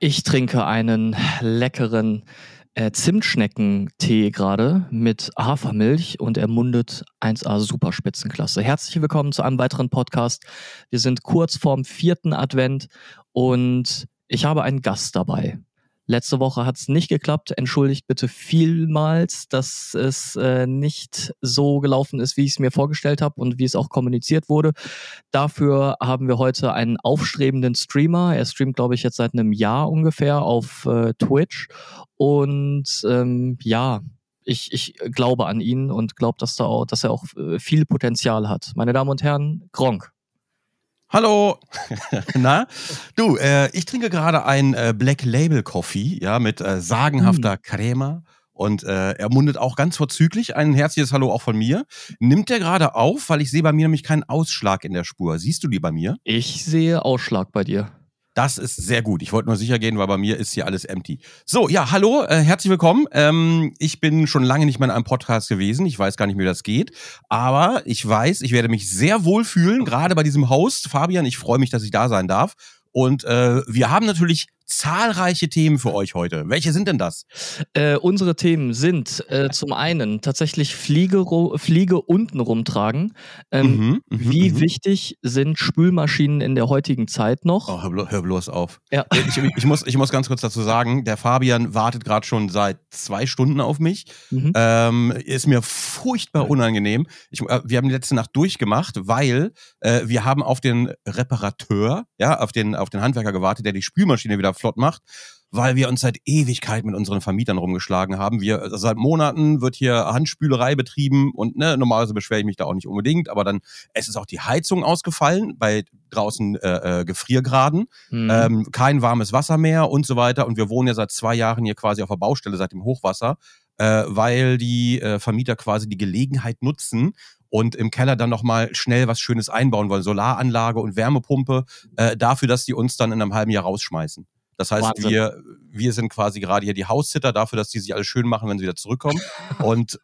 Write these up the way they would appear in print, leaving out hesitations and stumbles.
Ich trinke einen leckeren Zimtschneckentee gerade mit Hafermilch und er mundet 1A Superspitzenklasse. Herzlich willkommen zu einem weiteren Podcast. Wir sind kurz vorm 4. Advent und ich habe einen Gast dabei. Letzte Woche hat es nicht geklappt. Entschuldigt bitte vielmals, dass es nicht so gelaufen ist, wie ich es mir vorgestellt habe und wie es auch kommuniziert wurde. Dafür haben wir heute einen aufstrebenden Streamer. Er streamt, glaube ich, jetzt seit einem Jahr ungefähr auf Twitch. Und ich glaube an ihn und glaube, dass er auch viel Potenzial hat. Meine Damen und Herren, Gronkh. Hallo! Na? Du, ich trinke gerade einen Black Label Coffee, ja, mit sagenhafter Crema. Und er mundet auch ganz vorzüglich. Ein herzliches Hallo auch von mir. Nimmt der gerade auf, weil ich sehe bei mir nämlich keinen Ausschlag in der Spur. Siehst du die bei mir? Ich sehe Ausschlag bei dir. Das ist sehr gut. Ich wollte nur sicher gehen, weil bei mir ist hier alles empty. So, ja, hallo, herzlich willkommen. Ich bin schon lange nicht mehr in einem Podcast gewesen. Ich weiß gar nicht mehr, wie das geht. Aber ich weiß, ich werde mich sehr wohl fühlen, gerade bei diesem Host. Fabian, ich freue mich, dass ich da sein darf. Und wir haben natürlich zahlreiche Themen für euch heute. Welche sind denn das? Unsere Themen sind zum einen tatsächlich Fliege unten rumtragen. Wie wichtig sind Spülmaschinen in der heutigen Zeit noch? Oh, hör bloß auf. Ja. Ich muss ganz kurz dazu sagen, der Fabian wartet gerade schon seit 2 Stunden auf mich. Ist mir furchtbar unangenehm. Wir haben die letzte Nacht durchgemacht, weil wir haben auf den Reparateur, ja, auf den Handwerker gewartet, der die Spülmaschine wieder flott macht, weil wir uns seit Ewigkeit mit unseren Vermietern rumgeschlagen haben. Seit Monaten wird hier Handspülerei betrieben und normalerweise beschwere ich mich da auch nicht unbedingt, aber dann, es ist auch die Heizung ausgefallen, bei draußen Gefriergraden, kein warmes Wasser mehr und so weiter und wir wohnen ja seit 2 Jahren hier quasi auf der Baustelle seit dem Hochwasser, weil die Vermieter quasi die Gelegenheit nutzen und im Keller dann nochmal schnell was Schönes einbauen wollen, Solaranlage und Wärmepumpe, dafür, dass die uns dann in einem halben Jahr rausschmeißen. Das heißt, wir sind quasi gerade hier die Haussitter dafür, dass die sich alles schön machen, wenn sie wieder zurückkommen. Und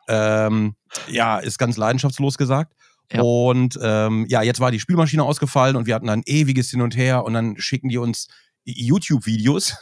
ist ganz leidenschaftslos gesagt. Ja. Und jetzt war die Spülmaschine ausgefallen und wir hatten ein ewiges Hin und Her und dann schicken die uns YouTube-Videos,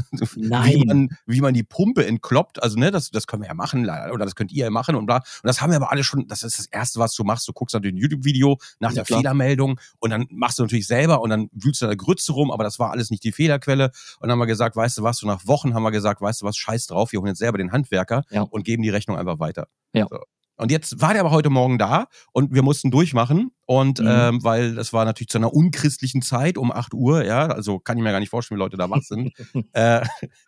wie man die Pumpe entkloppt, also das können wir ja machen, oder das könnt ihr ja machen und bla. Und das haben wir aber alle schon, das ist das Erste, was du machst, du guckst natürlich ein YouTube-Video nach der Fehlermeldung und dann machst du natürlich selber und dann wühlst du da Grütze rum, aber das war alles nicht die Fehlerquelle und dann haben wir gesagt, weißt du was, so nach Wochen haben wir gesagt, weißt du was, scheiß drauf, wir holen jetzt selber den Handwerker und geben die Rechnung einfach weiter. Ja. So. Und jetzt war der aber heute Morgen da und wir mussten durchmachen und weil das war natürlich zu einer unchristlichen Zeit um 8 Uhr, ja, also kann ich mir gar nicht vorstellen, wie Leute da wach sind. Der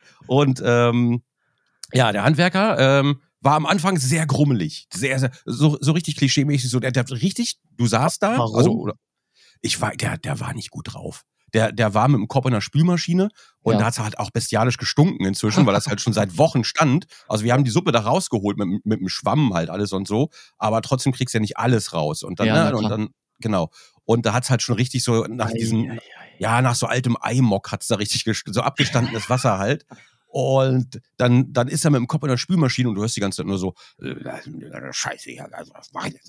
Handwerker war am Anfang sehr grummelig, sehr so richtig klischeemäßig, so der richtig, du saßt da, warum? Also der war nicht gut drauf. Der war mit dem Kopf in der Spülmaschine und da hat es halt auch bestialisch gestunken inzwischen, weil das halt schon seit Wochen stand. Also wir haben die Suppe da rausgeholt mit dem Schwamm halt alles und so, aber trotzdem kriegst du ja nicht alles raus. Und dann, genau. Und da hat es halt schon richtig so nach nach so altem Eimok hat es da richtig so abgestandenes Wasser halt. Und dann ist er mit dem Kopf in der Spülmaschine und du hörst die ganze Zeit nur so, Scheiße, was mach ich jetzt?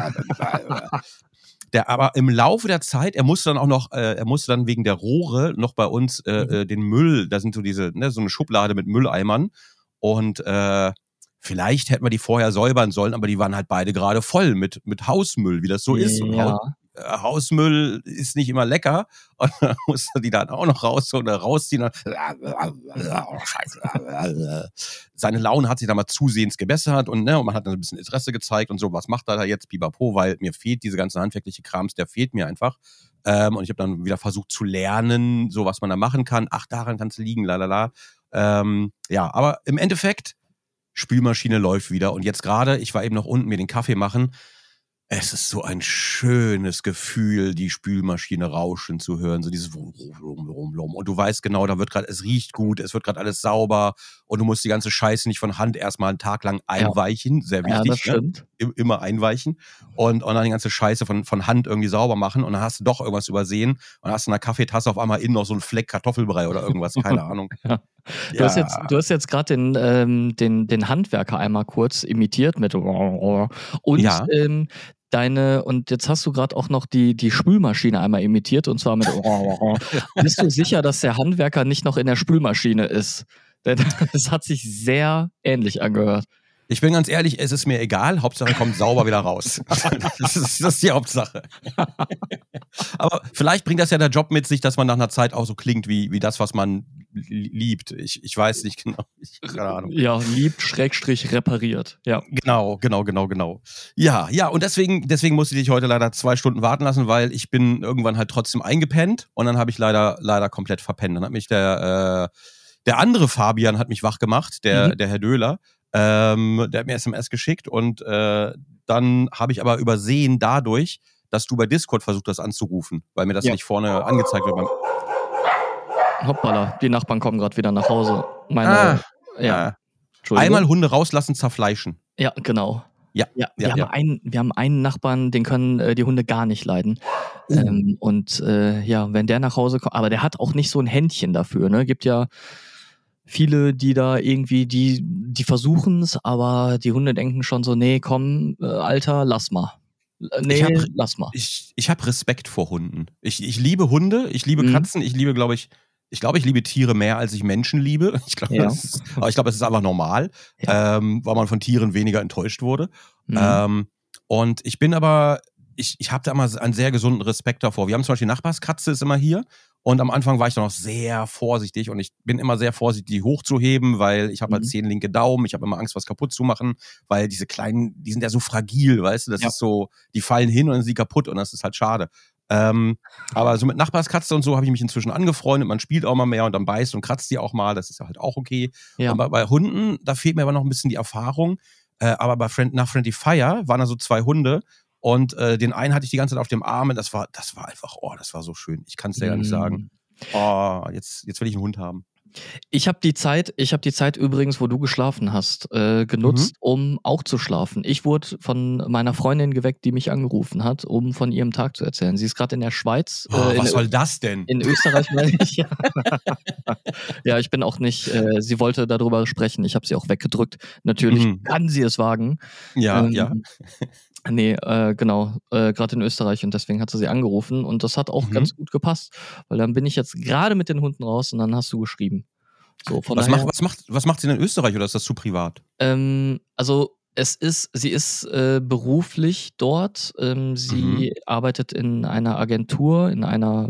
Der aber im Laufe der Zeit, er musste dann wegen der Rohre noch bei uns den Müll, da sind so diese, so eine Schublade mit Mülleimern und vielleicht hätten wir die vorher säubern sollen, aber die waren halt beide gerade voll mit Hausmüll, wie das so ist. Und Hausmüll ist nicht immer lecker und dann musste die dann auch noch rausholen oder rausziehen. Scheiße. Seine Laune hat sich dann mal zusehends gebessert und man hat dann ein bisschen Interesse gezeigt und so, was macht er da jetzt, pipapo, weil mir fehlt diese ganze handwerkliche Krams, der fehlt mir einfach. Und ich habe dann wieder versucht zu lernen, so was man da machen kann. Ach, daran kann es liegen, lalala. Aber im Endeffekt, Spülmaschine läuft wieder und jetzt gerade, ich war eben noch unten mir den Kaffee machen. Es ist so ein schönes Gefühl, die Spülmaschine rauschen zu hören, so dieses Wum. Und du weißt genau, es riecht gut, es wird gerade alles sauber und du musst die ganze Scheiße nicht von Hand erstmal einen Tag lang einweichen, sehr wichtig. Ja, das stimmt. Immer einweichen und dann die ganze Scheiße von Hand irgendwie sauber machen und dann hast du doch irgendwas übersehen und hast in der Kaffeetasse auf einmal innen noch so einen Fleck Kartoffelbrei oder irgendwas, keine Ahnung. Du hast jetzt gerade den Handwerker einmal kurz imitiert mit und Und jetzt hast du gerade auch noch die Spülmaschine einmal imitiert und zwar mit Bist du sicher, dass der Handwerker nicht noch in der Spülmaschine ist? Denn das hat sich sehr ähnlich angehört. Ich bin ganz ehrlich, es ist mir egal, Hauptsache er kommt sauber wieder raus. Das ist die Hauptsache. Aber vielleicht bringt das ja der Job mit sich, dass man nach einer Zeit auch so klingt wie das, was man liebt. Ich weiß nicht genau. Keine Ahnung. Ja, liebt, / repariert. Ja. Genau. Ja, und deswegen musste ich dich heute leider 2 Stunden warten lassen, weil ich bin irgendwann halt trotzdem eingepennt und dann habe ich leider komplett verpennt. Dann hat mich der andere Fabian hat mich wach gemacht, der Herr Döhler. Der hat mir SMS geschickt und dann habe ich aber übersehen dadurch, dass du bei Discord versucht hast anzurufen, weil mir das nicht vorne angezeigt wird. Hoppala, die Nachbarn kommen gerade wieder nach Hause. Einmal Hunde rauslassen, zerfleischen. Ja, genau. Ja. Wir haben einen Nachbarn, den können die Hunde gar nicht leiden. Wenn der nach Hause kommt, aber der hat auch nicht so ein Händchen dafür, ne? Gibt ja viele, die da irgendwie, die versuchen es, aber die Hunde denken schon so, nee, komm, Alter, lass mal. Lass mal. Ich habe Respekt vor Hunden. Ich liebe Hunde, ich liebe Katzen, ich liebe, ich liebe Tiere mehr, als ich Menschen liebe. Ich glaube, es ist einfach normal, weil man von Tieren weniger enttäuscht wurde. Und ich bin aber, ich habe da immer einen sehr gesunden Respekt davor. Wir haben zum Beispiel Nachbarskatze, ist immer hier. Und am Anfang war ich da noch sehr vorsichtig und ich bin immer sehr vorsichtig, die hochzuheben, weil ich habe halt 10 linke Daumen, ich habe immer Angst, was kaputt zu machen, weil diese kleinen, die sind ja so fragil, weißt du, das ist so, die fallen hin und dann sind die kaputt und das ist halt schade. Aber so mit Nachbarskatze und so habe ich mich inzwischen angefreundet, man spielt auch mal mehr und dann beißt und kratzt die auch mal, das ist halt auch okay. Ja. Aber bei Hunden, da fehlt mir aber noch ein bisschen die Erfahrung, aber nach Friendly Fire waren da so 2 Hunde. Und den einen hatte ich die ganze Zeit auf dem Arm und das war einfach, das war so schön. Ich kann es dir gar nicht sagen. Jetzt will ich einen Hund haben. Ich habe die Zeit übrigens, wo du geschlafen hast, genutzt, um auch zu schlafen. Ich wurde von meiner Freundin geweckt, die mich angerufen hat, um von ihrem Tag zu erzählen. Sie ist gerade in der Schweiz. Was soll das denn? In Österreich, meine ich. Ja, ich bin auch nicht, sie wollte darüber sprechen. Ich habe sie auch weggedrückt. Natürlich kann sie es wagen. Ja. Nee, genau, gerade in Österreich und deswegen hat sie angerufen und das hat auch ganz gut gepasst, weil dann bin ich jetzt gerade mit den Hunden raus und dann hast du geschrieben. So, was macht sie denn in Österreich oder ist das zu privat? Also sie ist beruflich dort, sie arbeitet in einer Agentur, in einer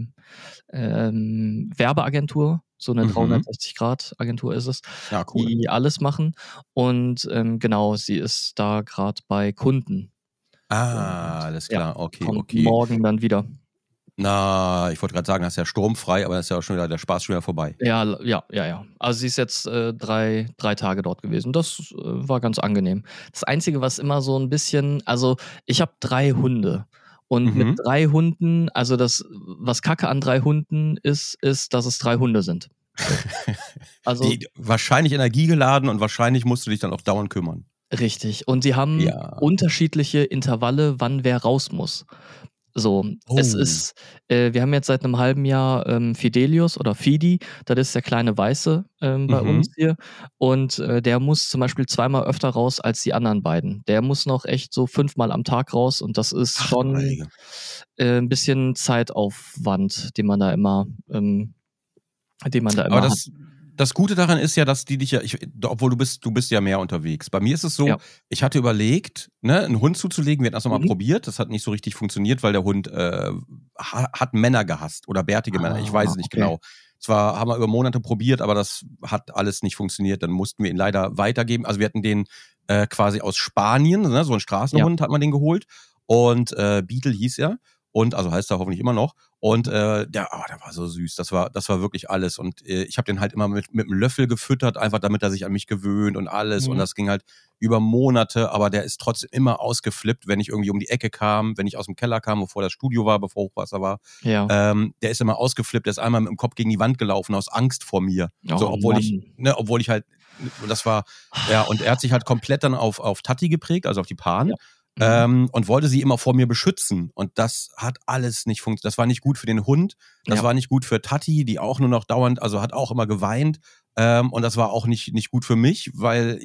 Werbeagentur, so eine 360-Grad-Agentur ist es, ja, cool. Die alles machen und genau, sie ist da gerade bei Kunden. Alles klar, okay. Morgen dann wieder. Na, ich wollte gerade sagen, das ist ja sturmfrei, aber das ist ja auch schon wieder der Spaß schon wieder vorbei. Ja. Also sie ist jetzt 3 Tage dort gewesen. Das war ganz angenehm. Das Einzige, was immer so ein bisschen, also ich habe 3 Hunde. Und mit 3 Hunden, also das, was Kacke an 3 Hunden ist, dass es 3 Hunde sind. Also wahrscheinlich energiegeladen und wahrscheinlich musst du dich dann auch dauernd kümmern. Richtig. Und sie haben unterschiedliche Intervalle, wann wer raus muss. So, es ist, wir haben jetzt seit einem halben Jahr Fidelius oder Fidi, das ist der kleine Weiße bei uns hier und der muss zum Beispiel 2-mal öfter raus als die anderen beiden. Der muss noch echt so 5-mal am Tag raus und das ist schon ein bisschen Zeitaufwand, den man da immer Aber hat. Das Gute daran ist ja, dass die dich obwohl du bist ja mehr unterwegs. Bei mir ist es so, ich hatte überlegt, einen Hund zuzulegen, wir hatten das nochmal probiert, das hat nicht so richtig funktioniert, weil der Hund hat Männer gehasst oder bärtige Männer, ich weiß es nicht genau. Zwar haben wir über Monate probiert, aber das hat alles nicht funktioniert, dann mussten wir ihn leider weitergeben. Also wir hatten den quasi aus Spanien, so ein Straßenhund hat man den geholt und Beetle hieß er. Und, also heißt er hoffentlich immer noch. Und der war so süß. Das war wirklich alles. Und ich habe den halt immer mit einem Löffel gefüttert, einfach damit er sich an mich gewöhnt und alles. Und das ging halt über Monate. Aber der ist trotzdem immer ausgeflippt, wenn ich irgendwie um die Ecke kam, wenn ich aus dem Keller kam, bevor das Studio war, bevor Hochwasser war. Ja. Der ist immer ausgeflippt. Der ist einmal mit dem Kopf gegen die Wand gelaufen, aus Angst vor mir. Obwohl ich halt, das war, und er hat sich halt komplett dann auf Tati geprägt, also auf die Pan. Ja. Und wollte sie immer vor mir beschützen. Und das hat alles nicht funktioniert. Das war nicht gut für den Hund. Das war nicht gut für Tati, die auch nur noch dauernd, also hat auch immer geweint. Und das war auch nicht gut für mich, weil ich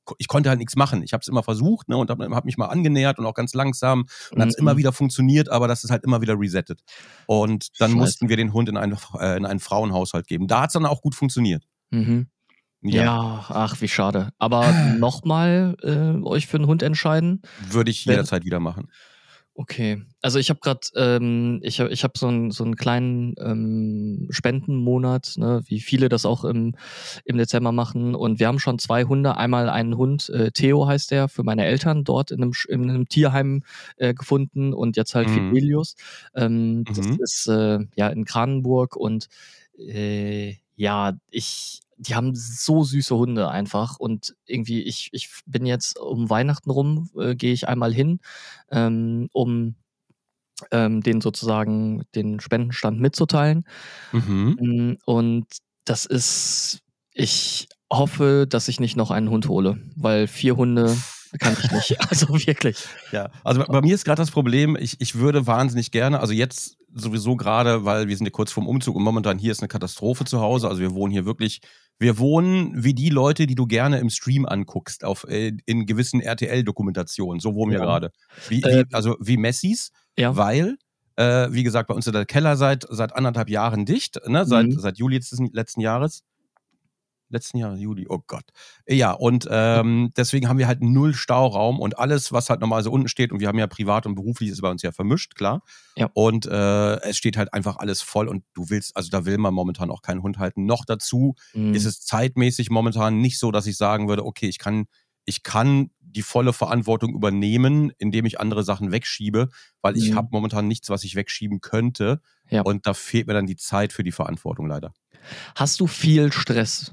ich konnte halt nichts machen. Ich habe es immer versucht, ne, und hab mich mal angenähert und auch ganz langsam und hat es immer wieder funktioniert, aber das ist halt immer wieder resettet. Und dann mussten wir den Hund in einen Frauenhaushalt geben. Da hat es dann auch gut funktioniert. Mhm. Ja, ach, wie schade. Aber nochmal euch für einen Hund entscheiden? Würde ich jederzeit wieder machen. Okay. Also ich habe gerade, ich hab so einen kleinen Spendenmonat, ne, wie viele das auch im Dezember machen. Und wir haben schon 2 Hunde. Einmal einen Hund, Theo heißt der, für meine Eltern dort in einem Tierheim gefunden und jetzt halt Fidelius. Das ist ja in Kranenburg und ja, die haben so süße Hunde einfach und irgendwie ich bin jetzt um Weihnachten rum, gehe ich einmal hin, um denen sozusagen den Spendenstand mitzuteilen. Und das ist, ich hoffe, dass ich nicht noch einen Hund hole, weil 4 Hunde kann ich nicht. Also wirklich. Ja, also bei mir ist gerade das Problem, ich würde wahnsinnig gerne, also jetzt sowieso gerade, weil wir sind ja kurz vorm Umzug und momentan hier ist eine Katastrophe zu Hause. Also wir wohnen hier wirklich, wir wohnen wie die Leute, die du gerne im Stream anguckst, in gewissen RTL-Dokumentationen. So wohnen wir gerade. Also wie Messis, weil, wie gesagt, bei uns ist der Keller seit 1,5 Jahren dicht, ne? Seit Juli letzten Jahres. Juli, oh Gott. Ja, und deswegen haben wir halt 0 Stauraum und alles, was halt normal so unten steht, und wir haben ja privat und beruflich, ist bei uns ja vermischt, klar. Ja. Und es steht halt einfach alles voll und da will man momentan auch keinen Hund halten. Noch dazu ist es zeitmäßig momentan nicht so, dass ich sagen würde, okay, ich kann die volle Verantwortung übernehmen, indem ich andere Sachen wegschiebe, weil ich habe momentan nichts, was ich wegschieben könnte. Ja. Und da fehlt mir dann die Zeit für die Verantwortung leider. Hast du viel Stress?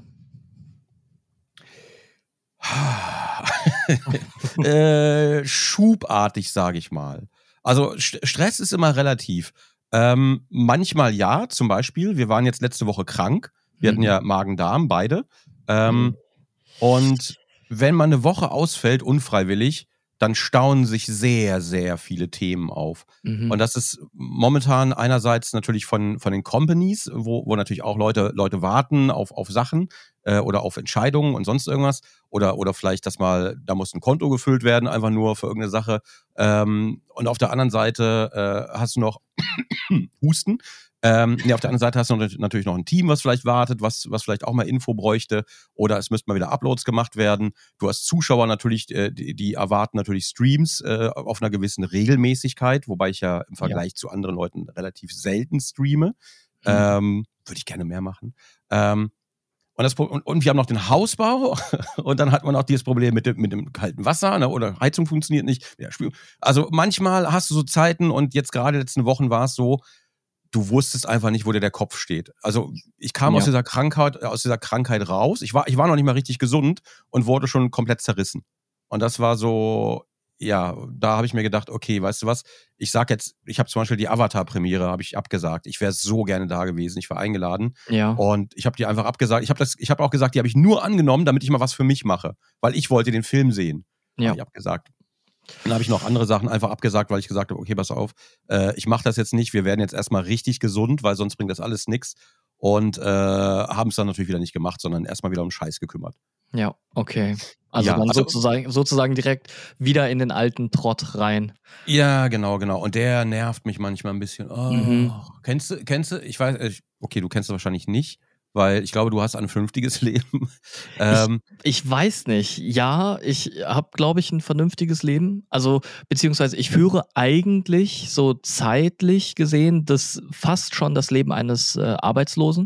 Schubartig, sage ich mal. Also Stress ist immer relativ. Manchmal ja, zum Beispiel, wir waren jetzt letzte Woche krank. Wir hatten ja Magen-Darm, beide. Und wenn man eine Woche ausfällt, unfreiwillig, dann stauen sich sehr, sehr viele Themen auf. Und das ist momentan einerseits natürlich von den Companies, wo natürlich auch Leute warten auf Sachen oder auf Entscheidungen und sonst irgendwas. Oder vielleicht, da muss ein Konto gefüllt werden, einfach nur für irgendeine Sache. Und auf der anderen Seite hast du noch Husten. Auf der anderen Seite hast du natürlich noch ein Team, was vielleicht wartet, was vielleicht auch mal Info bräuchte, oder es müssten mal wieder Uploads gemacht werden. Du hast Zuschauer natürlich, die erwarten natürlich Streams auf einer gewissen Regelmäßigkeit, wobei ich ja im Vergleich zu anderen Leuten relativ selten streame. Würde ich gerne mehr machen. Und wir haben noch den Hausbau und dann hat man auch dieses Problem mit dem kalten Wasser, ne, oder Heizung funktioniert nicht. Also manchmal hast du so Zeiten, und jetzt gerade letzten Wochen war es so, du wusstest einfach nicht, wo dir der Kopf steht. Also ich kam aus dieser Krankheit raus. Ich war noch nicht mal richtig gesund und wurde schon komplett zerrissen. Und das war so, ja, da habe ich mir gedacht, okay, weißt du was? Ich habe zum Beispiel die Avatar-Premiere habe ich abgesagt. Ich wäre so gerne da gewesen. Ich war eingeladen. Ja. Und ich habe die einfach abgesagt. Ich habe auch gesagt, die habe ich nur angenommen, damit ich mal was für mich mache. Weil ich wollte den Film sehen. Ja. Habe ich abgesagt. Dann habe ich noch andere Sachen einfach abgesagt, weil ich gesagt habe, okay, pass auf, ich mache das jetzt nicht, wir werden jetzt erstmal richtig gesund, weil sonst bringt das alles nichts. Und haben es dann natürlich wieder nicht gemacht, sondern erstmal wieder um Scheiß gekümmert. Ja, okay. Also sozusagen direkt wieder in den alten Trott rein. Ja, genau. Und der nervt mich manchmal ein bisschen. Kennst du, ich weiß, okay, du kennst es wahrscheinlich nicht, weil ich glaube, du hast ein vernünftiges Leben. Ich weiß nicht. Ja, ich habe, glaube ich, ein vernünftiges Leben. Also, beziehungsweise ich führe eigentlich so zeitlich gesehen fast schon das Leben eines Arbeitslosen.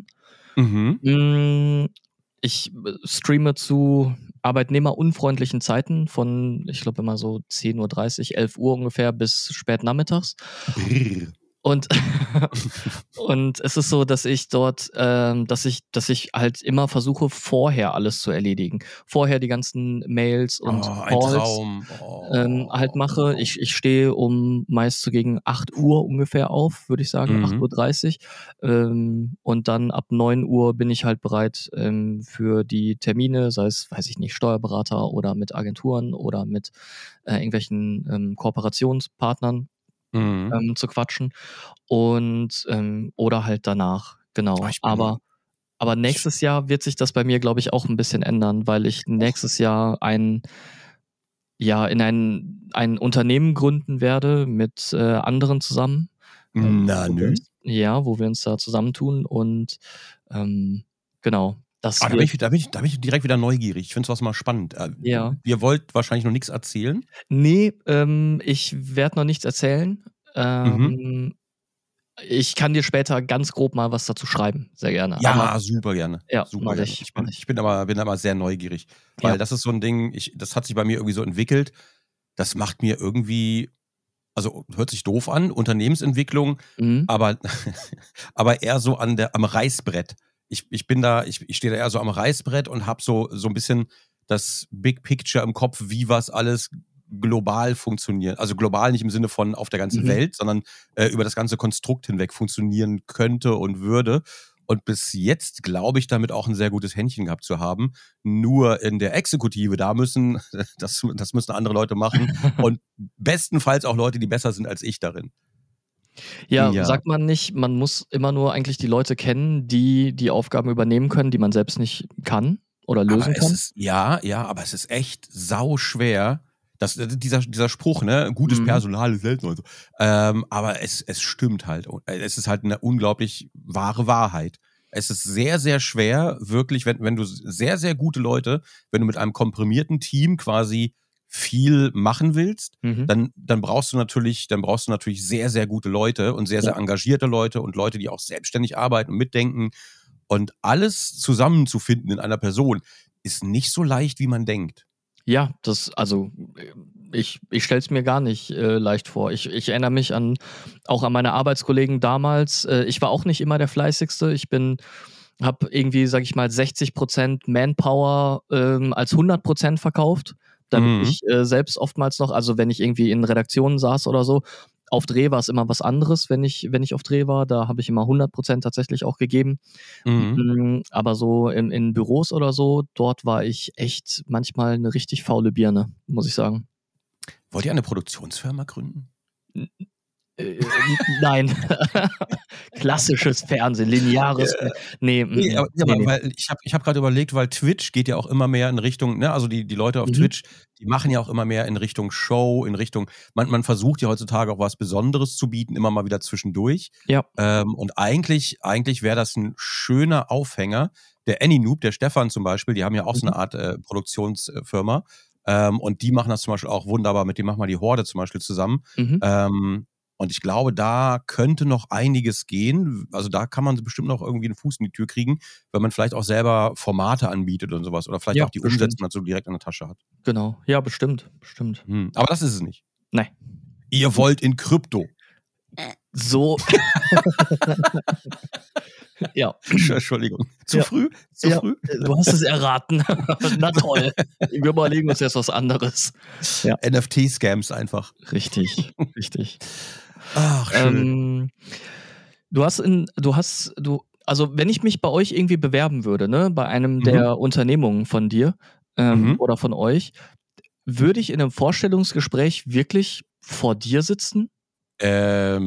Ich streame zu arbeitnehmerunfreundlichen Zeiten von, ich glaube immer so 10:30 Uhr, 11 Uhr ungefähr bis spät nachmittags. Und es ist so, dass ich dort, dass ich halt immer versuche, vorher alles zu erledigen. Vorher die ganzen Mails und Calls halt mache. Ich stehe meist so gegen 8 Uhr ungefähr auf, würde ich sagen, 8:30 Uhr. Und dann ab 9 Uhr bin ich halt bereit für die Termine, sei es, weiß ich nicht, Steuerberater oder mit Agenturen oder mit irgendwelchen Kooperationspartnern. Zu quatschen und oder halt danach, genau. Aber Aber nächstes Jahr wird sich das bei mir, glaube ich, auch ein bisschen ändern, weil ich nächstes Jahr in ein Unternehmen gründen werde mit anderen zusammen. Na, nö. Wo wir uns da zusammentun und genau. Da bin ich direkt wieder neugierig. Ich finde sowas mal spannend. Ihr wollt wahrscheinlich noch nichts erzählen? Nee, ich werde noch nichts erzählen. Ich kann dir später ganz grob mal was dazu schreiben. Sehr gerne. Ja, super gerne. Ja, super gerne. Ich bin aber sehr neugierig. Weil das ist so ein Ding, das hat sich bei mir irgendwie so entwickelt. Das macht mir irgendwie, also hört sich doof an, Unternehmensentwicklung, aber eher so am Reißbrett. Ich stehe da eher so am Reißbrett und habe so ein bisschen das Big Picture im Kopf, wie was alles global funktioniert. Also global nicht im Sinne von auf der ganzen Welt, sondern über das ganze Konstrukt hinweg funktionieren könnte und würde. Und bis jetzt glaube ich, damit auch ein sehr gutes Händchen gehabt zu haben. Nur in der Exekutive, das müssen andere Leute machen. Und bestenfalls auch Leute, die besser sind als ich darin. Ja, sagt man nicht, man muss immer nur eigentlich die Leute kennen, die die Aufgaben übernehmen können, die man selbst nicht kann oder lösen kann? Aber es ist echt sauschwer. Dieser Spruch, ne, gutes Personal ist selten und so. Aber es stimmt halt. Es ist halt eine unglaublich wahre Wahrheit. Es ist sehr, sehr schwer, wirklich, wenn du sehr, sehr gute Leute, wenn du mit einem komprimierten Team quasi viel machen willst, dann brauchst du natürlich sehr, sehr gute Leute und sehr, sehr engagierte Leute und Leute, die auch selbstständig arbeiten und mitdenken. Und alles zusammenzufinden in einer Person ist nicht so leicht, wie man denkt. Ja, ich stelle es mir gar nicht leicht vor. Ich erinnere mich auch an meine Arbeitskollegen damals. Ich war auch nicht immer der Fleißigste. Habe irgendwie, sag ich mal, 60% Manpower als 100% verkauft. Damit ich selbst oftmals noch, also wenn ich irgendwie in Redaktionen saß oder so, auf Dreh war es immer was anderes, wenn ich auf Dreh war. Da habe ich immer 100% tatsächlich auch gegeben. Aber so in Büros oder so, dort war ich echt manchmal eine richtig faule Birne, muss ich sagen. Wollt ihr eine Produktionsfirma gründen? Nein. Klassisches Fernsehen, lineares. Weil ich hab gerade überlegt, weil Twitch geht ja auch immer mehr in Richtung, ne, also die Leute auf Twitch, die machen ja auch immer mehr in Richtung Show, in Richtung, man versucht ja heutzutage auch was Besonderes zu bieten, immer mal wieder zwischendurch. Ja. Und eigentlich wäre das ein schöner Aufhänger. Der AnyNoob, der Stefan zum Beispiel, die haben ja auch so eine Art Produktionsfirma. Und die machen das zum Beispiel auch wunderbar, mit dem machen wir die Horde zum Beispiel zusammen. Und ich glaube, da könnte noch einiges gehen. Also da kann man bestimmt noch irgendwie einen Fuß in die Tür kriegen, wenn man vielleicht auch selber Formate anbietet und sowas. Oder vielleicht auch die Umsetzung dazu direkt in der Tasche hat. Genau, ja, bestimmt. Aber das ist es nicht. Nein. Ihr wollt in Krypto. So. Ja. Entschuldigung. Zu früh? Zu früh? Du hast es erraten. Na toll. Wir überlegen uns jetzt was anderes. Ja. NFT-Scams einfach. Richtig. Ach, schön. Also wenn ich mich bei euch irgendwie bewerben würde, ne, bei einem der Unternehmungen von dir oder von euch, würde ich in einem Vorstellungsgespräch wirklich vor dir sitzen? Das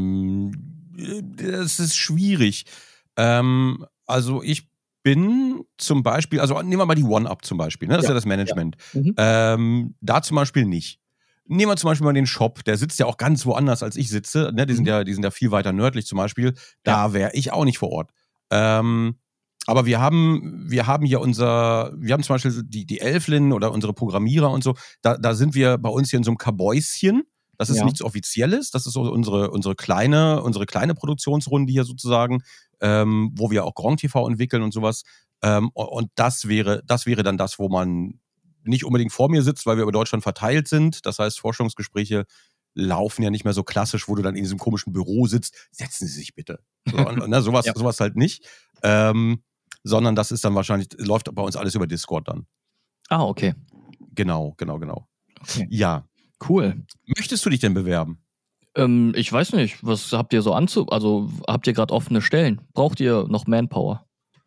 ist schwierig. Also ich bin zum Beispiel, also nehmen wir mal die One-Up zum Beispiel, ne? Das ist ja das Management. Da zum Beispiel nicht. Nehmen wir zum Beispiel mal den Shop, der sitzt ja auch ganz woanders als ich sitze, ne? Die sind ja viel weiter nördlich zum Beispiel. Da wäre ich auch nicht vor Ort. Aber wir haben hier wir haben zum Beispiel die Elflin oder unsere Programmierer und so, da sind wir bei uns hier in so einem Kabäuschen. Das ist nichts Offizielles, das ist so unsere kleine Produktionsrunde hier sozusagen, wo wir auch Grand TV entwickeln und sowas. Und das wäre dann das, wo man nicht unbedingt vor mir sitzt, weil wir über Deutschland verteilt sind. Das heißt, Forschungsgespräche laufen ja nicht mehr so klassisch, wo du dann in diesem komischen Büro sitzt. Setzen Sie sich bitte. So, sowas halt nicht. Sondern das ist dann wahrscheinlich, läuft bei uns alles über Discord dann. Ah, okay. Genau. Okay. Ja. Cool. Möchtest du dich denn bewerben? Ich weiß nicht. Was habt ihr so also habt ihr gerade offene Stellen? Braucht ihr noch Manpower?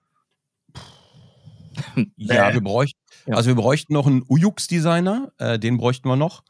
Ja, wir bräuchten noch einen UX-Designer, den bräuchten wir noch.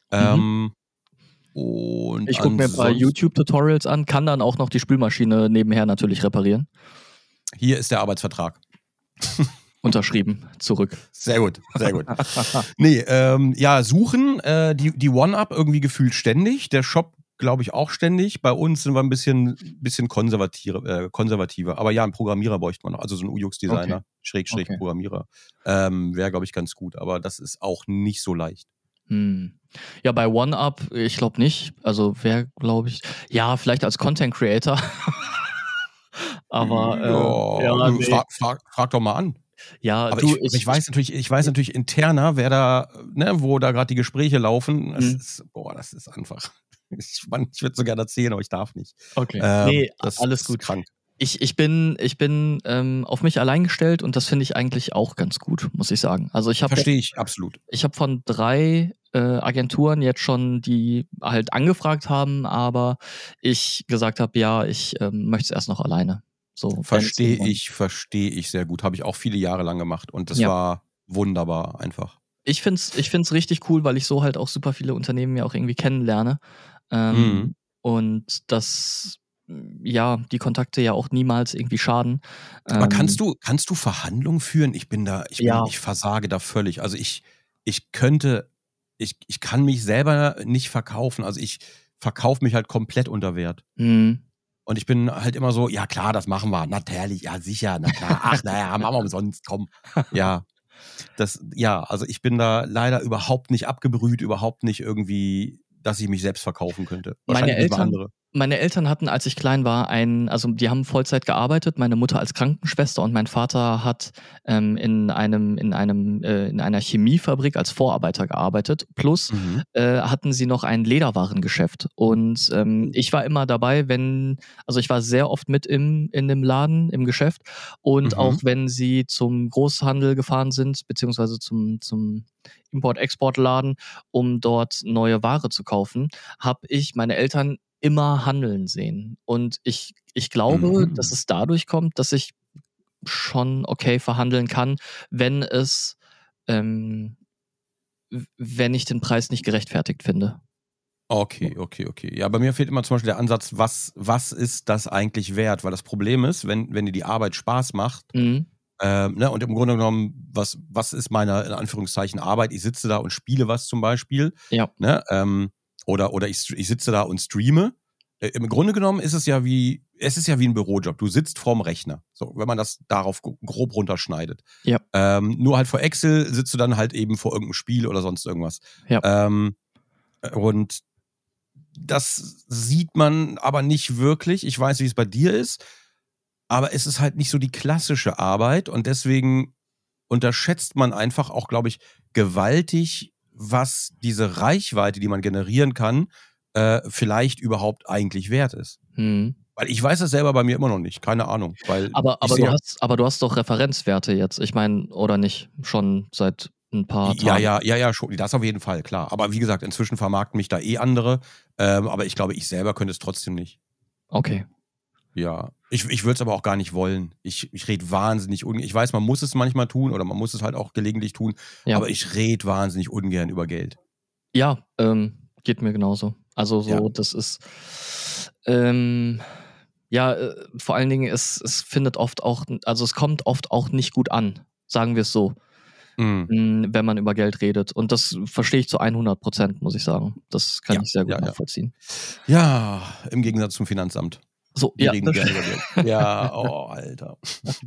Und ich gucke mir ein paar YouTube-Tutorials an, kann dann auch noch die Spülmaschine nebenher natürlich reparieren. Hier ist der Arbeitsvertrag. Unterschrieben, zurück. Sehr gut, sehr gut. Nee, suchen, die One-Up irgendwie gefühlt ständig, der Shop glaube ich auch ständig. Bei uns sind wir ein bisschen konservativer. Aber ja, einen Programmierer bräuchte man noch, also so einen UX-Designer, Okay. Programmierer. Wäre, glaube ich, ganz gut, aber das ist auch nicht so leicht. Ja, bei OneUp, ich glaube nicht. Also wäre, glaube ich, ja, vielleicht als Content Creator. Aber nee. Frag doch mal an. Ja, aber ich weiß natürlich interner, wer da, ne, wo da gerade die Gespräche laufen. Das ist einfach. Ich würde so gerne erzählen, aber ich darf nicht. Okay. Das alles ist gut. Krank. Ich bin auf mich allein gestellt und das finde ich eigentlich auch ganz gut, muss ich sagen. Also verstehe ich absolut. Ich habe von 3 Agenturen jetzt schon, die halt angefragt haben, aber ich gesagt habe, ja, ich möchte es erst noch alleine. So, verstehe ich sehr gut. Habe ich auch viele Jahre lang gemacht und das war wunderbar einfach. Ich find's richtig cool, weil ich so halt auch super viele Unternehmen ja auch irgendwie kennenlerne. Und das, ja, die Kontakte ja auch niemals irgendwie schaden. Aber kannst du Verhandlungen führen? Ich versage da völlig. Also ich kann mich selber nicht verkaufen. Also ich verkaufe mich halt komplett unter Wert. Und ich bin halt immer so, ja klar, das machen wir. Natürlich, ja sicher, na klar. Ach, naja, machen wir umsonst, komm. Ja. Also ich bin da leider überhaupt nicht abgebrüht, überhaupt nicht irgendwie, dass ich mich selbst verkaufen könnte. Meine Eltern hatten, als ich klein war, also die haben Vollzeit gearbeitet, meine Mutter als Krankenschwester und mein Vater hat in einer Chemiefabrik als Vorarbeiter gearbeitet. Plus hatten sie noch ein Lederwarengeschäft. Und ich war immer dabei, ich war sehr oft mit in dem Laden, im Geschäft. Und auch wenn sie zum Großhandel gefahren sind, beziehungsweise zum Import-Export-Laden, um dort neue Ware zu kaufen, habe ich meine Eltern immer handeln sehen. Und ich glaube, dass es dadurch kommt, dass ich schon okay verhandeln kann, wenn ich den Preis nicht gerechtfertigt finde. Okay. Ja, bei mir fehlt immer zum Beispiel der Ansatz, was ist das eigentlich wert? Weil das Problem ist, wenn dir die Arbeit Spaß macht, und im Grunde genommen, was ist meine, in Anführungszeichen, Arbeit? Ich sitze da und spiele was zum Beispiel. Ja. Ne? Oder ich sitze da und streame. Im Grunde genommen ist es ja wie ein Bürojob. Du sitzt vorm Rechner. So, wenn man das darauf grob runterschneidet. Ja. Nur halt vor Excel sitzt du dann halt eben vor irgendeinem Spiel oder sonst irgendwas. Ja. Und das sieht man aber nicht wirklich. Ich weiß, wie es bei dir ist. Aber es ist halt nicht so die klassische Arbeit und deswegen unterschätzt man einfach auch, glaube ich, gewaltig, was diese Reichweite, die man generieren kann, vielleicht überhaupt eigentlich wert ist. Weil ich weiß das selber bei mir immer noch nicht, keine Ahnung. Aber du hast doch Referenzwerte jetzt, ich meine, oder nicht? Schon seit ein paar Tagen. Ja, schon, das auf jeden Fall, klar. Aber wie gesagt, inzwischen vermarkten mich da andere. Aber ich glaube, ich selber könnte es trotzdem nicht. Okay. Ja, ich würde es aber auch gar nicht wollen. Ich rede wahnsinnig ungern. Ich weiß, man muss es manchmal tun oder man muss es halt auch gelegentlich tun, aber ich rede wahnsinnig ungern über Geld. Ja, geht mir genauso. Also so, das ist vor allen Dingen, es findet oft auch, also es kommt oft auch nicht gut an, sagen wir es so, wenn man über Geld redet. Und das verstehe ich zu 100%, muss ich sagen. Das kann ich sehr gut nachvollziehen. Ja, im Gegensatz zum Finanzamt. So, die reden gerne über Geld. Ja, oh, Alter.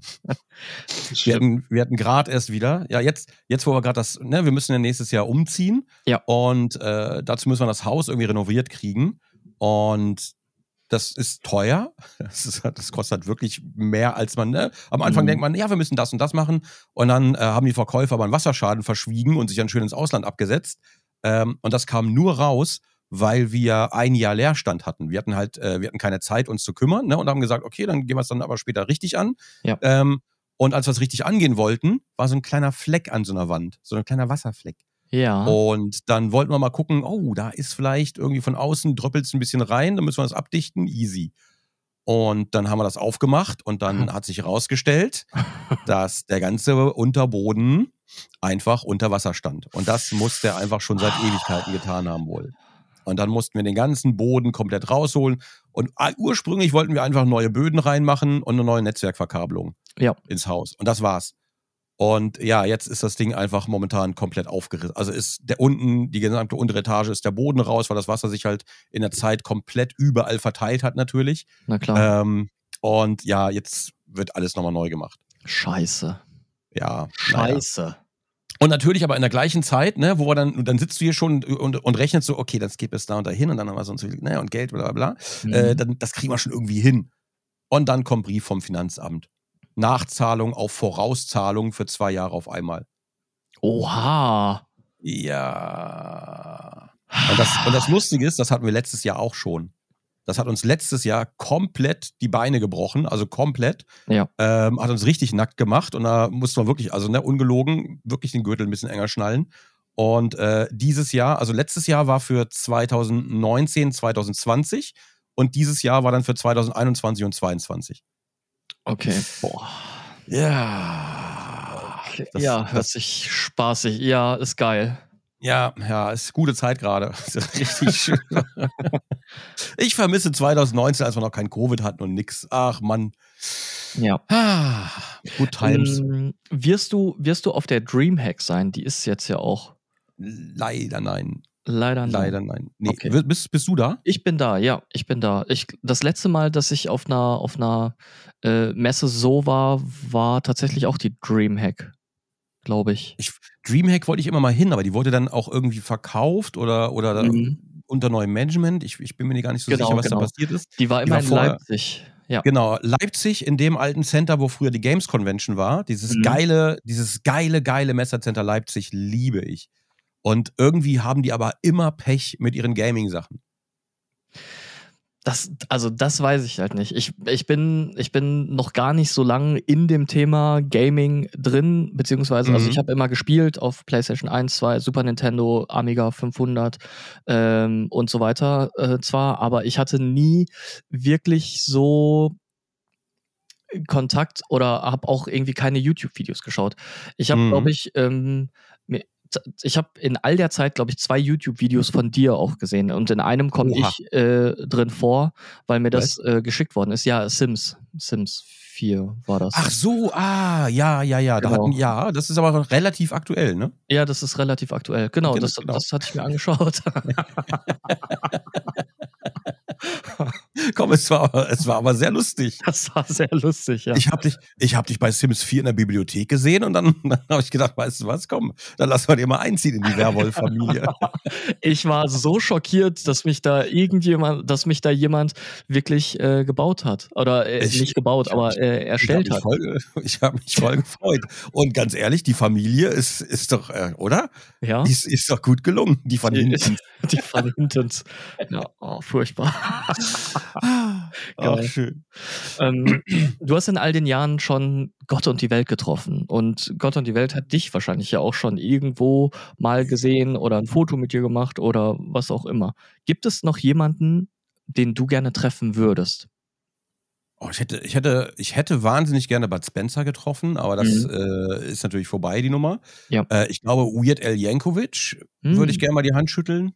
Wir hatten gerade erst wieder, ja, jetzt wo wir gerade wir müssen ja nächstes Jahr umziehen. Ja. Und dazu müssen wir das Haus irgendwie renoviert kriegen. Und das ist teuer. Das kostet wirklich mehr, als man, am Anfang denkt man, ja, wir müssen das und das machen. Und dann haben die Verkäufer aber einen Wasserschaden verschwiegen und sich dann schön ins Ausland abgesetzt. Und das kam nur raus, weil wir ein Jahr Leerstand hatten. Wir hatten keine Zeit, uns zu kümmern, ne, und haben gesagt, okay, dann gehen wir es dann aber später richtig an. Ja. Und als wir es richtig angehen wollten, war so ein kleiner Fleck an so einer Wand, so ein kleiner Wasserfleck. Ja. Und dann wollten wir mal gucken, oh, da ist vielleicht irgendwie von außen, dröppelt es ein bisschen rein, dann müssen wir das abdichten, easy. Und dann haben wir das aufgemacht und dann hat sich herausgestellt, dass der ganze Unterboden einfach unter Wasser stand. Und das muss der einfach schon seit Ewigkeiten getan haben wohl. Und dann mussten wir den ganzen Boden komplett rausholen. Und ursprünglich wollten wir einfach neue Böden reinmachen und eine neue Netzwerkverkabelung ins Haus. Und das war's. Und ja, jetzt ist das Ding einfach momentan komplett aufgerissen. Also ist die gesamte untere Etage ist der Boden raus, weil das Wasser sich halt in der Zeit komplett überall verteilt hat natürlich. Na klar. Und ja, jetzt wird alles nochmal neu gemacht. Scheiße. Ja. Scheiße. Naja. Und natürlich aber in der gleichen Zeit, ne, wo wir dann sitzt du hier schon und rechnest so, okay, das geht bis da und dahin und dann haben wir sonst viel, ne, und Geld, bla bla bla. Dann, das kriegen wir schon irgendwie hin. Und dann kommt Brief vom Finanzamt. Nachzahlung auf Vorauszahlung für 2 Jahre auf einmal. Oha. Ja. Und das Lustige ist, das hatten wir letztes Jahr auch schon. Das hat uns letztes Jahr komplett die Beine gebrochen, also komplett. Ja. Hat uns richtig nackt gemacht und da mussten wir wirklich, also ne, ungelogen, wirklich den Gürtel ein bisschen enger schnallen. Und dieses Jahr, also letztes Jahr war für 2019, 2020 und dieses Jahr war dann für 2021 und 2022. Okay. Boah. Ja. Okay. Hört sich spaßig. Ja, ist geil. Ja, ist gute Zeit gerade. Richtig schön. Ich vermisse 2019, als wir noch kein Covid hatten und nix. Ach Mann. Ja. Good times. Wirst du auf der Dreamhack sein? Die ist jetzt ja auch. Leider nein. Leider nein. Nee. Okay. Bist du da? Ich bin da, ja. Ich bin da. Das letzte Mal, dass ich auf einer Messe so war tatsächlich auch die Dreamhack, glaube ich. Dreamhack wollte ich immer mal hin, aber die wurde dann auch irgendwie verkauft oder unter neuem Management. Ich bin mir gar nicht so sicher, was da passiert ist. Die war immer in Leipzig. Ja. Genau, Leipzig in dem alten Center, wo früher die Games Convention war. Dieses geile Messecenter Leipzig liebe ich. Und irgendwie haben die aber immer Pech mit ihren Gaming-Sachen. Das weiß ich halt nicht. Ich bin noch gar nicht so lange in dem Thema Gaming drin, beziehungsweise, also ich habe immer gespielt auf PlayStation 1, 2, Super Nintendo, Amiga 500 und so weiter zwar, aber ich hatte nie wirklich so Kontakt oder habe auch irgendwie keine YouTube-Videos geschaut. Ich habe, glaube ich habe in all der Zeit, glaube ich, 2 YouTube-Videos von dir auch gesehen und in einem komme ich drin vor, weil mir das geschickt worden ist. Ja, Sims 4 war das. Ach so, ja. Genau. Das ist aber relativ aktuell, ne? Ja, das ist relativ aktuell. Genau, das hatte ich mir angeschaut. Komm, es war aber sehr lustig. Das war sehr lustig, ja. Ich hab dich bei Sims 4 in der Bibliothek gesehen und dann habe ich gedacht, weißt du was, komm, dann lass mal dir mal einziehen in die Werwolf-Familie. Ich war so schockiert, dass mich da jemand wirklich gebaut hat. Oder nicht gebaut, aber erstellt hat. Ich habe mich voll gefreut. Und ganz ehrlich, die Familie ist doch, oder? Ja. Ist doch gut gelungen, die von hinten. Die von hinten. Ja, furchtbar. Ach, schön. Du hast in all den Jahren schon Gott und die Welt getroffen und Gott und die Welt hat dich wahrscheinlich ja auch schon irgendwo mal gesehen oder ein Foto mit dir gemacht oder was auch immer. Gibt es noch jemanden, den du gerne treffen würdest? Oh, ich hätte wahnsinnig gerne Bud Spencer getroffen, aber das ist natürlich vorbei, die Nummer. Ja. Ich glaube, Weird Al Yankovic würde ich gerne mal die Hand schütteln.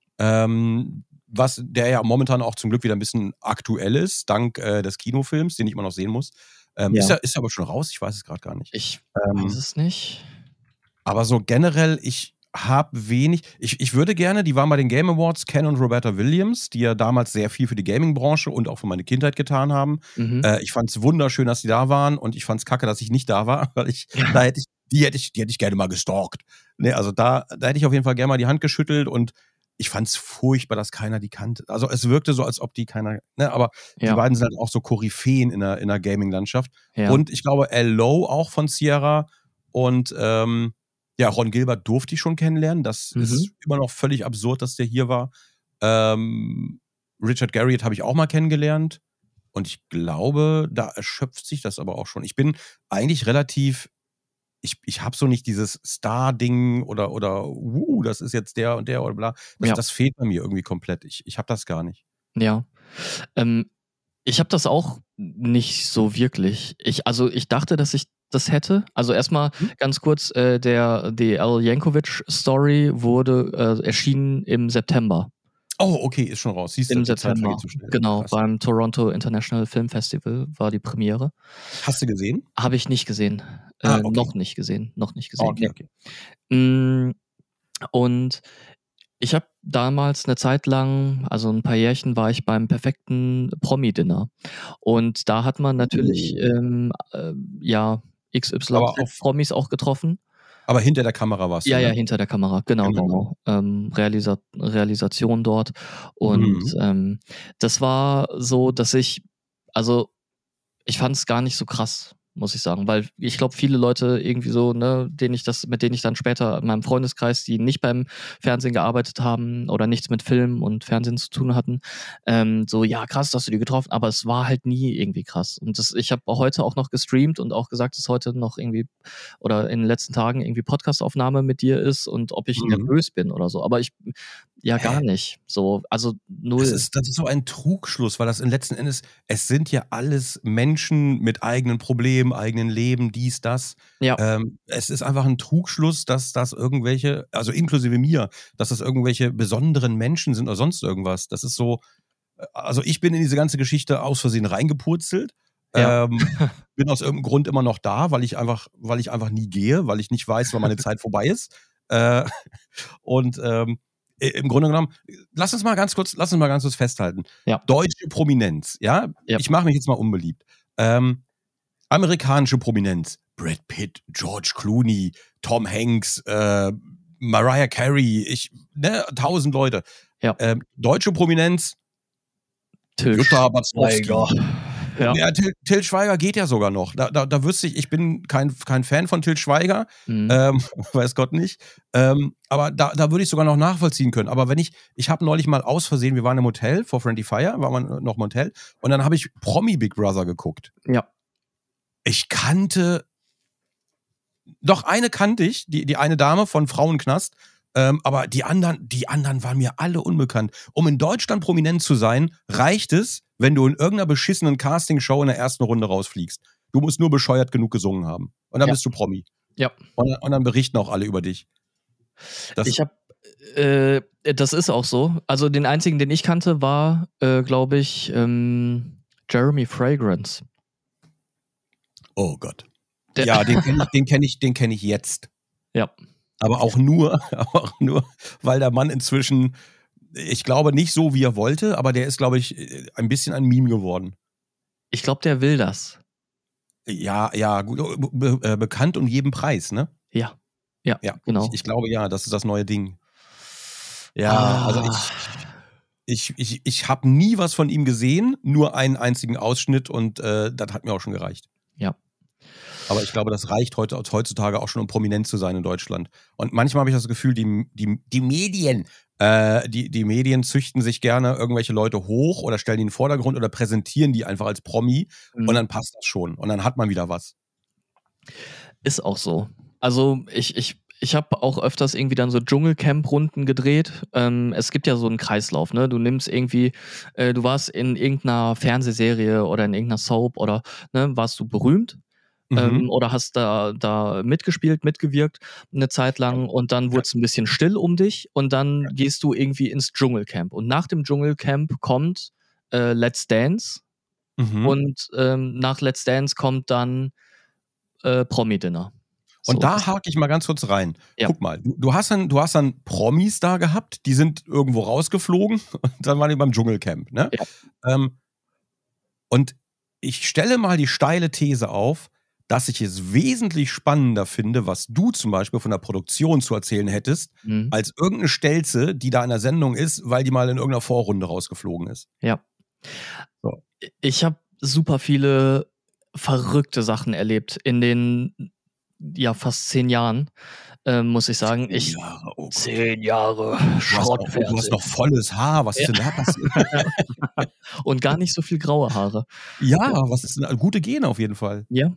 Der ja momentan auch zum Glück wieder ein bisschen aktuell ist, dank des Kinofilms, den ich immer noch sehen muss. Ist er aber schon raus? Ich weiß es gerade gar nicht. Ich weiß es nicht. Aber so generell, ich habe wenig. Ich würde gerne, die waren bei den Game Awards, Ken und Roberta Williams, die ja damals sehr viel für die Gaming-Branche und auch für meine Kindheit getan haben. Ich fand es wunderschön, dass die da waren und ich fand es kacke, dass ich nicht da war, weil die hätte ich gerne mal gestalkt. Ne, also da hätte ich auf jeden Fall gerne mal die Hand geschüttelt und ich fand es furchtbar, dass keiner die kannte. Also es wirkte so, als ob die keiner, ne, aber die beiden sind halt auch so Koryphäen in der Gaming-Landschaft. Ja. Und ich glaube, L.O. auch von Sierra und Ron Gilbert durfte ich schon kennenlernen. Das ist immer noch völlig absurd, dass der hier war. Richard Garriott habe ich auch mal kennengelernt. Und ich glaube, da erschöpft sich das aber auch schon. Ich bin eigentlich relativ, ich habe so nicht dieses Star-Ding oder das ist jetzt der und der oder bla. Das fehlt bei mir irgendwie komplett. Ich habe das gar nicht. Ja. Ich habe das auch nicht so wirklich. Ich dachte, dass ich das hätte. Also erstmal ganz kurz, die Al Yankovic-Story wurde erschienen im September. Oh, okay, ist schon raus. Siehst du, Im die Zeit September. vergeht so schnell. Genau, Krass. beim Toronto International Film Festival war die Premiere. Hast du gesehen? Habe ich nicht gesehen. Okay. Noch nicht gesehen. Okay, Nee. okay. Und ich habe damals eine Zeit lang, also ein paar Jährchen, war ich beim perfekten Promi-Dinner. Und da hat man natürlich, XYZ-Promis auch getroffen. Aber hinter der Kamera warst du, Ja, ne? hinter der Kamera, genau. Realisation dort. Und das war so, dass ich fand es gar nicht so krass, muss ich sagen, weil ich glaube, viele Leute irgendwie so, ne, mit denen ich dann später in meinem Freundeskreis, die nicht beim Fernsehen gearbeitet haben oder nichts mit Film und Fernsehen zu tun hatten, so, ja, krass, dass du die getroffen, aber es war halt nie irgendwie krass. Und ich habe heute auch noch gestreamt und auch gesagt, dass heute noch irgendwie oder in den letzten Tagen irgendwie Podcastaufnahme mit dir ist und ob ich nervös bin oder so. Aber gar nicht. So, also null. Das ist so ein Trugschluss, weil das in letzten Endes, es sind ja alles Menschen mit eigenen Problemen, eigenen Leben, dies, das. Ja. Es ist einfach ein Trugschluss, dass das irgendwelche, also inklusive mir, dass das irgendwelche besonderen Menschen sind oder sonst irgendwas. Das ist so, also ich bin in diese ganze Geschichte aus Versehen reingepurzelt. Ja. Bin aus irgendeinem Grund immer noch da, weil ich einfach nie gehe, weil ich nicht weiß, wann meine Zeit vorbei ist. Im Grunde genommen, lass uns mal ganz kurz festhalten. Ja. Deutsche Prominenz, ja? Ich mache mich jetzt mal unbeliebt. Amerikanische Prominenz. Brad Pitt, George Clooney, Tom Hanks, Mariah Carey, 1000 Leute. Ja. Deutsche Prominenz. Til Schweiger. Ja, Til Schweiger geht ja sogar noch. Da wüsste ich bin kein Fan von Til Schweiger, weiß Gott nicht. Aber da würde ich sogar noch nachvollziehen können. Aber wenn ich habe neulich mal aus Versehen, wir waren im Hotel, vor Friendly Fire, war man noch im Hotel, und dann habe ich Promi Big Brother geguckt. Ja. Eine kannte ich, die eine Dame von Frauenknast, aber die anderen waren mir alle unbekannt. Um in Deutschland prominent zu sein, reicht es, wenn du in irgendeiner beschissenen Castingshow in der ersten Runde rausfliegst. Du musst nur bescheuert genug gesungen haben. Und dann bist du Promi. Ja. Und dann berichten auch alle über dich. Das ist auch so. Also den einzigen, den ich kannte, war, glaube ich, Jeremy Fragrance. Oh Gott. Den kenn ich jetzt. Ja. Aber auch nur, weil der Mann inzwischen, ich glaube nicht so, wie er wollte, aber der ist, glaube ich, ein bisschen ein Meme geworden. Ich glaube, der will das. Ja, gut, bekannt um jeden Preis, ne? Ja, genau. Ich glaube, ja, das ist das neue Ding. Ja, also ich habe nie was von ihm gesehen, nur einen einzigen Ausschnitt, und das hat mir auch schon gereicht. Ja. Aber ich glaube, das reicht heutzutage auch schon, um prominent zu sein in Deutschland. Und manchmal habe ich das Gefühl, die Medien, die Medien züchten sich gerne irgendwelche Leute hoch oder stellen die in den Vordergrund oder präsentieren die einfach als Promi, und dann passt das schon. Und dann hat man wieder was. Ist auch so. Also ich habe auch öfters irgendwie dann so Dschungelcamp-Runden gedreht. Es gibt ja so einen Kreislauf, ne? Du nimmst irgendwie, du warst in irgendeiner Fernsehserie oder in irgendeiner Soap oder warst du berühmt. Oder hast da mitgewirkt eine Zeit lang, und dann wurde es ein bisschen still um dich, und dann gehst du irgendwie ins Dschungelcamp. Und nach dem Dschungelcamp kommt Let's Dance, und nach Let's Dance kommt dann Promi-Dinner. Und da hake ich mal ganz kurz rein. Ja. Guck mal, du hast dann Promis da gehabt, die sind irgendwo rausgeflogen und dann waren die beim Dschungelcamp, ne? Ja. Und ich stelle mal die steile These auf, dass ich es wesentlich spannender finde, was du zum Beispiel von der Produktion zu erzählen hättest, als irgendeine Stelze, die da in der Sendung ist, weil die mal in irgendeiner Vorrunde rausgeflogen ist. Ja. So. Ich habe super viele verrückte Sachen erlebt in den fast 10 Jahren, muss ich sagen. 10 Jahre Schrottfernsehen. Du hast noch volles Haar. Was ist denn da passiert? Und gar nicht so viel graue Haare. Ja, was ist denn? Gute Gene auf jeden Fall. Ja.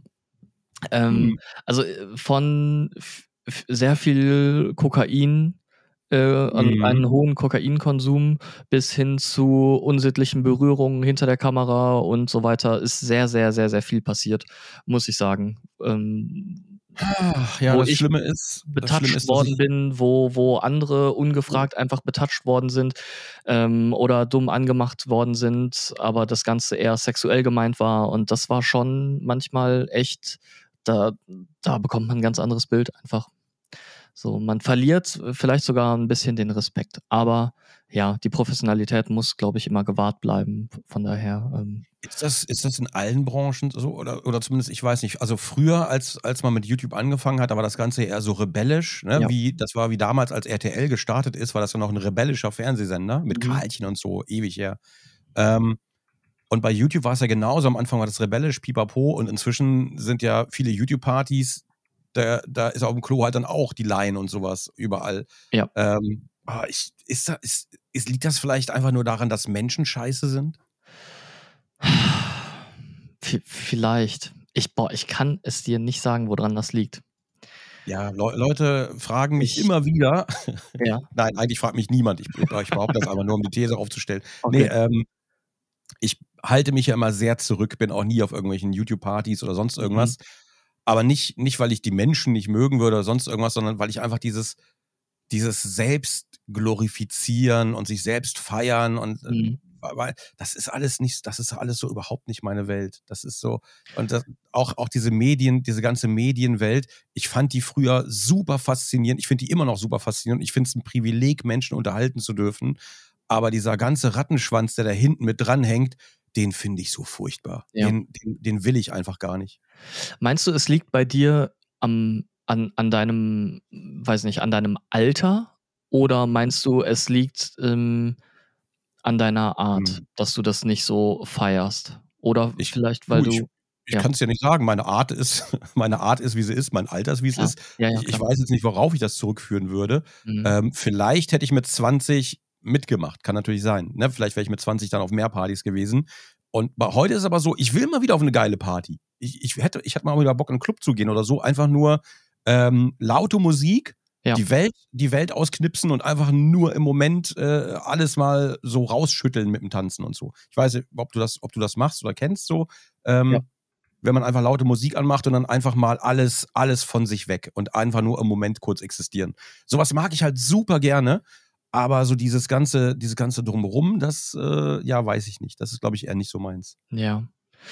Also von sehr viel Kokain, einen hohen Kokainkonsum bis hin zu unsittlichen Berührungen hinter der Kamera und so weiter, ist sehr, sehr, sehr, sehr viel passiert, muss ich sagen. Ja, wo das ich Schlimme ist, betatscht dass worden ich. bin, wo andere ungefragt einfach betatscht worden sind, oder dumm angemacht worden sind, aber das Ganze eher sexuell gemeint war. Und das war schon manchmal echt, da, da bekommt man ein ganz anderes Bild einfach. So, man verliert vielleicht sogar ein bisschen den Respekt. Aber ja, die Professionalität muss, glaube ich, immer gewahrt bleiben. Von daher, Ist das in allen Branchen so? Oder zumindest, ich weiß nicht. Also früher, als man mit YouTube angefangen hat, da war das Ganze eher so rebellisch, ne? ja. Das war wie damals, als RTL gestartet ist, war das ja noch ein rebellischer Fernsehsender mit Mhm. Karlchen und so, ewig her. Ähm, und bei YouTube war es ja genauso. Am Anfang war das rebellisch, pipapo. Und inzwischen sind ja viele YouTube-Partys, da ist auf dem Klo halt dann auch die Line und sowas überall. Ja. Liegt das vielleicht einfach nur daran, dass Menschen scheiße sind? Vielleicht. Ich kann es dir nicht sagen, woran das liegt. Ja, Leute fragen mich Ich immer wieder. Ja, Nein, eigentlich fragt mich niemand. Ich behaupte das aber nur, um die These aufzustellen. Ne, okay. ich halte mich ja immer sehr zurück, bin auch nie auf irgendwelchen YouTube-Partys oder sonst Mhm. irgendwas. Aber nicht, weil ich die Menschen nicht mögen würde oder sonst irgendwas, sondern weil ich einfach dieses Selbstglorifizieren und sich selbst feiern und Mhm. weil das ist alles so überhaupt nicht meine Welt. Das ist so, und auch diese Medien, diese ganze Medienwelt, ich fand die früher super faszinierend. Ich finde die immer noch super faszinierend. Ich finde es ein Privileg, Menschen unterhalten zu dürfen. Aber dieser ganze Rattenschwanz, der da hinten mit dranhängt, den finde ich so furchtbar. Ja. Den will ich einfach gar nicht. Meinst du, es liegt bei dir an deinem, weiß nicht, an deinem Alter? Oder meinst du, es liegt, an deiner Art, Hm. dass du das nicht so feierst? Oder Ich vielleicht, weil du, du ich ja, kann es dir nicht sagen. Meine Art ist meine Art ist, wie sie ist, mein Alter ist, wie es klar. ist. Ja, ja, Ich klar. weiß jetzt nicht, worauf ich das zurückführen würde. Mhm. Vielleicht hätte ich mit 20 mitgemacht, kann natürlich sein, ne? Vielleicht wäre ich mit 20 dann auf mehr Partys gewesen. Und heute ist es aber so, ich will mal wieder auf eine geile Party. Ich hätte mal wieder Bock, in 'n Club zu gehen oder so, einfach nur, laute Musik, Ja. die Welt ausknipsen und einfach nur im Moment, alles mal so rausschütteln mit dem Tanzen und so. Ich weiß nicht, ob du das machst oder kennst so, Ja. wenn man einfach laute Musik anmacht und dann einfach mal alles von sich weg und einfach nur im Moment kurz existieren. Sowas mag ich halt super gerne, aber so dieses ganze Drumherum, das, ja, weiß ich nicht. Das ist, glaube ich, eher nicht so meins. Ja.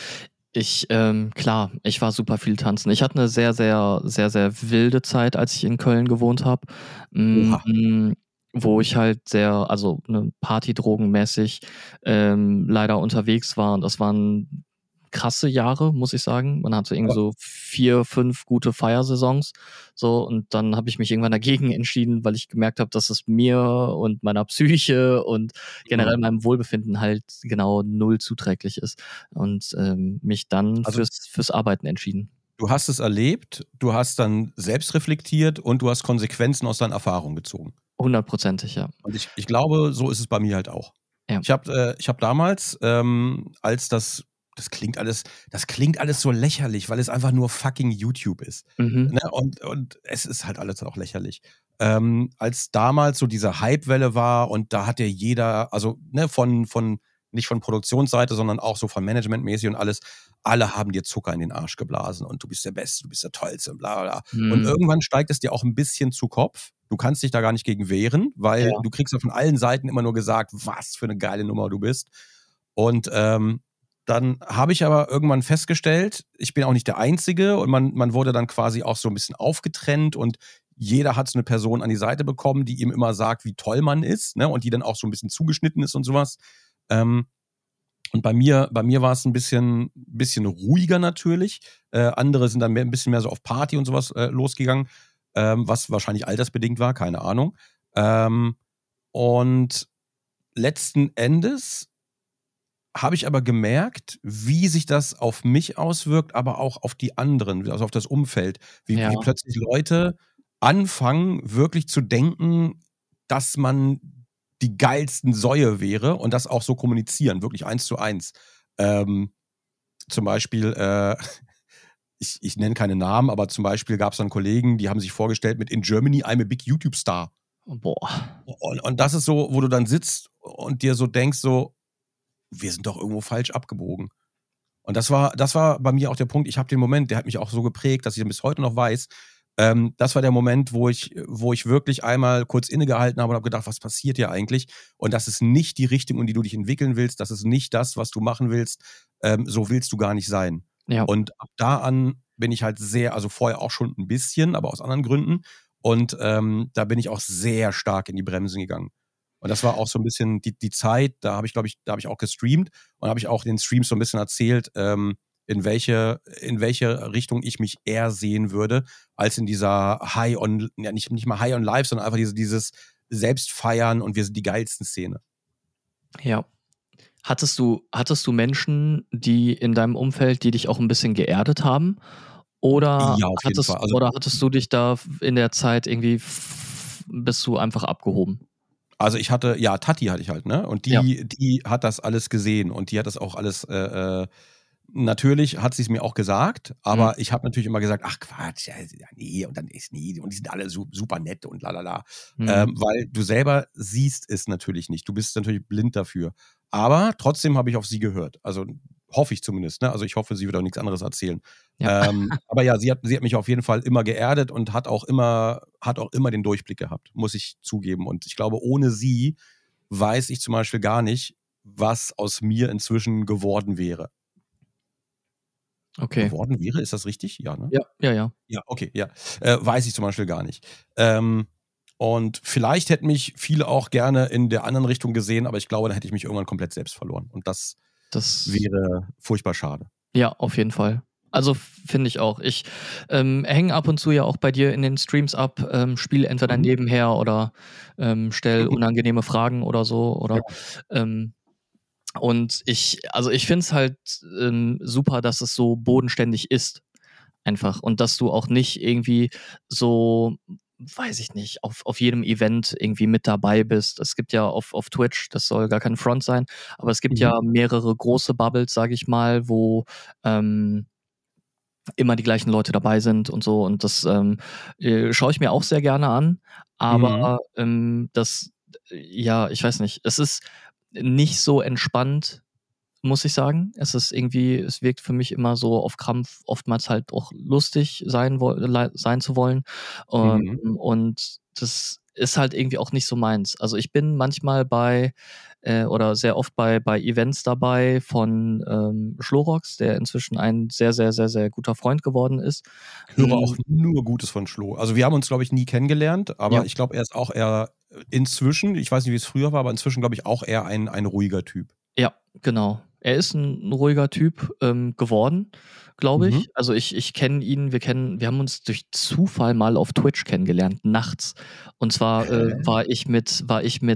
Klar, ich war super viel tanzen. Ich hatte eine sehr wilde Zeit, als ich in Köln gewohnt habe, Oha. wo ich halt sehr, also, ne, partydrogenmäßig, leider unterwegs war. Und das waren krasse Jahre, muss ich sagen. Man hatte irgendwie Aber so 4, 5 gute Feiersaisons, so. Und dann habe ich mich irgendwann dagegen entschieden, weil ich gemerkt habe, dass es mir und meiner Psyche und generell mhm. meinem Wohlbefinden halt genau null zuträglich ist. Und, mich dann Also, fürs Arbeiten entschieden. du hast es erlebt, du hast dann selbst reflektiert und du hast Konsequenzen aus deinen Erfahrungen gezogen. 100%ig, ja. Und ich glaube, so ist es bei mir halt auch. Ja. Ich habe damals, als das klingt alles so lächerlich, weil es einfach nur fucking YouTube ist, Mhm. ne? Und es ist halt alles auch lächerlich. Als damals so diese Hypewelle war und da hat ja jeder, also, ne, von nicht von Produktionsseite, sondern auch so von managementmäßig und alles, alle haben dir Zucker in den Arsch geblasen und du bist der Beste, du bist der Tollste und bla bla bla. Und Mhm. irgendwann steigt es dir auch ein bisschen zu Kopf. Du kannst dich da gar nicht gegen wehren, weil Ja. du kriegst ja von allen Seiten immer nur gesagt, was für eine geile Nummer du bist. Und dann habe ich aber irgendwann festgestellt, ich bin auch nicht der Einzige und man wurde dann quasi auch so ein bisschen aufgetrennt und jeder hat so eine Person an die Seite bekommen, die ihm immer sagt, wie toll man ist, ne? Und die dann auch so ein bisschen zugeschnitten ist und sowas. Ähm, und bei mir war es ein bisschen ruhiger natürlich. Andere sind dann ein bisschen mehr so auf Party und sowas losgegangen, was wahrscheinlich altersbedingt war, keine Ahnung. Ähm, und letzten Endes habe ich aber gemerkt, wie sich das auf mich auswirkt, aber auch auf die anderen, also auf das Umfeld. Wie Ja. plötzlich Leute anfangen, wirklich zu denken, dass man die geilsten Säue wäre und das auch so kommunizieren, wirklich 1:1. Ähm, zum Beispiel, ich nenne keine Namen, aber zum Beispiel gab es dann Kollegen, die haben sich vorgestellt mit „In Germany, I'm a big YouTube Star." Boah. Und das ist so, wo du dann sitzt und dir so denkst, so, wir sind doch irgendwo falsch abgebogen. Und das war bei mir auch der Punkt, ich habe den Moment, der hat mich auch so geprägt, dass ich ihn bis heute noch weiß. Das war der Moment, wo ich wirklich einmal kurz innegehalten habe und habe gedacht, was passiert hier eigentlich? Und das ist nicht die Richtung, in die du dich entwickeln willst. Das ist nicht das, was du machen willst. So willst du gar nicht sein. Ja. Und ab da an bin ich halt also vorher auch schon ein bisschen, aber aus anderen Gründen. Und da bin ich auch sehr stark in die Bremsen gegangen. Und das war auch so ein bisschen die Zeit, da habe ich auch gestreamt und habe ich auch in den Streams so ein bisschen erzählt, in welche Richtung ich mich eher sehen würde, als in dieser nicht mal High on Life, sondern einfach dieses Selbstfeiern und wir sind die geilsten Szene. Ja. Hattest du Menschen, die in deinem Umfeld, die dich auch ein bisschen geerdet haben? Oder Ja, auf jeden Fall. Also, hattest du dich da in der Zeit irgendwie, bist du einfach abgehoben? Also Tati hatte ich halt, ne? Und die hat das alles gesehen und die hat das auch alles, natürlich hat sie es mir auch gesagt, aber ich habe natürlich immer gesagt, ach Quatsch, ja, nee, und dann ist nie, und die sind alle super nett und lalala. Weil du selber siehst es natürlich nicht. Du bist natürlich blind dafür. Aber trotzdem habe ich auf sie gehört. Also hoffe ich zumindest, ne? Also ich hoffe, sie wird auch nichts anderes erzählen. Ja. Aber ja, sie hat mich auf jeden Fall immer geerdet und hat auch immer den Durchblick gehabt, muss ich zugeben. Und ich glaube, ohne sie weiß ich zum Beispiel gar nicht, was aus mir inzwischen geworden wäre. Okay. Geworden wäre, ist das richtig? Ja, ne? Ja. Ja, okay, ja. Weiß ich zum Beispiel gar nicht. Und vielleicht hätten mich viele auch gerne in der anderen Richtung gesehen, aber ich glaube, da hätte ich mich irgendwann komplett selbst verloren. Und das wäre furchtbar schade. Ja, auf jeden Fall. Also finde ich auch. Ich hänge ab und zu ja auch bei dir in den Streams ab, spiele entweder nebenher oder stelle unangenehme Fragen oder so. Oder und ich finde es halt super, dass es so bodenständig ist. Einfach. Und dass du auch nicht irgendwie so, weiß ich nicht, auf jedem Event irgendwie mit dabei bist. Es gibt ja auf Twitch, das soll gar kein Front sein, aber es gibt ja mehrere große Bubbles, sage ich mal, wo immer die gleichen Leute dabei sind und so. Und das schaue ich mir auch sehr gerne an. Aber ich weiß nicht, es ist nicht so entspannt, muss ich sagen. Es wirkt für mich immer so auf Krampf, oftmals halt auch lustig sein zu wollen. Und das ist halt irgendwie auch nicht so meins. Also ich bin manchmal oder sehr oft bei Events dabei von Schlorox, der inzwischen ein sehr, sehr, sehr, sehr guter Freund geworden ist. Ich höre auch nur Gutes von Schlo. Also wir haben uns, glaube ich, nie kennengelernt, aber ich glaube, er ist auch eher inzwischen, ich weiß nicht, wie es früher war, aber inzwischen, glaube ich, auch eher ein ruhiger Typ. Ja, genau. Er ist ein ruhiger Typ geworden, glaube ich. Also ich kenne ihn, wir haben uns durch Zufall mal auf Twitch kennengelernt, nachts. Und zwar war ich mit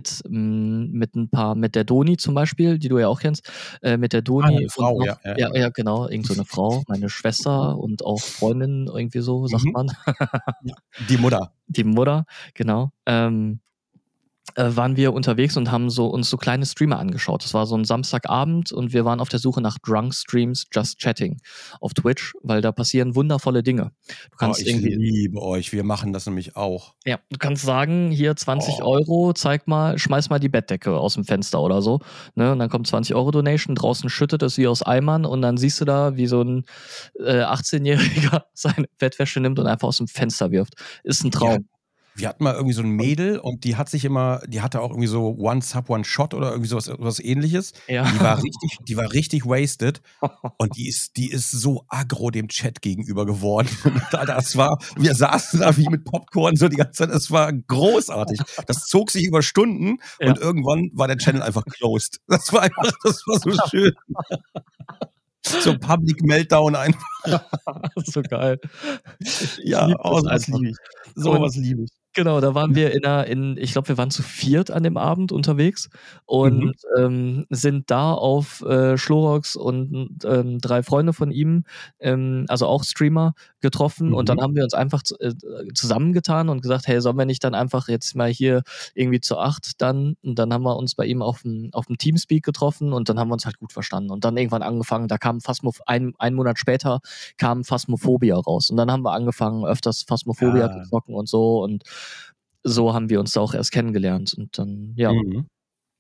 der Doni zum Beispiel, die du ja auch kennst, mit der Doni. Eine Frau, und ja, genau, irgend so eine Frau, meine Schwester und auch Freundin, irgendwie so, sagt man. Die Mutter. Die Mutter, genau. Waren wir unterwegs und haben uns so kleine Streamer angeschaut. Das war so ein Samstagabend und wir waren auf der Suche nach Drunk Streams Just Chatting auf Twitch, weil da passieren wundervolle Dinge. Du kannst ich liebe euch, wir machen das nämlich auch. Ja, du kannst sagen, hier 20 Euro, schmeiß mal die Bettdecke aus dem Fenster oder so. Ne? Und dann kommt 20 Euro Donation, draußen schüttet es wie aus Eimern und dann siehst du da, wie so ein 18-Jähriger seine Bettwäsche nimmt und einfach aus dem Fenster wirft. Ist ein Traum. Ja. Wir hatten mal irgendwie so ein Mädel und die hatte auch irgendwie so One Sub, One Shot oder irgendwie sowas ähnliches. Ja. Die war richtig wasted und die ist so aggro dem Chat gegenüber geworden. Wir saßen da wie mit Popcorn so die ganze Zeit, es war großartig. Das zog sich über Stunden und irgendwann war der Channel einfach closed. Das war so schön. So Public Meltdown einfach. So geil. Ja, sowas liebe ich. Sowas liebe ich. Genau, da waren wir ich glaube, wir waren zu 4 an dem Abend unterwegs und sind da auf Schlorox und 3 Freunde von ihm, also auch Streamer, getroffen und dann haben wir uns einfach zusammengetan und gesagt, hey, sollen wir nicht dann einfach jetzt mal hier irgendwie zu 8 dann? Und dann haben wir uns bei ihm auf dem Teamspeak getroffen und dann haben wir uns halt gut verstanden und dann irgendwann angefangen, da kam ein Monat später kam Phasmophobia raus und dann haben wir angefangen, öfters Phasmophobia zu zocken und so und so haben wir uns da auch erst kennengelernt und dann,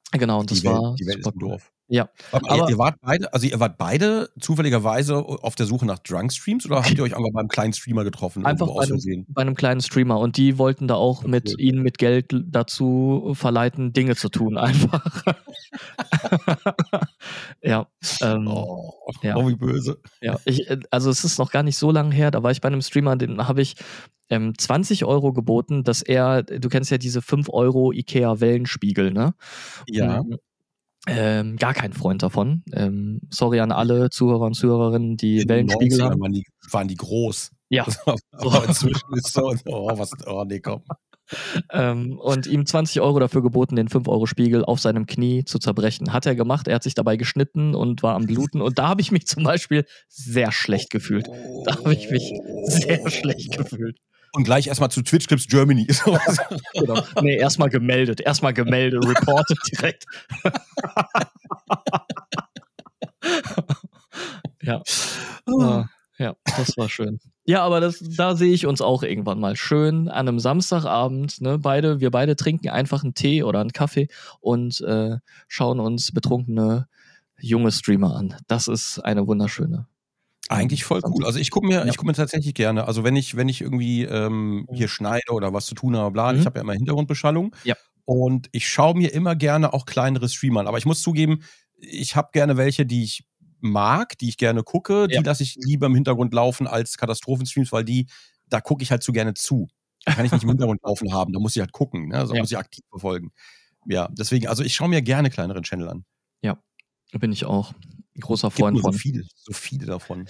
Genau, und das war Die Welt ist super ein cool. Dorf. Ja, Aber ihr wart beide zufälligerweise auf der Suche nach Drunk-Streams oder habt ihr euch einfach beim kleinen Streamer getroffen, einfach irgendwo aus Versehen? bei einem kleinen Streamer, und die wollten da auch Ja, cool. ihn mit Geld dazu verleiten, Dinge zu tun einfach. Ja, Oh, ja. wie böse. Ja, also es ist noch gar nicht so lange her, da war ich bei einem Streamer, den habe ich 20 € geboten, dass du kennst ja diese 5 € IKEA Wellenspiegel, ne? Ja. Gar kein Freund davon. Sorry an alle Zuhörer und Zuhörerinnen, die In den Wellenspiegel 90ern haben. waren die groß. Ja. Aber inzwischen ist so, nee, komm. Und ihm 20 € dafür geboten, den 5 € Spiegel auf seinem Knie zu zerbrechen. Hat er gemacht, er hat sich dabei geschnitten und war am Bluten, und da habe ich mich zum Beispiel sehr schlecht gefühlt. Da habe ich mich sehr schlecht gefühlt. Und gleich erstmal zu Twitch Clips Germany. Genau. Nee, erstmal gemeldet, reported direkt. Ja. Ja, das war schön. Ja, aber da sehe ich uns auch irgendwann mal schön an einem Samstagabend, ne, wir beide trinken einfach einen Tee oder einen Kaffee und schauen uns betrunkene junge Streamer an. Das ist eine wunderschöne. Eigentlich voll cool. Also ich gucke mir tatsächlich gerne. Also wenn ich irgendwie hier schneide oder was zu tun habe, bla, ich habe ja immer Hintergrundbeschallung. Ja. Und ich schaue mir immer gerne auch kleinere Streamer an. Aber ich muss zugeben, ich habe gerne welche, die ich mag, die ich gerne gucke, die lasse ich lieber im Hintergrund laufen als Katastrophenstreams, weil da gucke ich halt zu gerne zu. Da kann ich nicht im Hintergrund laufen haben, da muss ich halt gucken, ne? Also muss ich aktiv verfolgen. Ja, deswegen, also ich schaue mir gerne kleinere Channel an. Ja, bin ich auch ein großer Freund von. So viele davon.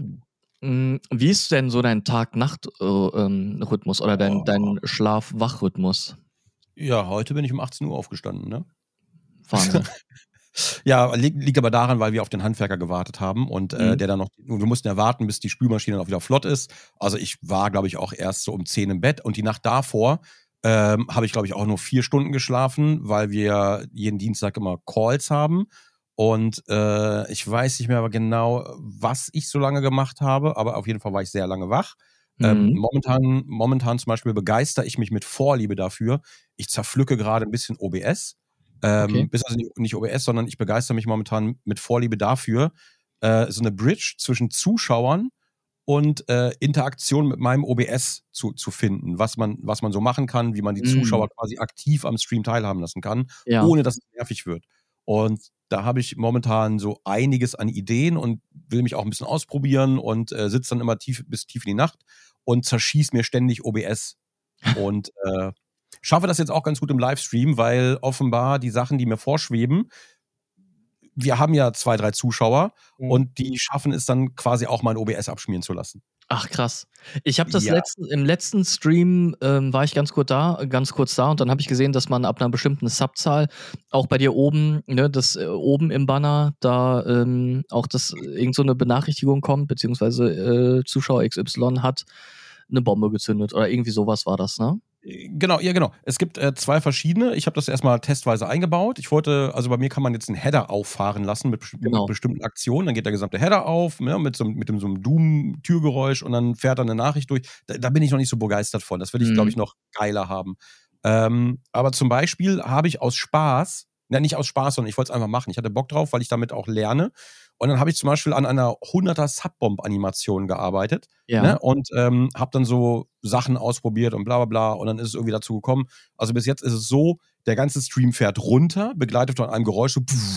Wie ist denn so dein Tag-Nacht-Rhythmus oder dein Schlaf-Wach-Rhythmus? Ja, heute bin ich um 18 Uhr aufgestanden, ne? Wahnsinn. Ja, liegt aber daran, weil wir auf den Handwerker gewartet haben und der dann noch, wir mussten ja warten, bis die Spülmaschine noch wieder flott ist. Also ich war, glaube ich, auch erst so um 10 im Bett, und die Nacht davor habe ich, glaube ich, auch nur 4 Stunden geschlafen, weil wir jeden Dienstag immer Calls haben. Und ich weiß nicht mehr genau, was ich so lange gemacht habe, aber auf jeden Fall war ich sehr lange wach. Momentan zum Beispiel begeistere ich mich mit Vorliebe dafür. Ich zerpflücke gerade ein bisschen OBS. Okay. Also nicht OBS, sondern ich begeistere mich momentan mit Vorliebe dafür, so eine Bridge zwischen Zuschauern und Interaktion mit meinem OBS zu finden, was man so machen kann, wie man die Zuschauer quasi aktiv am Stream teilhaben lassen kann, ohne dass es nervig wird. Und da habe ich momentan so einiges an Ideen und will mich auch ein bisschen ausprobieren und sitze dann immer bis tief in die Nacht und zerschieß mir ständig OBS. Und schaffe das jetzt auch ganz gut im Livestream, weil offenbar die Sachen, die mir vorschweben, wir haben ja 2, 3 Zuschauer und die schaffen es dann quasi auch mal ein OBS abschmieren zu lassen. Ach krass. Ich habe im letzten Stream war ich ganz kurz da und dann habe ich gesehen, dass man ab einer bestimmten Subzahl auch bei dir oben, ne, oben im Banner da auch irgend so eine Benachrichtigung kommt, beziehungsweise Zuschauer XY hat eine Bombe gezündet oder irgendwie sowas war das, ne? Genau, ja, genau. Es gibt 2 verschiedene. Ich habe das erstmal testweise eingebaut. Also bei mir kann man jetzt einen Header auffahren lassen mit bestimmten Aktionen. Dann geht der gesamte Header auf, ne, mit so einem Doom-Türgeräusch, und dann fährt dann eine Nachricht durch. Da bin ich noch nicht so begeistert von. Das will ich, glaube ich, noch geiler haben. Aber zum Beispiel habe ich aus Spaß, nicht aus Spaß, sondern ich wollte es einfach machen. Ich hatte Bock drauf, weil ich damit auch lerne. Und dann habe ich zum Beispiel an einer 100er Subbomb-Animation gearbeitet, ne? Und habe dann so Sachen ausprobiert und bla bla bla, und dann ist es irgendwie dazu gekommen. Also bis jetzt ist es so, der ganze Stream fährt runter, begleitet von einem Geräusch, so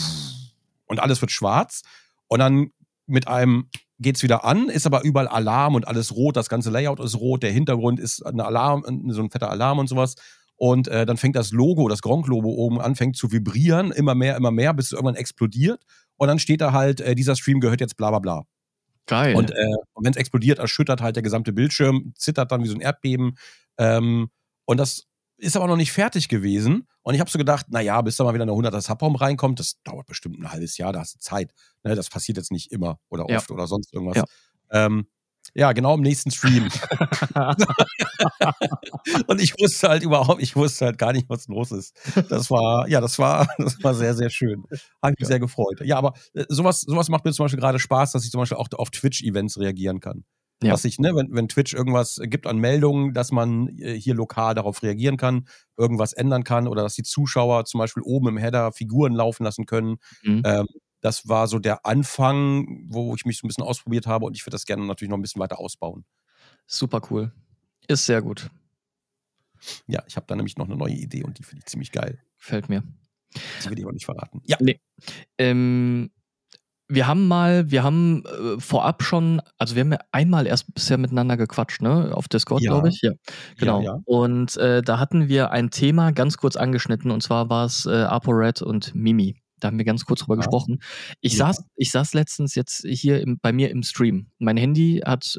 und alles wird schwarz. Und dann mit einem geht's wieder an, ist aber überall Alarm und alles rot, das ganze Layout ist rot, der Hintergrund ist so ein fetter Alarm und sowas. Und dann fängt das Gronk-Logo oben an, fängt zu vibrieren, immer mehr, bis es irgendwann explodiert. Und dann steht da halt, dieser Stream gehört jetzt bla bla bla. Geil. Und wenn es explodiert, erschüttert halt der gesamte Bildschirm, zittert dann wie so ein Erdbeben. Und das ist aber noch nicht fertig gewesen. Und ich habe so gedacht, naja, bis da mal wieder eine 100er Subbomb reinkommt, das dauert bestimmt ein halbes Jahr, da hast du Zeit. Ne, das passiert jetzt nicht immer oder oft oder sonst irgendwas. Ja, genau im nächsten Stream. Und ich wusste halt gar nicht, was los ist. Das war sehr, sehr schön. Habe mich sehr gefreut. Ja, aber sowas macht mir zum Beispiel gerade Spaß, dass ich zum Beispiel auch auf Twitch-Events reagieren kann. Ja. Was ich, ne, wenn Twitch irgendwas gibt an Meldungen, dass man hier lokal darauf reagieren kann, irgendwas ändern kann oder dass die Zuschauer zum Beispiel oben im Header Figuren laufen lassen können. Das war so der Anfang, wo ich mich so ein bisschen ausprobiert habe und ich würde das gerne natürlich noch ein bisschen weiter ausbauen. Super cool. Ist sehr gut. Ja, ich habe da nämlich noch eine neue Idee und die finde ich ziemlich geil. Gefällt mir. Die will ich aber nicht verraten. Ja. Nee. Wir haben vorab schon, also wir haben ja einmal erst bisher miteinander gequatscht, ne? Auf Discord, glaube ich. Ja, genau. Ja. Und da hatten wir ein Thema ganz kurz angeschnitten und zwar war es ApoRed und Mimi. Da haben wir ganz kurz drüber gesprochen. Ich saß letztens jetzt hier bei mir im Stream. Mein Handy hat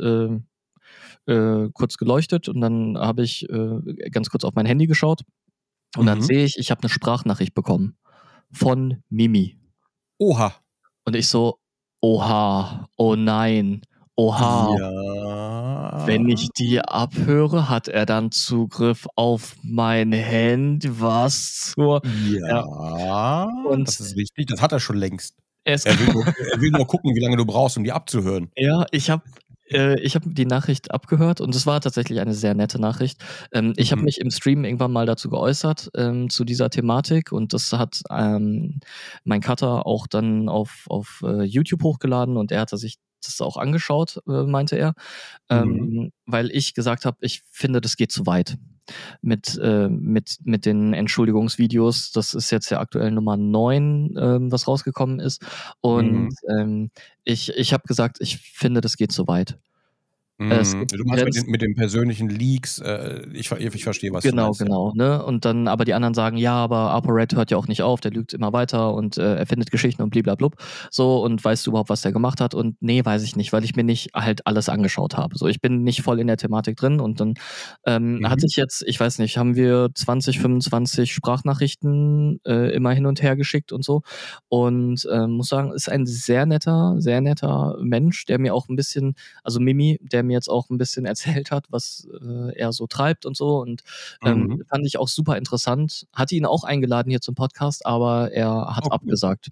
kurz geleuchtet und dann habe ich ganz kurz auf mein Handy geschaut und dann sehe ich habe eine Sprachnachricht bekommen von Mimi. Oha. Und ich so, oha, oh nein, oha. Ja. Wenn ich die abhöre, hat er dann Zugriff auf mein Handy. Was zur... Ja, und das ist richtig. Das hat er schon längst. Er will nur gucken, wie lange du brauchst, um die abzuhören. Ja, ich habe die Nachricht abgehört und es war tatsächlich eine sehr nette Nachricht. Ich habe mich im Stream irgendwann mal dazu geäußert, zu dieser Thematik und das hat mein Cutter auch dann auf YouTube hochgeladen und er hatte sich das auch angeschaut, meinte er, weil ich gesagt habe, ich finde, das geht zu weit. Mit den Entschuldigungsvideos. Das ist jetzt ja aktuell Nummer 9, was rausgekommen ist. Und ich habe gesagt, ich finde, das geht zu weit. Du meinst mit den persönlichen Leaks, ich verstehe, was du meinst. Genau, ne? Und dann aber die anderen sagen, ja, aber ApoRed hört ja auch nicht auf, der lügt immer weiter und erfindet Geschichten und blablabla. So, und weißt du überhaupt, was der gemacht hat? Und nee, weiß ich nicht, weil ich mir nicht halt alles angeschaut habe. So, ich bin nicht voll in der Thematik drin und dann hatte ich jetzt, ich weiß nicht, haben wir 20, 25 Sprachnachrichten immer hin und her geschickt und so. Und muss sagen, ist ein sehr netter Mensch, der mir auch ein bisschen, also Mimi, der mir jetzt auch ein bisschen erzählt hat, was er so treibt und so und fand ich auch super interessant. Hatte ihn auch eingeladen hier zum Podcast, aber er hat abgesagt.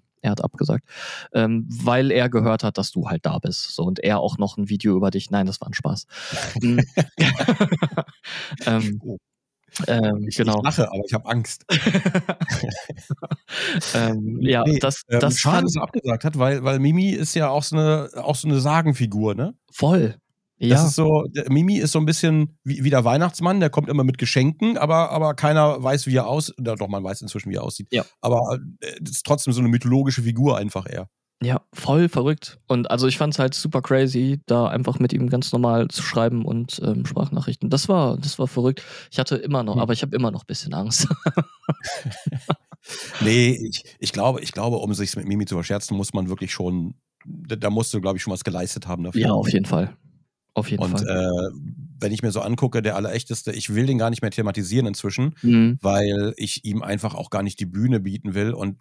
Weil er gehört hat, dass du halt da bist. So, und er auch noch ein Video über dich. Nein, das war ein Spaß. Ich lache, aber ich habe Angst. Das schade, dass er abgesagt hat, weil Mimi ist ja auch so eine Sagenfigur, ne? Voll. Das ist so, Mimi ist so ein bisschen wie der Weihnachtsmann, der kommt immer mit Geschenken, aber keiner weiß, wie er aussieht. Doch, man weiß inzwischen, wie er aussieht. Ja. Aber es ist trotzdem so eine mythologische Figur einfach eher. Ja, voll verrückt. Und also ich fand es halt super crazy, da einfach mit ihm ganz normal zu schreiben und Sprachnachrichten. Das war verrückt. Ich hatte immer noch, aber ich habe immer noch ein bisschen Angst. Nee, ich glaube, um sich mit Mimi zu verscherzen, muss man wirklich schon, da musst du, glaube ich, schon was geleistet haben dafür. Ja, auf jeden Fall. Und wenn ich mir so angucke, der Allerechteste, ich will den gar nicht mehr thematisieren inzwischen, weil ich ihm einfach auch gar nicht die Bühne bieten will. Und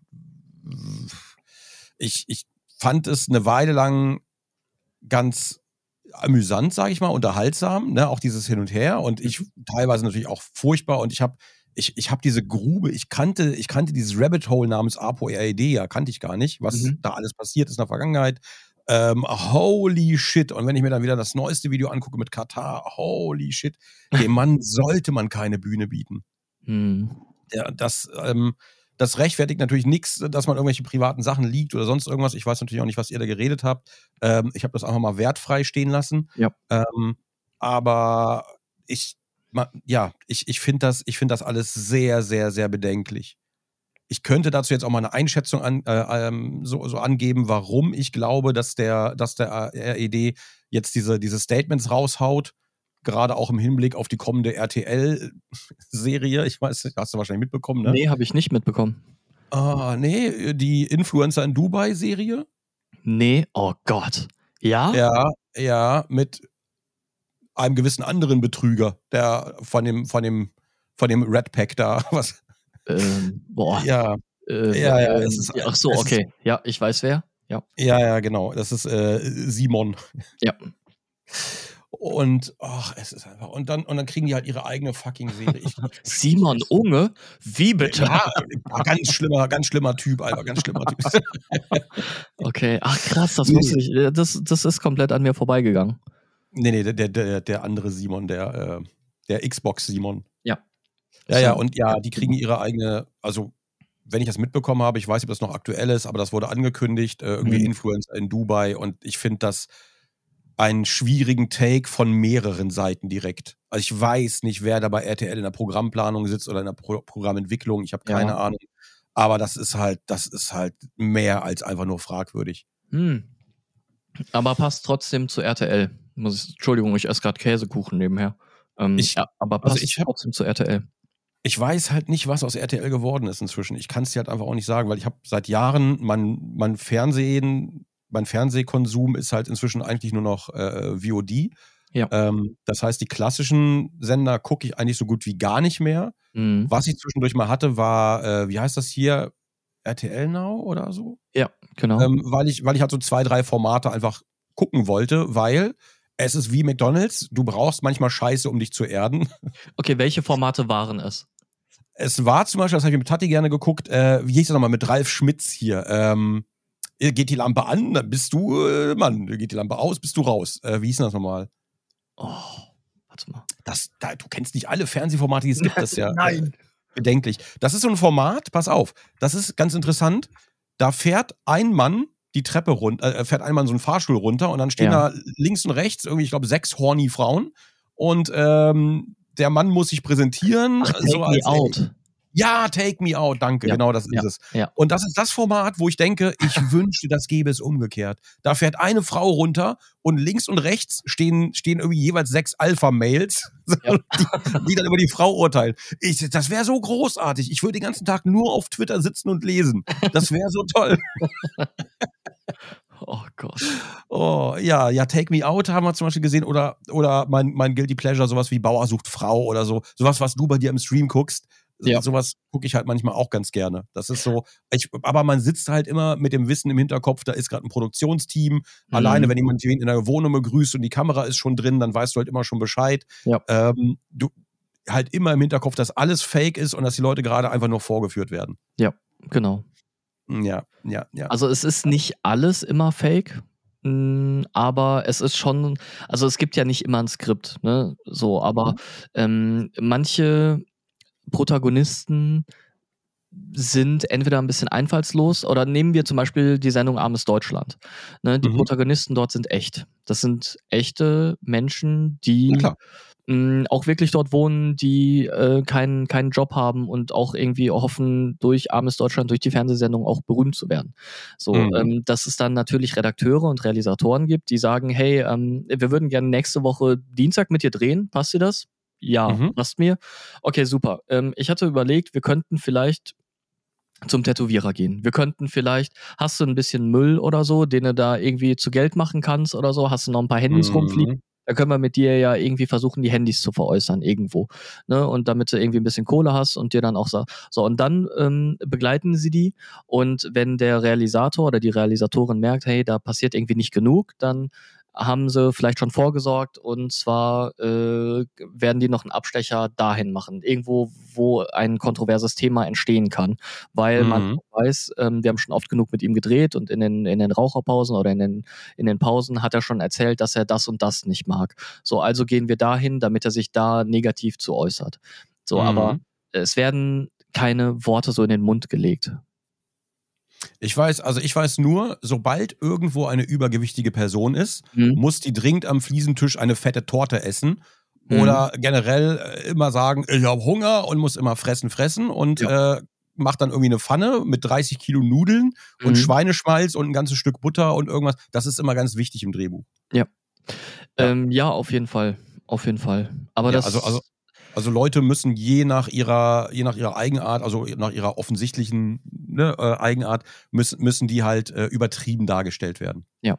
ich fand es eine Weile lang ganz amüsant, sage ich mal, unterhaltsam, ne? Auch dieses Hin und Her. Und ich teilweise natürlich auch furchtbar. Und ich hab diese Grube, ich kannte dieses Rabbit Hole namens ApoRed, ja, kannte ich gar nicht, was da alles passiert ist in der Vergangenheit. Holy shit. Und wenn ich mir dann wieder das neueste Video angucke mit Katar, holy shit, dem Mann sollte man keine Bühne bieten. Ja, das rechtfertigt natürlich nichts, dass man irgendwelche privaten Sachen liegt oder sonst irgendwas. Ich weiß natürlich auch nicht, was ihr da geredet habt. Ich habe das einfach mal wertfrei stehen lassen. Ja. Aber ich finde das alles sehr, sehr, sehr bedenklich. Ich könnte dazu jetzt auch mal eine Einschätzung angeben, warum ich glaube, dass der RED jetzt diese Statements raushaut, gerade auch im Hinblick auf die kommende RTL-Serie. Ich weiß, hast du wahrscheinlich mitbekommen, ne? Nee, habe ich nicht mitbekommen. Nee, die Influencer in Dubai-Serie? Nee, oh Gott. Ja? Ja, mit einem gewissen anderen Betrüger, der von dem Red Pack da, was... boah. Ja. Ach so, okay. Ja, ich weiß wer. Ja, genau. Das ist Simon. Ja. Und es ist einfach. Und dann kriegen die halt ihre eigene fucking Serie. Simon Unge? Wie bitte? Ja, ganz schlimmer Typ, Alter, ganz schlimmer Typ. Okay, ach krass, das wusste ich. Das ist komplett an mir vorbeigegangen. Nee, der andere Simon, der Xbox-Simon. Ja. Ja, und ja, die kriegen ihre eigene, also wenn ich das mitbekommen habe, ich weiß nicht, ob das noch aktuell ist, aber das wurde angekündigt, irgendwie Influencer in Dubai, und ich finde das einen schwierigen Take von mehreren Seiten direkt. Also ich weiß nicht, wer da bei RTL in der Programmplanung sitzt oder in der Programmentwicklung, ich habe keine Ahnung, aber das ist halt mehr als einfach nur fragwürdig. Aber passt trotzdem zu RTL. Entschuldigung, ich esse gerade Käsekuchen nebenher. Aber passt trotzdem zu RTL. Ich weiß halt nicht, was aus RTL geworden ist inzwischen. Ich kann es dir halt einfach auch nicht sagen, weil ich habe seit Jahren mein Fernsehkonsum ist halt inzwischen eigentlich nur noch VOD. Ja. Das heißt, die klassischen Sender gucke ich eigentlich so gut wie gar nicht mehr. Was ich zwischendurch mal hatte, war, wie heißt das hier? RTL Now oder so? Ja, genau. Weil ich halt so 2, 3 Formate einfach gucken wollte, weil es ist wie McDonald's, du brauchst manchmal Scheiße, um dich zu erden. Okay, welche Formate waren es? Es war zum Beispiel, das habe ich mit Tati gerne geguckt, wie hieß das nochmal, mit Ralf Schmitz hier. Geht die Lampe an, dann bist du Mann. Geht die Lampe aus, bist du raus. Wie hieß das nochmal? Oh, warte mal. Du kennst nicht alle Fernsehformate, die es gibt. Das ist ja bedenklich. Das ist so ein Format, pass auf, das ist ganz interessant. Da fährt ein Mann die Treppe runter, fährt ein Mann so einen Fahrstuhl runter und dann stehen da links und rechts irgendwie, ich glaube, 6 horny Frauen und der Mann muss sich präsentieren. Ach, Take Me Out. Ja, Take Me Out, danke, genau das ist es. Ja. Und das ist das Format, wo ich denke, ich wünschte, das gäbe es umgekehrt. Da fährt eine Frau runter und links und rechts stehen irgendwie jeweils 6 Alpha-Mails, die dann über die Frau urteilen. Das wäre so großartig. Ich würde den ganzen Tag nur auf Twitter sitzen und lesen. Das wäre so toll. Oh Gott. Oh, ja, Take Me Out haben wir zum Beispiel gesehen oder mein Guilty Pleasure, sowas wie Bauer sucht Frau oder so. Sowas, was du bei dir im Stream guckst. Ja. Sowas gucke ich halt manchmal auch ganz gerne. Das ist so, aber man sitzt halt immer mit dem Wissen im Hinterkopf, da ist gerade ein Produktionsteam. Alleine, wenn jemand in der Wohnung begrüßt und die Kamera ist schon drin, dann weißt du halt immer schon Bescheid. Ja. Du halt immer im Hinterkopf, dass alles fake ist und dass die Leute gerade einfach nur vorgeführt werden. Ja, genau. Ja. Also es ist nicht alles immer fake, aber es ist schon, also es gibt ja nicht immer ein Skript, ne? So, aber manche Protagonisten sind entweder ein bisschen einfallslos oder nehmen wir zum Beispiel die Sendung Armes Deutschland. Ne, die Protagonisten dort sind echt. Das sind echte Menschen, die auch wirklich dort wohnen, die keinen Job haben und auch irgendwie hoffen, durch Armes Deutschland, durch die Fernsehsendung auch berühmt zu werden. So, dass es dann natürlich Redakteure und Realisatoren gibt, die sagen, hey, wir würden gerne nächste Woche Dienstag mit dir drehen. Passt dir das? Ja, passt mir. Okay, super. Ich hatte überlegt, wir könnten vielleicht zum Tätowierer gehen. Wir könnten vielleicht, hast du ein bisschen Müll oder so, den du da irgendwie zu Geld machen kannst oder so? Hast du noch ein paar Handys rumfliegen? Da können wir mit dir ja irgendwie versuchen, die Handys zu veräußern irgendwo. Ne? Und damit du irgendwie ein bisschen Kohle hast und dir dann auch so, und dann begleiten sie die. Und wenn der Realisator oder die Realisatorin merkt, hey, da passiert irgendwie nicht genug, dann haben sie vielleicht schon vorgesorgt und zwar werden die noch einen Abstecher dahin machen, irgendwo, wo ein kontroverses Thema entstehen kann, weil man weiß, wir haben schon oft genug mit ihm gedreht und in den Raucherpausen oder in den Pausen hat er schon erzählt, dass er das und das nicht mag. So, also gehen wir dahin, damit er sich da negativ zu äußert. So, aber es werden keine Worte so in den Mund gelegt. Ich weiß nur, sobald irgendwo eine übergewichtige Person ist, muss die dringend am Fliesentisch eine fette Torte essen oder generell immer sagen, ich habe Hunger und muss immer fressen und macht dann irgendwie eine Pfanne mit 30 Kilo Nudeln und Schweineschmalz und ein ganzes Stück Butter und irgendwas. Das ist immer ganz wichtig im Drehbuch. Ja. Ja, auf jeden Fall. Auf jeden Fall. Aber ja, das... Also Leute müssen je nach ihrer Eigenart, also nach ihrer offensichtlichen Eigenart, müssen die halt übertrieben dargestellt werden. Ja,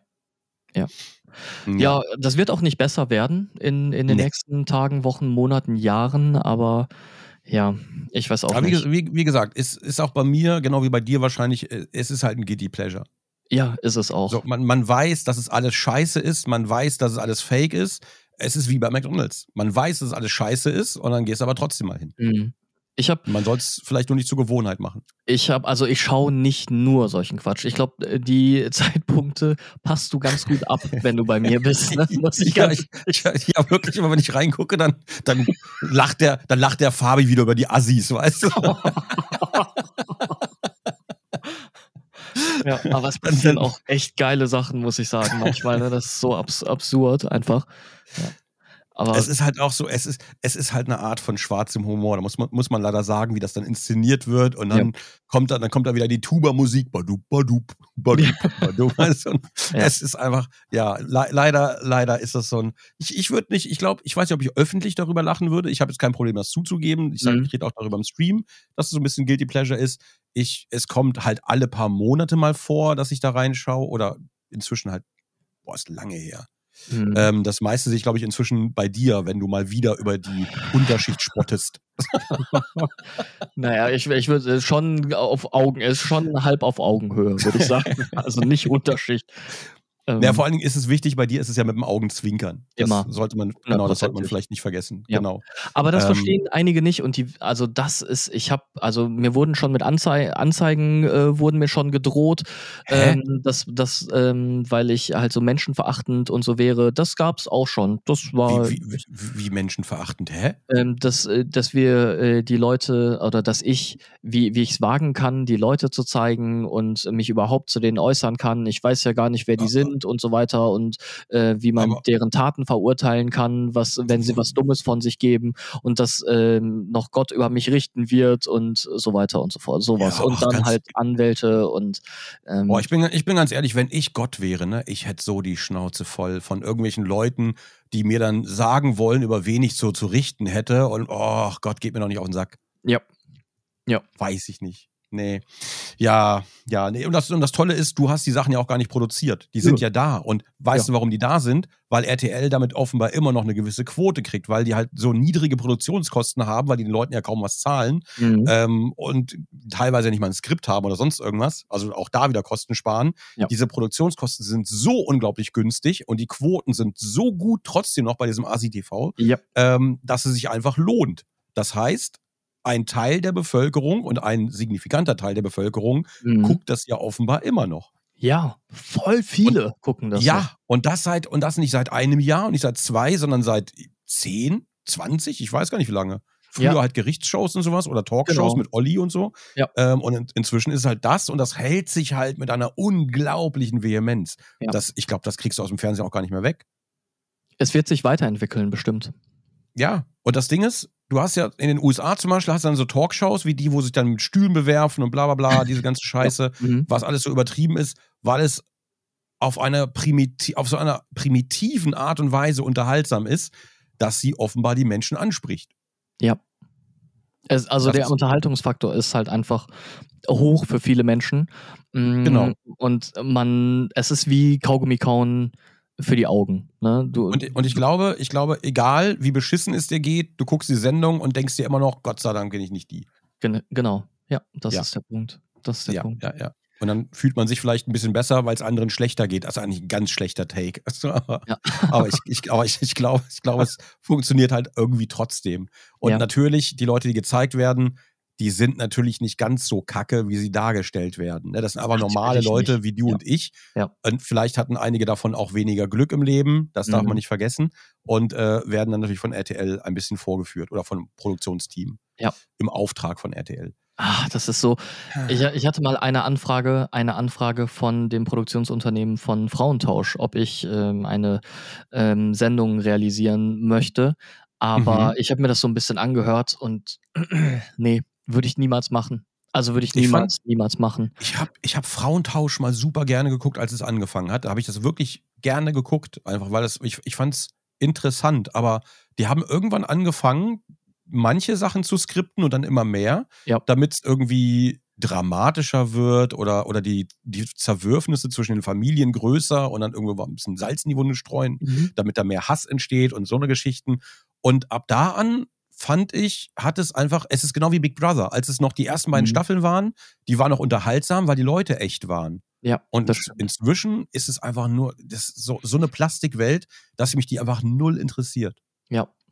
das wird auch nicht besser werden in den nächsten Tagen, Wochen, Monaten, Jahren, aber ja, ich weiß auch nicht. Wie gesagt, ist auch bei mir, genau wie bei dir wahrscheinlich, es ist halt ein Guilty Pleasure. Ja, ist es auch. So, man weiß, dass es alles scheiße ist, man weiß, dass es alles fake ist. Es ist wie bei McDonald's. Man weiß, dass es alles scheiße ist und dann gehst du aber trotzdem mal hin. Man soll es vielleicht nur nicht zur Gewohnheit machen. Ich schaue nicht nur solchen Quatsch. Ich glaube, die Zeitpunkte passt du ganz gut ab, wenn du bei mir bist. Ne? Ja, wirklich, immer wenn ich reingucke, dann lacht der Fabi wieder über die Assis, weißt du? Ja, aber es passieren auch echt geile Sachen, muss ich sagen, manchmal. Ne? Das ist so absurd einfach. Ja. Aber es ist halt auch so, es ist halt eine Art von schwarzem Humor. Da muss man leider sagen, wie das dann inszeniert wird. Und dann kommt da wieder die Tuba-Musik. Badub, badub, badub, badub. Weißt du? Und es ist einfach, ja, leider ist das so ein. Ich weiß nicht, ob ich öffentlich darüber lachen würde. Ich habe jetzt kein Problem, das zuzugeben. Ich rede auch darüber im Stream, dass es so ein bisschen Guilty Pleasure ist. Es kommt halt alle paar Monate mal vor, dass ich da reinschaue. Oder inzwischen halt, ist lange her. Das meiste sehe ich, glaube ich, inzwischen bei dir, wenn du mal wieder über die Unterschicht spottest. Naja, ich würde schon schon halb auf Augenhöhe, würde ich sagen. Also nicht Unterschicht. Ja, vor allen Dingen ist es wichtig, bei dir ist es ja mit dem Augenzwinkern. Das sollte man vielleicht nicht vergessen. Ja. Genau. Aber das verstehen einige nicht und mir wurden schon mit Anzeigen wurden mir schon gedroht, weil ich halt so menschenverachtend und so wäre. Das gab's auch schon. Das war wie menschenverachtend, hä? Dass wir die Leute oder dass ich, wie ich es wagen kann, die Leute zu zeigen und mich überhaupt zu denen äußern kann. Ich weiß ja gar nicht, wer die sind und so weiter und wie man deren Taten verurteilen kann, wenn sie was Dummes von sich geben und dass noch Gott über mich richten wird und so weiter und so fort. Sowas. Und dann halt Anwälte und ich bin ganz ehrlich, wenn ich Gott wäre, ne, ich hätte so die Schnauze voll von irgendwelchen Leuten, die mir dann sagen wollen, über wen ich so zu richten hätte und Gott, geht mir doch nicht auf den Sack. Ja. Weiß ich nicht. Nee. Nee. Und das Tolle ist, du hast die Sachen ja auch gar nicht produziert. Die sind ja da. Und weißt du, warum die da sind? Weil RTL damit offenbar immer noch eine gewisse Quote kriegt, weil die halt so niedrige Produktionskosten haben, weil die den Leuten ja kaum was zahlen und teilweise nicht mal ein Skript haben oder sonst irgendwas. Also auch da wieder Kosten sparen. Ja. Diese Produktionskosten sind so unglaublich günstig und die Quoten sind so gut trotzdem noch bei diesem ASI-TV, dass es sich einfach lohnt. Das heißt, ein Teil der Bevölkerung und ein signifikanter Teil der Bevölkerung guckt das ja offenbar immer noch. Ja, voll viele gucken das. Ja, und das nicht seit einem Jahr und nicht seit 2, sondern seit 10, 20, ich weiß gar nicht wie lange. Früher halt Gerichtsshows und sowas oder Talkshows mit Olli und so. Ja. Und inzwischen ist es halt das und das hält sich halt mit einer unglaublichen Vehemenz. Ja. Ich glaube, das kriegst du aus dem Fernsehen auch gar nicht mehr weg. Es wird sich weiterentwickeln, bestimmt. Ja, und das Ding ist, du hast ja in den USA zum Beispiel, hast dann so Talkshows wie die, wo sich dann mit Stühlen bewerfen und bla bla bla, diese ganze Scheiße, was alles so übertrieben ist, weil es auf so einer primitiven Art und Weise unterhaltsam ist, dass sie offenbar die Menschen anspricht. Ja. Der Unterhaltungsfaktor ist halt einfach hoch für viele Menschen. Genau. Und es ist wie Kaugummi kauen für die Augen. Ne? Und ich glaube, egal wie beschissen es dir geht, du guckst die Sendung und denkst dir immer noch, Gott sei Dank bin ich nicht die. Genau, ja, das ist der Punkt. Punkt. Ja. Und dann fühlt man sich vielleicht ein bisschen besser, weil es anderen schlechter geht. Also eigentlich ein ganz schlechter Take. Aber ich glaube, es funktioniert halt irgendwie trotzdem. Und natürlich, die Leute, die gezeigt werden, die sind natürlich nicht ganz so kacke, wie sie dargestellt werden. Das sind aber normale Leute wie du und ich. Ja. Und vielleicht hatten einige davon auch weniger Glück im Leben, das darf man nicht vergessen. Und werden dann natürlich von RTL ein bisschen vorgeführt oder von einem Produktionsteam im Auftrag von RTL. Das ist so. Ich hatte mal eine Anfrage von dem Produktionsunternehmen von Frauentausch, ob ich eine Sendung realisieren möchte. Aber ich habe mir das so ein bisschen angehört und nee, würde ich niemals machen. Also würde ich niemals machen. Ich hab Frauentausch mal super gerne geguckt, als es angefangen hat. Da habe ich das wirklich gerne geguckt, einfach weil ich fand es interessant. Aber die haben irgendwann angefangen, manche Sachen zu skripten und dann immer mehr, damit es irgendwie dramatischer wird oder die Zerwürfnisse zwischen den Familien größer und dann irgendwo ein bisschen Salz in die Wunde streuen, damit da mehr Hass entsteht und so eine Geschichten. Und ab da an fand ich, es ist genau wie Big Brother, als es noch die ersten beiden Staffeln waren, die waren noch unterhaltsam, weil die Leute echt waren. Ja, und inzwischen ist es einfach nur so eine Plastikwelt, dass mich die einfach null interessiert. Ja.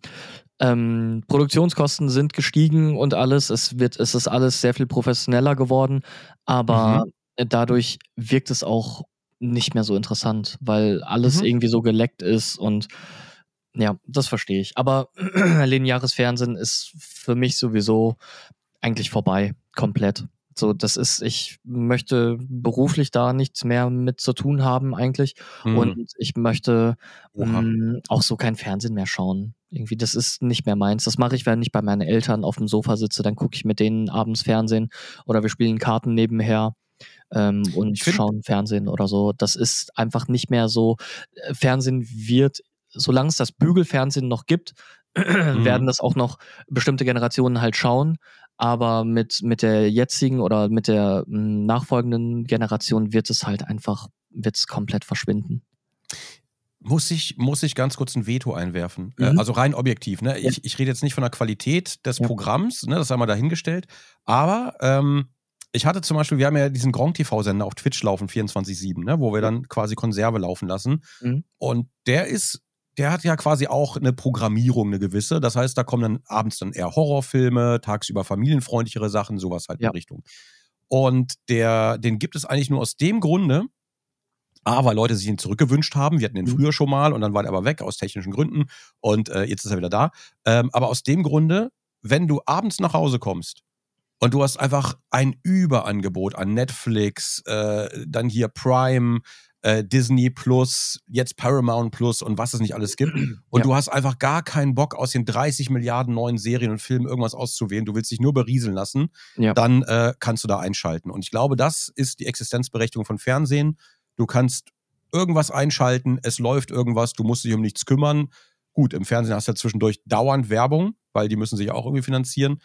Produktionskosten sind gestiegen und alles. Es ist alles sehr viel professioneller geworden, aber dadurch wirkt es auch nicht mehr so interessant, weil alles irgendwie so geleckt ist und ja, das verstehe ich. Aber lineares Fernsehen ist für mich sowieso eigentlich vorbei, komplett. So, ich möchte beruflich da nichts mehr mit zu tun haben eigentlich und ich möchte auch so kein Fernsehen mehr schauen. Irgendwie, das ist nicht mehr meins. Das mache ich, wenn ich bei meinen Eltern auf dem Sofa sitze, dann gucke ich mit denen abends Fernsehen oder wir spielen Karten nebenher und schauen Fernsehen oder so. Das ist einfach nicht mehr so. Fernsehen wird, solange es das Bügelfernsehen noch gibt, werden das auch noch bestimmte Generationen halt schauen. Aber mit der jetzigen oder mit der nachfolgenden Generation wird es komplett verschwinden. Muss ich ganz kurz ein Veto einwerfen? Also rein objektiv. Ne? Ja. Ich rede jetzt nicht von der Qualität des Programms, ne? Das haben wir dahingestellt. Aber ich hatte zum Beispiel, wir haben ja diesen Gronk-TV-Sender auf Twitch laufen, 24/7, ne? Wo wir dann quasi Konserve laufen lassen. Und der hat ja quasi auch eine Programmierung, eine gewisse. Das heißt, da kommen dann abends dann eher Horrorfilme, tagsüber familienfreundlichere Sachen, sowas halt in Richtung. Und den gibt es eigentlich nur aus dem Grunde, weil Leute sich ihn zurückgewünscht haben. Wir hatten ihn früher schon mal und dann war der aber weg aus technischen Gründen und jetzt ist er wieder da. Aber aus dem Grunde, wenn du abends nach Hause kommst und du hast einfach ein Überangebot an Netflix, dann hier Prime, Disney Plus, jetzt Paramount Plus und was es nicht alles gibt. Und du hast einfach gar keinen Bock, aus den 30 Milliarden neuen Serien und Filmen irgendwas auszuwählen. Du willst dich nur berieseln lassen. Dann kannst du da einschalten. Und ich glaube, das ist die Existenzberechtigung von Fernsehen. Du kannst irgendwas einschalten, es läuft irgendwas, du musst dich um nichts kümmern. Gut, im Fernsehen hast du ja zwischendurch dauernd Werbung, weil die müssen sich auch irgendwie finanzieren.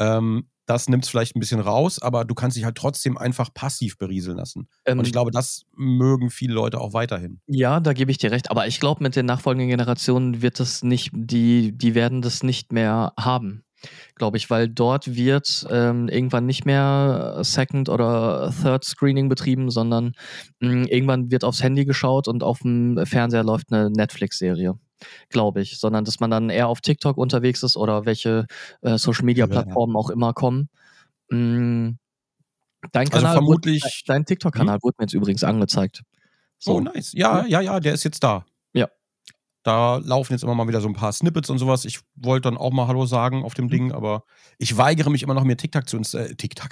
Das nimmt es vielleicht ein bisschen raus, aber du kannst dich halt trotzdem einfach passiv berieseln lassen. Und ich glaube, das mögen viele Leute auch weiterhin. Ja, da gebe ich dir recht. Aber ich glaube, mit den nachfolgenden Generationen wird das nicht, die werden das nicht mehr haben, glaube ich, weil dort wird irgendwann nicht mehr Second oder Third Screening betrieben, sondern irgendwann wird aufs Handy geschaut und auf dem Fernseher läuft eine Netflix-Serie, glaube ich, sondern dass man dann eher auf TikTok unterwegs ist oder welche Social-Media-Plattformen auch immer kommen. Dein Kanal, vermutlich, dein TikTok-Kanal wurde mir jetzt übrigens angezeigt. So. Oh, nice. Ja, der ist jetzt da. Ja. Da laufen jetzt immer mal wieder so ein paar Snippets und sowas. Ich wollte dann auch mal Hallo sagen auf dem Ding, aber ich weigere mich immer noch, mir TikTok zu installieren. TikTok.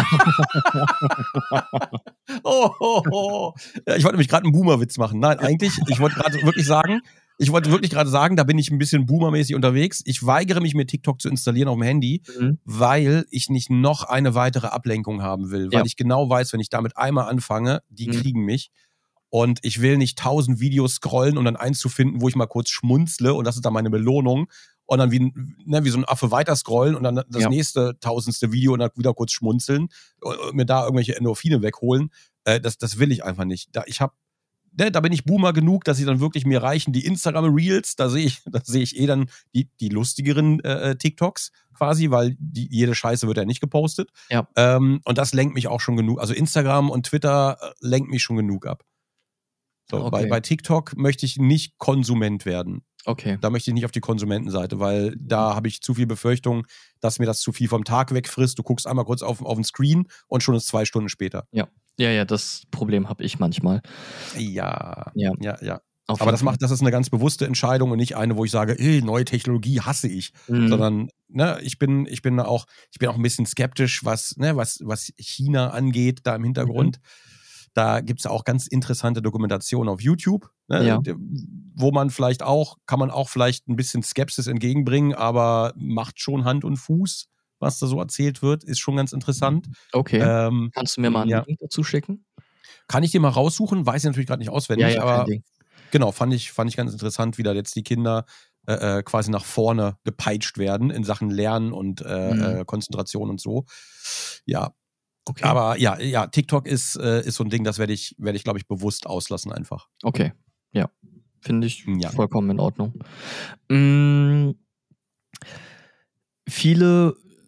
Ja, ich wollte nämlich gerade einen Boomer-Witz machen. Nein, eigentlich, ich wollte wirklich gerade sagen, da bin ich ein bisschen boomermäßig unterwegs. Ich weigere mich, mir TikTok zu installieren auf dem Handy, weil ich nicht noch eine weitere Ablenkung haben will. Weil ich genau weiß, wenn ich damit einmal anfange, die kriegen mich. Und ich will nicht 1000 Videos scrollen, um dann eins zu finden, wo ich mal kurz schmunzle und das ist dann meine Belohnung. Und dann wie so ein Affe weiter scrollen und dann das nächste 1000. Video und dann wieder kurz schmunzeln und mir da irgendwelche Endorphine wegholen. Das will ich einfach nicht. Da bin ich Boomer genug, dass sie dann wirklich mir reichen die Instagram-Reels. Da sehe ich dann die lustigeren TikToks quasi, weil jede Scheiße wird ja nicht gepostet. Ja. Und das lenkt mich auch schon genug. Also Instagram und Twitter lenkt mich schon genug ab. So, Okay. bei TikTok möchte ich nicht Konsument werden. Okay. Da möchte ich nicht auf die Konsumentenseite, weil da habe ich zu viel Befürchtung, dass mir das zu viel vom Tag wegfrisst. Du guckst einmal kurz auf den Screen und schon ist 2 Stunden später. Ja, das Problem habe ich manchmal. Ja. Aber das ist eine ganz bewusste Entscheidung und nicht eine, wo ich sage, neue Technologie hasse ich. Sondern ich bin auch ein bisschen skeptisch, was China angeht, da im Hintergrund. Da gibt es auch ganz interessante Dokumentationen auf YouTube, wo man kann man auch vielleicht ein bisschen Skepsis entgegenbringen, aber macht schon Hand und Fuß, was da so erzählt wird, ist schon ganz interessant. Okay. Kannst du mir mal einen Link dazu schicken? Kann ich dir mal raussuchen, weiß ich natürlich gerade nicht auswendig, aber genau, fand ich ganz interessant, wie da jetzt die Kinder quasi nach vorne gepeitscht werden in Sachen Lernen und Konzentration und so. Ja. Okay. Aber ja, TikTok ist so ein Ding, das werde ich, glaube ich, bewusst auslassen einfach. Okay, ja. Finde ich vollkommen in Ordnung. Viele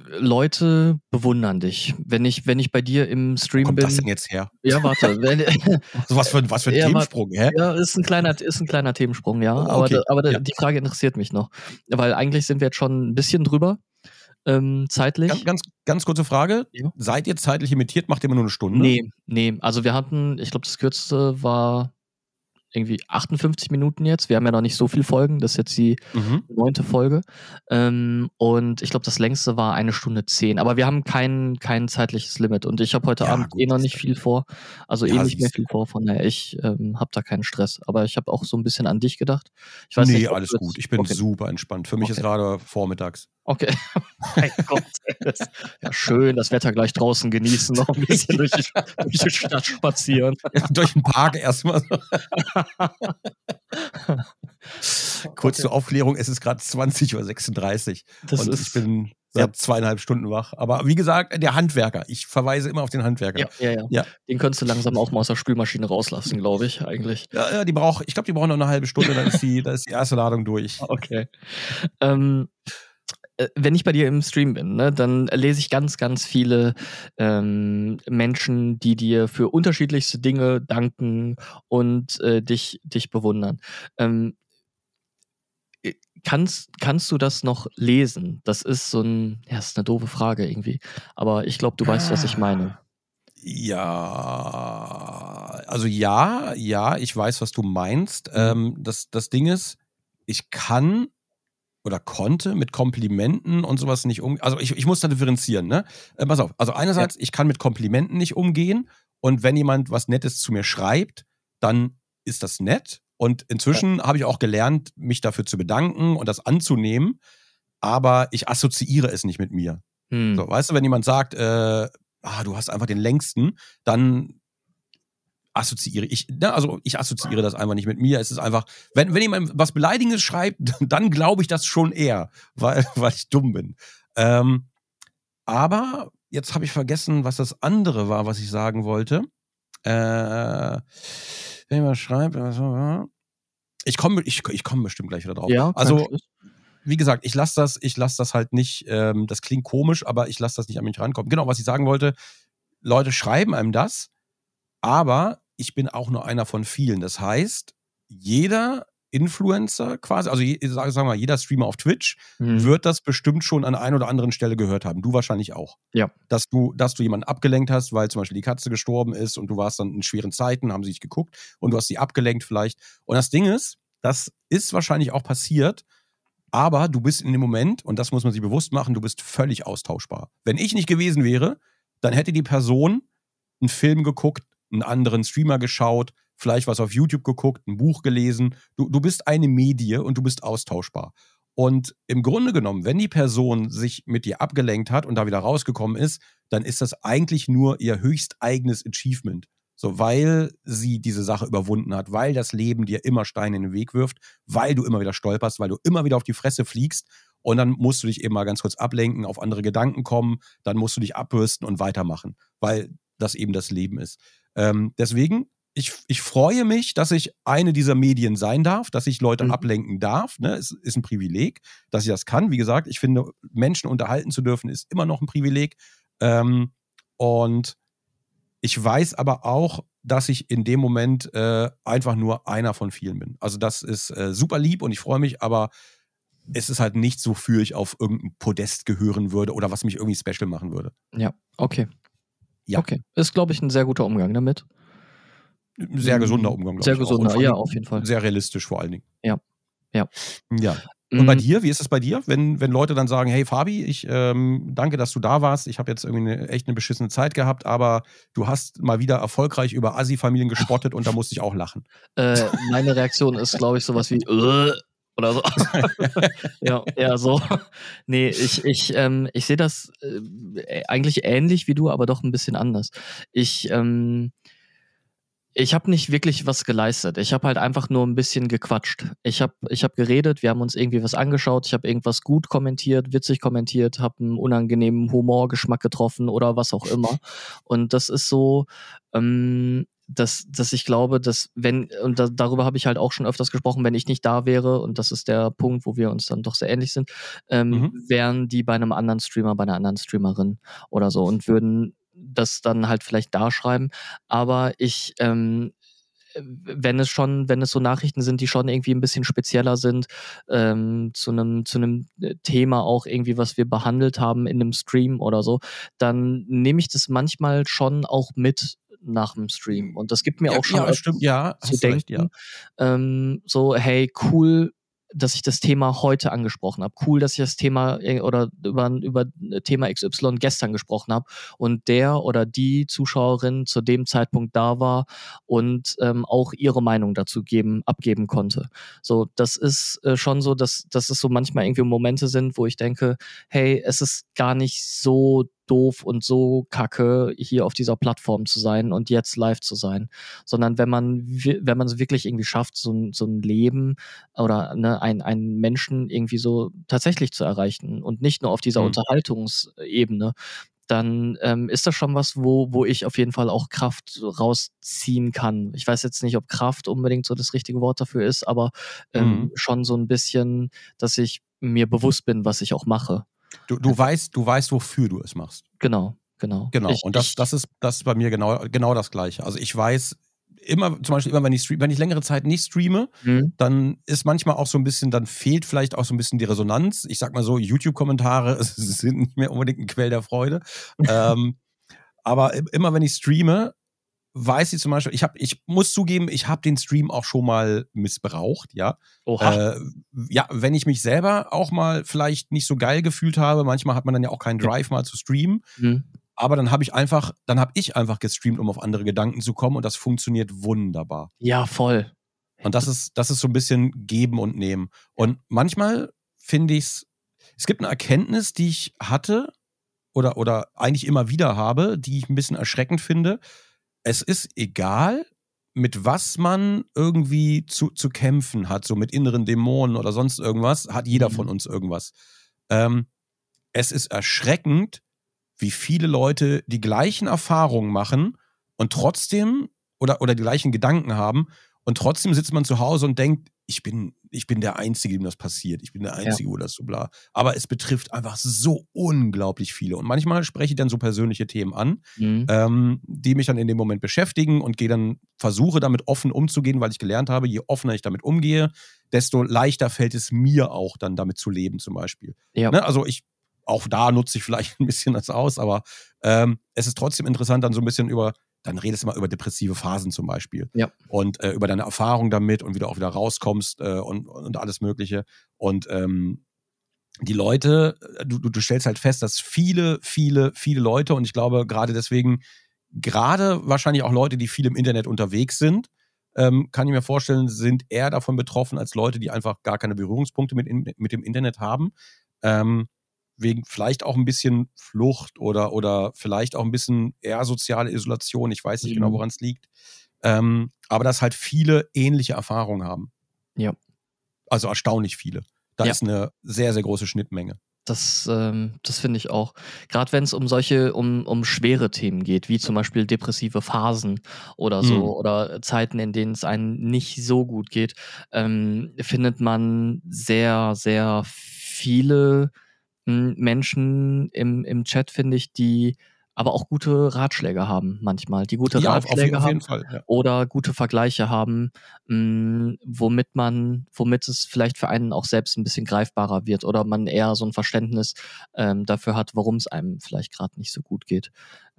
Leute bewundern dich. Wenn ich bei dir im Stream Wo kommt bin. das denn jetzt her? Ja, warte. was für ein Themensprung, hä? Ja, ist ein kleiner Themensprung, ja. Oh, okay. Aber die Frage interessiert mich noch. Weil eigentlich sind wir jetzt schon ein bisschen drüber, zeitlich. Ganz kurze Frage. Ja. Seid ihr zeitlich limitiert? Macht ihr immer nur eine Stunde? Nee. Also wir hatten, ich glaube, das kürzeste war irgendwie 58 Minuten jetzt. Wir haben ja noch nicht so viele Folgen. Das ist jetzt die 9. Folge. Und ich glaube, das längste war 1 Stunde 10. Aber wir haben kein zeitliches Limit. Und ich habe heute Abend noch nicht viel vor. Also nicht mehr viel vor. Von daher, ich habe da keinen Stress. Aber ich habe auch so ein bisschen an dich gedacht. Ich weiß nicht, alles gut. Ich bin super entspannt. Für mich ist gerade vormittags. Okay. Mein Gott. Ja, schön, das Wetter gleich draußen genießen, noch ein bisschen durch die Stadt spazieren. Durch den Park erstmal. Kurz zur Aufklärung, es ist gerade 20:36 Uhr. Und ich bin seit 2,5 Stunden wach. Aber wie gesagt, der Handwerker. Ich verweise immer auf den Handwerker. Ja. Den könntest du langsam auch mal aus der Spülmaschine rauslassen, glaube ich, eigentlich. Ja, ich glaube, die brauchen noch eine halbe Stunde, dann ist die erste Ladung durch. Okay. Wenn ich bei dir im Stream bin, ne, dann lese ich ganz, ganz viele Menschen, die dir für unterschiedlichste Dinge danken und dich bewundern. Kannst du das noch lesen? Das ist ist eine doofe Frage irgendwie. Aber ich glaube, du weißt, was ich meine. Ja, also ja, ich weiß, was du meinst. Das Ding ist, ich kann oder konnte mit Komplimenten und sowas nicht umgehen. Also ich muss da differenzieren, ne? Pass auf, also einerseits, ich kann mit Komplimenten nicht umgehen und wenn jemand was Nettes zu mir schreibt, dann ist das nett und inzwischen habe ich auch gelernt, mich dafür zu bedanken und das anzunehmen, aber ich assoziiere es nicht mit mir. So, weißt du, wenn jemand sagt, du hast einfach den längsten, dann assoziiere ich assoziiere das einfach nicht mit mir. Es ist einfach, wenn jemand was Beleidigendes schreibt, dann glaube ich das schon eher, weil ich dumm bin. Aber jetzt habe ich vergessen, was das andere war, was ich sagen wollte. Wenn jemand schreibt, ich komme bestimmt gleich wieder drauf. Ja, also wie gesagt, ich lasse das halt nicht, das klingt komisch, aber ich lasse das nicht an mich rankommen. Genau, was ich sagen wollte, Leute schreiben einem das, aber ich bin auch nur einer von vielen. Das heißt, jeder Influencer quasi, also sagen wir mal, jeder Streamer auf Twitch wird das bestimmt schon an einer oder anderen Stelle gehört haben. Du wahrscheinlich auch. Ja. Dass du jemanden abgelenkt hast, weil zum Beispiel die Katze gestorben ist und du warst dann in schweren Zeiten, haben sie dich geguckt und du hast sie abgelenkt vielleicht. Und das Ding ist, das ist wahrscheinlich auch passiert, aber du bist in dem Moment, und das muss man sich bewusst machen, du bist völlig austauschbar. Wenn ich nicht gewesen wäre, dann hätte die Person einen Film geguckt, einen anderen Streamer geschaut, vielleicht was auf YouTube geguckt, ein Buch gelesen. Du bist eine Medie und du bist austauschbar. Und im Grunde genommen, wenn die Person sich mit dir abgelenkt hat und da wieder rausgekommen ist, dann ist das eigentlich nur ihr höchst eigenes Achievement. So, weil sie diese Sache überwunden hat, weil das Leben dir immer Steine in den Weg wirft, weil du immer wieder stolperst, weil du immer wieder auf die Fresse fliegst und dann musst du dich eben mal ganz kurz ablenken, auf andere Gedanken kommen, dann musst du dich abbürsten und weitermachen, weil das eben das Leben ist. Deswegen, ich freue mich, dass ich eine dieser Medien sein darf, dass ich Leute ablenken darf. Ne? Es ist ein Privileg, dass ich das kann. Wie gesagt, ich finde, Menschen unterhalten zu dürfen, ist immer noch ein Privileg. Und ich weiß aber auch, dass ich in dem Moment einfach nur einer von vielen bin. Also das ist super lieb und ich freue mich, aber es ist halt nichts, wofür ich auf irgendein Podest gehören würde oder was mich irgendwie special machen würde. Ja, okay. Ja. Okay. Ist, glaube ich, ein sehr guter Umgang damit. Sehr gesunder Umgang, glaube ich. Sehr gesunder, ja, auf jeden Fall. Sehr realistisch vor allen Dingen. Ja. Und bei dir, wie ist es bei dir, wenn Leute dann sagen, hey Fabi, ich danke, dass du da warst, ich habe jetzt irgendwie echt eine beschissene Zeit gehabt, aber du hast mal wieder erfolgreich über Assi-Familien gespottet und da musste ich auch lachen. Meine Reaktion ist, glaube ich, sowas wie oder so. ja, so. Nee, ich sehe das eigentlich ähnlich wie du, aber doch ein bisschen anders. Ich habe nicht wirklich was geleistet. Ich habe halt einfach nur ein bisschen gequatscht. Ich hab geredet, wir haben uns irgendwie was angeschaut, ich habe irgendwas gut kommentiert, witzig kommentiert, habe einen unangenehmen Humorgeschmack getroffen oder was auch immer. Und das ist so, dass ich glaube, dass darüber habe ich halt auch schon öfters gesprochen, wenn ich nicht da wäre, und das ist der Punkt, wo wir uns dann doch sehr ähnlich sind, wären die bei einem anderen Streamer, bei einer anderen Streamerin oder so und würden das dann halt vielleicht da schreiben. Aber wenn es so Nachrichten sind, die schon irgendwie ein bisschen spezieller sind, zu einem Thema auch irgendwie, was wir behandelt haben in einem Stream oder so, dann nehme ich das manchmal schon auch mit nach dem Stream. Und das gibt mir auch schon stimmt, ja, zu hast denken, recht, ja. So, hey, cool, dass ich das Thema heute angesprochen habe. Cool, dass ich das Thema oder über Thema XY gestern gesprochen habe und der oder die Zuschauerin zu dem Zeitpunkt da war und auch ihre Meinung dazu abgeben konnte. So, das ist schon so, dass es so manchmal irgendwie Momente sind, wo ich denke, hey, es ist gar nicht so doof und so kacke, hier auf dieser Plattform zu sein und jetzt live zu sein, sondern wenn man es wirklich irgendwie schafft, so ein Leben oder einen Menschen irgendwie so tatsächlich zu erreichen und nicht nur auf dieser Unterhaltungsebene, dann ist das schon was, wo ich auf jeden Fall auch Kraft rausziehen kann. Ich weiß jetzt nicht, ob Kraft unbedingt so das richtige Wort dafür ist, aber schon so ein bisschen, dass ich mir bewusst bin, was ich auch mache. Du weißt, wofür du es machst. Genau. Genau. Und das ist bei mir genau das Gleiche. Also ich weiß zum Beispiel immer, wenn ich längere Zeit nicht streame, dann ist manchmal auch so ein bisschen, dann fehlt vielleicht auch so ein bisschen die Resonanz. Ich sag mal so, YouTube-Kommentare sind nicht mehr unbedingt ein Quell der Freude. Aber immer wenn ich streame, weiß ich zum Beispiel, ich muss zugeben, ich habe den Stream auch schon mal missbraucht, ja. Ja, wenn ich mich selber auch mal vielleicht nicht so geil gefühlt habe, manchmal hat man dann ja auch keinen Drive mal zu streamen, aber dann habe ich einfach gestreamt, um auf andere Gedanken zu kommen und das funktioniert wunderbar. Ja, voll. Und das ist so ein bisschen geben und nehmen. Und manchmal finde ich es gibt eine Erkenntnis, die ich hatte oder eigentlich immer wieder habe, die ich ein bisschen erschreckend finde. Es ist egal, mit was man irgendwie zu kämpfen hat, so mit inneren Dämonen oder sonst irgendwas, hat jeder von uns irgendwas. Es ist erschreckend, wie viele Leute die gleichen Erfahrungen machen und trotzdem oder die gleichen Gedanken haben und trotzdem sitzt man zu Hause und denkt, ich bin der Einzige, dem das passiert. Ich bin der Einzige, wo das so bla. Aber es betrifft einfach so unglaublich viele. Und manchmal spreche ich dann so persönliche Themen an, die mich dann in dem Moment beschäftigen und versuche damit offen umzugehen, weil ich gelernt habe, je offener ich damit umgehe, desto leichter fällt es mir auch dann damit zu leben zum Beispiel. Ja. Ne? Also auch da nutze ich vielleicht ein bisschen das aus, aber es ist trotzdem interessant, dann so ein bisschen dann redest du mal über depressive Phasen zum Beispiel. Ja. Und über deine Erfahrung damit und wie du auch wieder rauskommst und alles Mögliche. Und die Leute, du stellst halt fest, dass viele, viele, viele Leute, und ich glaube gerade deswegen, gerade wahrscheinlich auch Leute, die viel im Internet unterwegs sind, kann ich mir vorstellen, sind eher davon betroffen als Leute, die einfach gar keine Berührungspunkte mit dem Internet haben. Wegen vielleicht auch ein bisschen Flucht oder vielleicht auch ein bisschen eher soziale Isolation. Ich weiß nicht genau, woran es liegt. Aber dass halt viele ähnliche Erfahrungen haben. Ja. Also erstaunlich viele. Da ist eine sehr, sehr große Schnittmenge. Das finde ich auch. Gerade wenn es um schwere Themen geht, wie zum Beispiel depressive Phasen oder so, oder Zeiten, in denen es einem nicht so gut geht, findet man sehr, sehr viele Menschen im Chat, finde ich, die aber auch gute Ratschläge haben manchmal, die gute Ratschläge auf haben jeden Fall, ja. oder gute Vergleiche haben, womit es vielleicht für einen auch selbst ein bisschen greifbarer wird oder man eher so ein Verständnis dafür hat, warum es einem vielleicht gerade nicht so gut geht.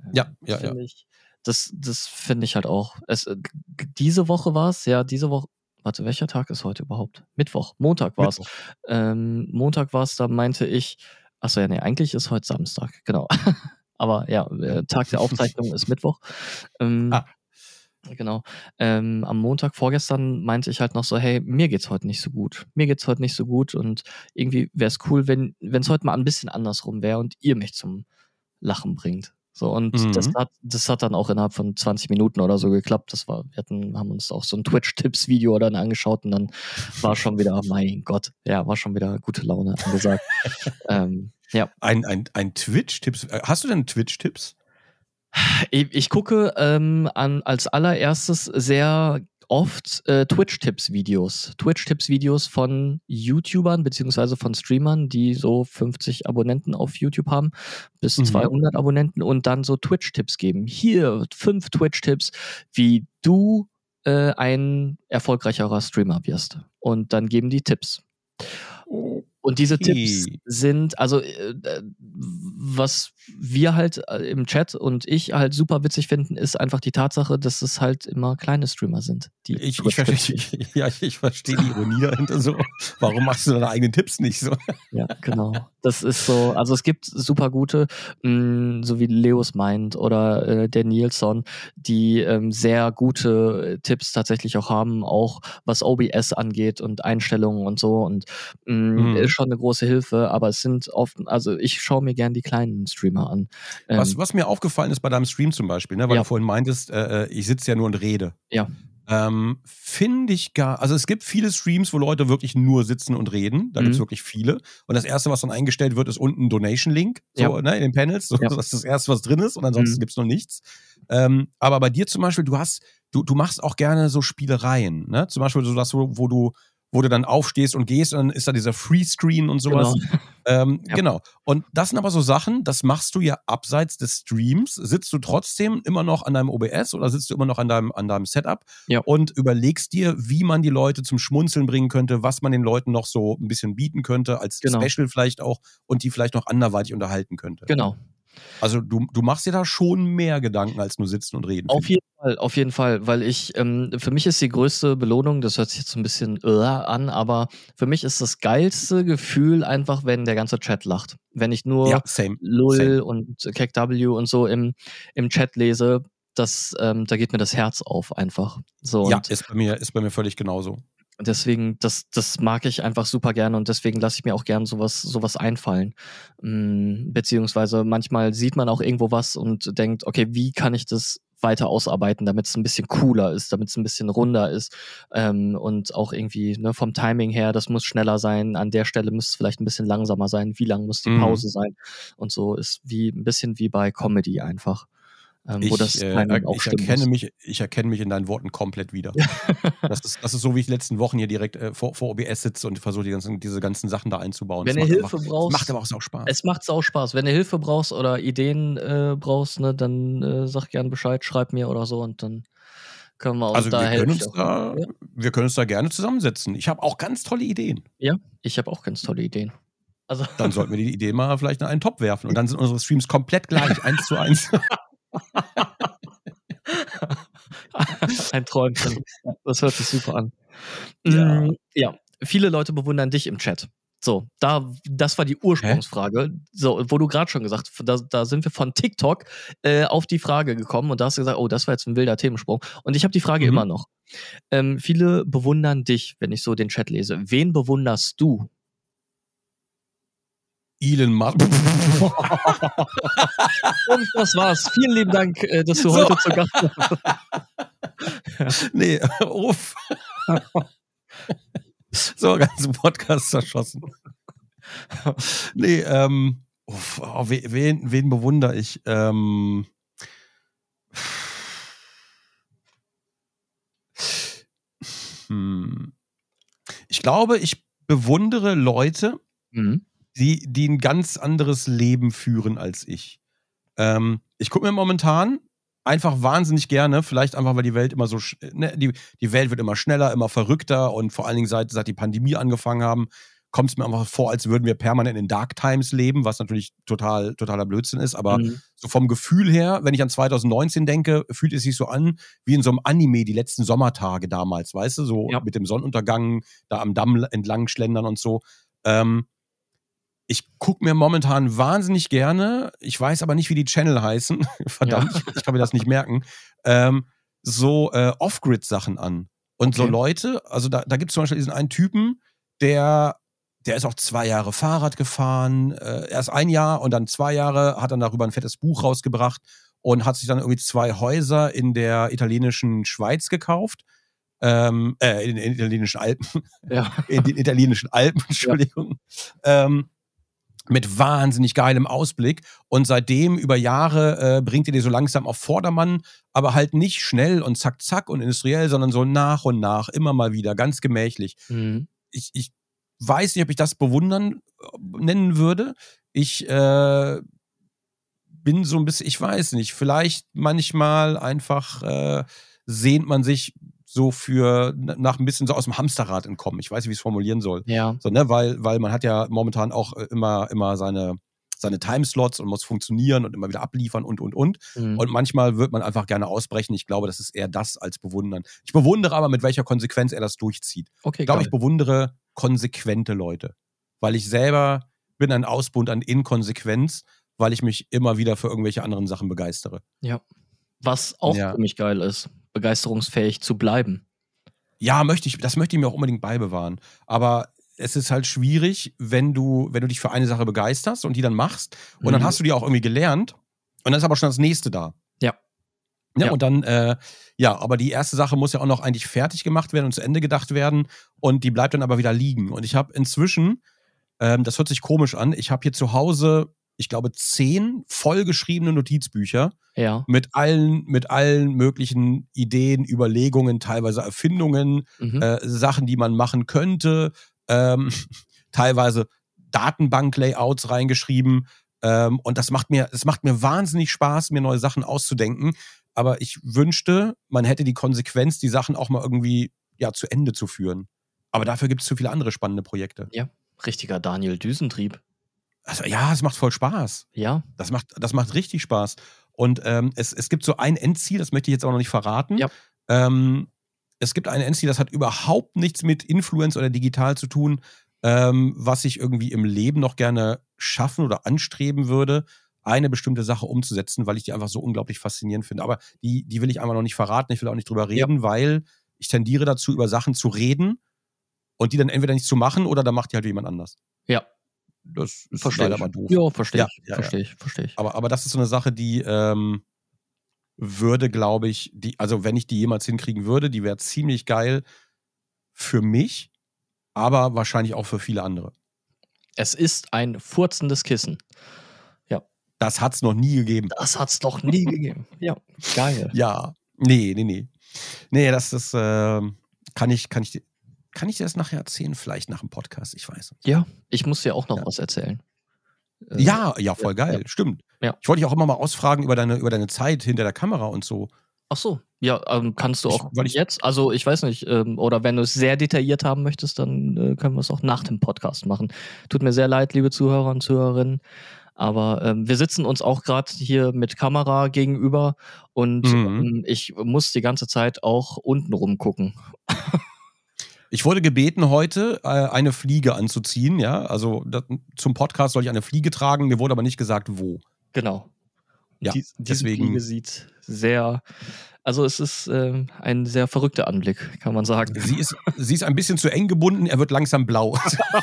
Das finde ich halt auch. Diese Woche war es, warte, welcher Tag ist heute überhaupt? Montag war es. Montag war es, da meinte ich, achso, ja, nee, eigentlich ist heute Samstag, genau. Aber ja, Tag der Aufzeichnung ist Mittwoch. Genau. Am Montag vorgestern meinte ich halt noch so, hey, mir geht's heute nicht so gut. Und irgendwie wäre es cool, wenn es heute mal ein bisschen andersrum wäre und ihr mich zum Lachen bringt. So, und das hat dann auch innerhalb von 20 Minuten oder so geklappt. Haben uns auch so ein Twitch-Tipps-Video dann angeschaut und dann war schon wieder, mein Gott, war schon wieder gute Laune angesagt. Ja. Ein Twitch-Tipps. Hast du denn Twitch-Tipps? Ich gucke als allererstes sehr oft Twitch-Tipps-Videos. Twitch-Tipps-Videos von YouTubern beziehungsweise von Streamern, die so 50 Abonnenten auf YouTube haben, bis 200 Abonnenten und dann so Twitch-Tipps geben. Hier 5 Twitch-Tipps, wie du ein erfolgreicherer Streamer wirst. Und dann geben die Tipps. Und diese Tipps sind, also was wir halt im Chat und ich halt super witzig finden, ist einfach die Tatsache, dass es halt immer kleine Streamer sind. Ich verstehe die Ironie dahinter so. Warum machst du deine eigenen Tipps nicht so? Ja, genau. Das ist so, also es gibt super gute, so wie Leos Mind oder der Nilsson, die sehr gute Tipps tatsächlich auch haben, auch was OBS angeht und Einstellungen und so und ist schon eine große Hilfe, aber es sind oft, also ich schaue mir gern die kleinen Streamer an. Was mir aufgefallen ist bei deinem Stream zum Beispiel, ne, weil du vorhin meintest, ich sitze ja nur und rede. Ja. Finde ich also es gibt viele Streams, wo Leute wirklich nur sitzen und reden. Da gibt es wirklich viele. Und das Erste, was dann eingestellt wird, ist unten ein Donation-Link, so, ne, in den Panels. So, das ist das Erste, was drin ist und ansonsten gibt es noch nichts. Aber bei dir zum Beispiel, du machst auch gerne so Spielereien, ne? Zum Beispiel so das, wo du dann aufstehst und gehst und dann ist da dieser Freescreen und sowas. Genau. Und das sind aber so Sachen, das machst du ja abseits des Streams. Sitzt du trotzdem immer noch an deinem OBS oder sitzt du immer noch an deinem Setup und überlegst dir, wie man die Leute zum Schmunzeln bringen könnte, was man den Leuten noch so ein bisschen bieten könnte, als Special vielleicht auch und die vielleicht noch anderweitig unterhalten könnte. Genau. Also du machst dir da schon mehr Gedanken als nur sitzen und reden. Auf jeden Fall, weil ich, für mich ist die größte Belohnung, das hört sich jetzt so ein bisschen an, aber für mich ist das geilste Gefühl einfach, wenn der ganze Chat lacht. Wenn ich nur LOL und KekW und so im Chat lese, da geht mir das Herz auf einfach. So, ja, ist bei mir völlig genauso. Deswegen, das mag ich einfach super gerne und deswegen lasse ich mir auch gern sowas einfallen. Beziehungsweise manchmal sieht man auch irgendwo was und denkt, okay, wie kann ich das weiter ausarbeiten, damit es ein bisschen cooler ist, damit es ein bisschen runder ist und auch irgendwie vom Timing her, das muss schneller sein, an der Stelle müsste es vielleicht ein bisschen langsamer sein, wie lang muss die Pause sein und so ist ein bisschen wie bei Comedy einfach. Wo das Timing auch stimmt. Ich erkenne mich in deinen Worten komplett wieder. Das ist so, wie ich die letzten Wochen hier direkt vor OBS sitze und versuche diese ganzen Sachen da einzubauen. Wenn du Hilfe brauchst, macht aber auch Spaß. Es macht auch Spaß. Wenn du Hilfe brauchst oder Ideen brauchst, ne, dann sag gern Bescheid, schreib mir oder so und dann können wir uns da helfen. Wir können uns da gerne zusammensetzen. Ich habe auch ganz tolle Ideen. Ja, ich habe auch ganz tolle Ideen. Also dann sollten wir die Idee mal vielleicht in einen Topf werfen und dann sind unsere Streams komplett gleich, 1:1. Ein Träumchen. Das hört sich super an. Ja, viele Leute bewundern dich im Chat. So, das war die Ursprungsfrage. So, wo du gerade schon gesagt hast, da sind wir von TikTok auf die Frage gekommen und da hast du gesagt, oh, das war jetzt ein wilder Themensprung. Und ich habe die Frage immer noch. Viele bewundern dich, wenn ich so den Chat lese. Wen bewunderst du? Elon Musk. Und das war's. Vielen lieben Dank, dass du heute zu Gast warst. Nee, uff. So, ganzen Podcast zerschossen. Nee, wen bewundere ich? Ich glaube, ich bewundere Leute, die ein ganz anderes Leben führen als ich. Ich gucke mir momentan einfach wahnsinnig gerne, vielleicht einfach, weil die Welt immer so, die Welt wird immer schneller, immer verrückter und vor allen Dingen seit die Pandemie angefangen haben, kommt es mir einfach vor, als würden wir permanent in Dark Times leben, was natürlich totaler Blödsinn ist, aber so vom Gefühl her, wenn ich an 2019 denke, fühlt es sich so an, wie in so einem Anime die letzten Sommertage damals, weißt du, so mit dem Sonnenuntergang, da am Damm entlang schlendern und so. Ich gucke mir momentan wahnsinnig gerne, ich weiß aber nicht, wie die Channel heißen, verdammt, ich kann mir das nicht merken, so Off-Grid-Sachen an. Und so Leute, also da gibt es zum Beispiel diesen einen Typen, der ist auch 2 Jahre Fahrrad gefahren, erst 1 Jahr und dann 2 Jahre, hat dann darüber ein fettes Buch rausgebracht und hat sich dann irgendwie 2 Häuser in der italienischen Schweiz gekauft. In den italienischen Alpen. Ja. In den italienischen Alpen, Entschuldigung. mit wahnsinnig geilem Ausblick und seitdem über Jahre bringt ihr die so langsam auf Vordermann, aber halt nicht schnell und zack, zack und industriell, sondern so nach und nach, immer mal wieder, ganz gemächlich. Mhm. Ich weiß nicht, ob ich das bewundern nennen würde. Ich bin so ein bisschen, ich weiß nicht, vielleicht manchmal einfach sehnt man sich so nach ein bisschen so aus dem Hamsterrad entkommen. Ich weiß nicht, wie ich es formulieren soll. Ja. So, ne? Weil man hat ja momentan auch immer seine Timeslots und muss funktionieren und immer wieder abliefern und. Mhm. Und manchmal wird man einfach gerne ausbrechen. Ich glaube, das ist eher das als bewundern. Ich bewundere aber, mit welcher Konsequenz er das durchzieht. Okay, ich glaube, geil. ich bewundere konsequente Leute. Weil ich selber bin ein Ausbund an Inkonsequenz, weil ich mich immer wieder für irgendwelche anderen Sachen begeistere. Ja. Was auch ziemlich geil ist, begeisterungsfähig zu bleiben. Ja, das möchte ich mir auch unbedingt beibewahren. Aber es ist halt schwierig, wenn du dich für eine Sache begeisterst und die dann machst und dann hast du die auch irgendwie gelernt und dann ist aber schon das nächste da. Ja. Und dann, aber die erste Sache muss ja auch noch eigentlich fertig gemacht werden und zu Ende gedacht werden und die bleibt dann aber wieder liegen. Und ich habe inzwischen, das hört sich komisch an, ich habe hier zu Hause, ich glaube, 10 vollgeschriebene Notizbücher mit allen möglichen Ideen, Überlegungen, teilweise Erfindungen, Sachen, die man machen könnte, teilweise Datenbank-Layouts reingeschrieben. Und es macht mir wahnsinnig Spaß, mir neue Sachen auszudenken. Aber ich wünschte, man hätte die Konsequenz, die Sachen auch mal irgendwie zu Ende zu führen. Aber dafür gibt es zu viele andere spannende Projekte. Ja, richtiger Daniel Düsentrieb. Also, ja, es macht voll Spaß. Ja. Das macht richtig Spaß. Und es gibt so ein Endziel, das möchte ich jetzt auch noch nicht verraten. Ja. Es gibt ein Endziel, das hat überhaupt nichts mit Influence oder digital zu tun, was ich irgendwie im Leben noch gerne schaffen oder anstreben würde, eine bestimmte Sache umzusetzen, weil ich die einfach so unglaublich faszinierend finde. Aber die will ich einfach noch nicht verraten, ich will auch nicht drüber reden, weil ich tendiere dazu, über Sachen zu reden und die dann entweder nicht zu machen oder dann macht die halt jemand anders. Ja. Das ist leider mal doof. Ja, verstehe ich. Aber das ist so eine Sache, die würde, glaube ich, also wenn ich die jemals hinkriegen würde, die wäre ziemlich geil für mich, aber wahrscheinlich auch für viele andere. Es ist ein furzendes Kissen. Ja. Das hat's noch nie gegeben. Das hat's noch nie gegeben. Ja, geil. Ja, nee. Nee, das ist, kann ich dir das nachher erzählen? Vielleicht nach dem Podcast, ich weiß nicht. Ja, ich muss dir auch noch was erzählen. Ja, voll geil, stimmt. Ja. Ich wollte dich auch immer mal ausfragen über deine Zeit hinter der Kamera und so. Ach so, ja, kannst du auch jetzt, also ich weiß nicht, oder wenn du es sehr detailliert haben möchtest, dann können wir es auch nach dem Podcast machen. Tut mir sehr leid, liebe Zuhörer und Zuhörerinnen, aber wir sitzen uns auch gerade hier mit Kamera gegenüber und ich muss die ganze Zeit auch unten rumgucken. Ich wurde gebeten, heute eine Fliege anzuziehen, ja. Also zum Podcast soll ich eine Fliege tragen, mir wurde aber nicht gesagt, wo. Genau. Ja, diese Fliege sieht sehr, also es ist ein sehr verrückter Anblick, kann man sagen. Sie ist ein bisschen zu eng gebunden, er wird langsam blau.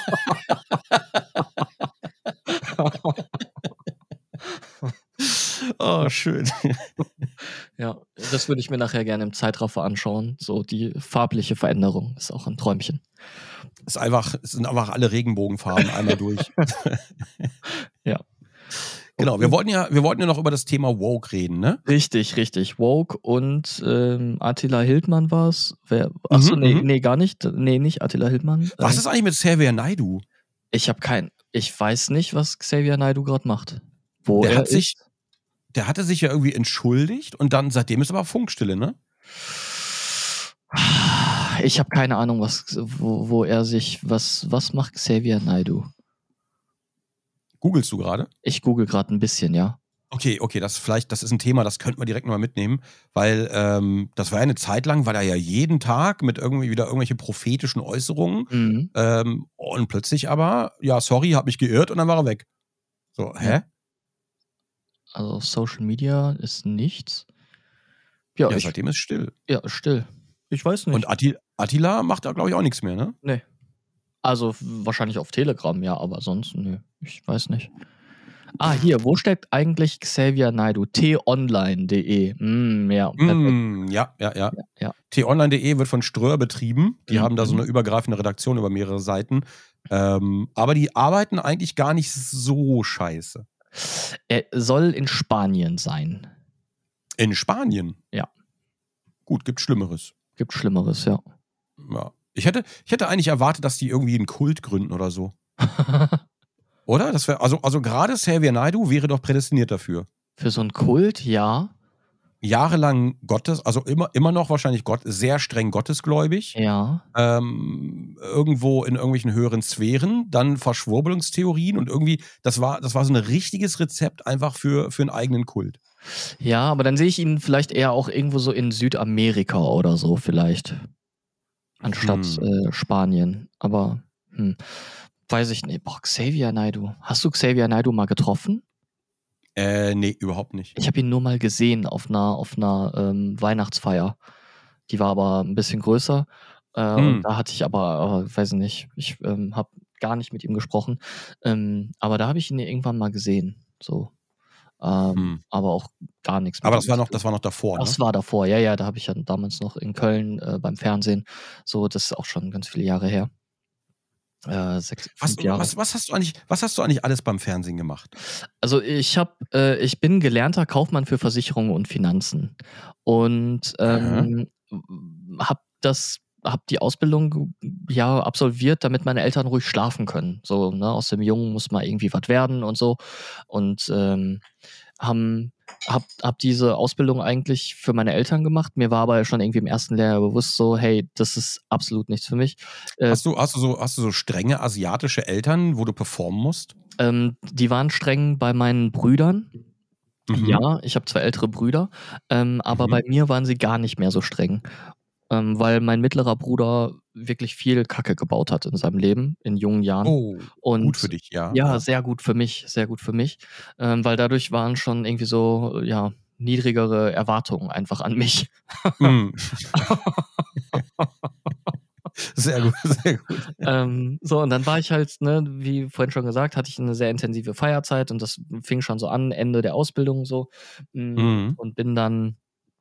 Oh, schön. Ja, das würde ich mir nachher gerne im Zeitraffer anschauen. So die farbliche Veränderung ist auch ein Träumchen. Es sind einfach alle Regenbogenfarben einmal durch. Ja. Genau, wir wollten ja noch über das Thema Woke reden, ne? Richtig. Woke und Attila Hildmann war es. Achso, nee, gar nicht. Nee, nicht Attila Hildmann. Was ist eigentlich mit Xavier Naidoo? Ich weiß nicht, was Xavier Naidoo gerade macht. Der hatte sich ja irgendwie entschuldigt und dann seitdem ist aber Funkstille, ne? Ich habe keine Ahnung, wo er sich, was macht Xavier Naidoo? Googlest du gerade? Ich google gerade ein bisschen, ja. Okay, das ist ein Thema, das könnten wir direkt nochmal mitnehmen, weil das war ja eine Zeit lang, war er ja jeden Tag mit irgendwie wieder irgendwelche prophetischen Äußerungen und plötzlich aber, ja, sorry, hab mich geirrt und dann war er weg. So, hä? Also Social Media ist nichts. Ja, seitdem ist still. Ja, still. Ich weiß nicht. Und Attila macht da, glaube ich, auch nichts mehr, ne? Nee. Also wahrscheinlich auf Telegram, ja, aber sonst, nee, ich weiß nicht. Hier, wo steckt eigentlich Xavier Naidoo? t-online.de. Ja, perfekt. Ja. t-online.de wird von Ströer betrieben. Die haben da so eine übergreifende Redaktion über mehrere Seiten. Aber die arbeiten eigentlich gar nicht so scheiße. Er soll in Spanien sein. In Spanien? Ja. Gut, gibt Schlimmeres. Gibt Schlimmeres, ja. Ja. Ich hätte eigentlich erwartet, dass die irgendwie einen Kult gründen oder so. Oder? Das wäre, also gerade Xavier Naidoo wäre doch prädestiniert dafür. Für so einen Kult, ja. Jahrelang also immer noch wahrscheinlich sehr streng gottesgläubig. Ja. Irgendwo in irgendwelchen höheren Sphären, dann Verschwurbelungstheorien und irgendwie, das war so ein richtiges Rezept einfach für einen eigenen Kult. Ja, aber dann sehe ich ihn vielleicht eher auch irgendwo so in Südamerika oder so vielleicht. Anstatt Spanien. Aber weiß ich nicht. Boah, Xavier Naidoo. Hast du Xavier Naidoo mal getroffen? Nee, überhaupt nicht. Ich habe ihn nur mal gesehen auf einer Weihnachtsfeier. Die war aber ein bisschen größer. Und da hatte ich aber, weiß ich nicht, ich habe gar nicht mit ihm gesprochen. Aber da habe ich ihn irgendwann mal gesehen. So. Aber auch gar nichts. Aber das war noch davor, ne? Das war davor, ja. Da habe ich ja damals noch in Köln beim Fernsehen. So, das ist auch schon ganz viele Jahre her. 5 Jahre. Was hast du eigentlich alles beim Fernsehen gemacht? Also ich bin gelernter Kaufmann für Versicherungen und Finanzen und habe die Ausbildung absolviert, damit meine Eltern ruhig schlafen können. So, ne, aus dem Jungen muss mal irgendwie was werden und so. Und hab diese Ausbildung eigentlich für meine Eltern gemacht. Mir war aber schon irgendwie im ersten Lehrjahr bewusst so, hey, das ist absolut nichts für mich. Hast du so strenge asiatische Eltern, wo du performen musst? Die waren streng bei meinen Brüdern. Ja, ich habe 2 ältere Brüder, aber bei mir waren sie gar nicht mehr so streng. Weil mein mittlerer Bruder wirklich viel Kacke gebaut hat in seinem Leben, in jungen Jahren. Oh, und gut für dich, ja. Ja, sehr gut für mich, weil dadurch waren schon irgendwie so, niedrigere Erwartungen einfach an mich. Sehr gut, sehr gut. So, und dann war ich halt, ne, wie vorhin schon gesagt, hatte ich eine sehr intensive Feierzeit und das fing schon so an, Ende der Ausbildung so. Und bin dann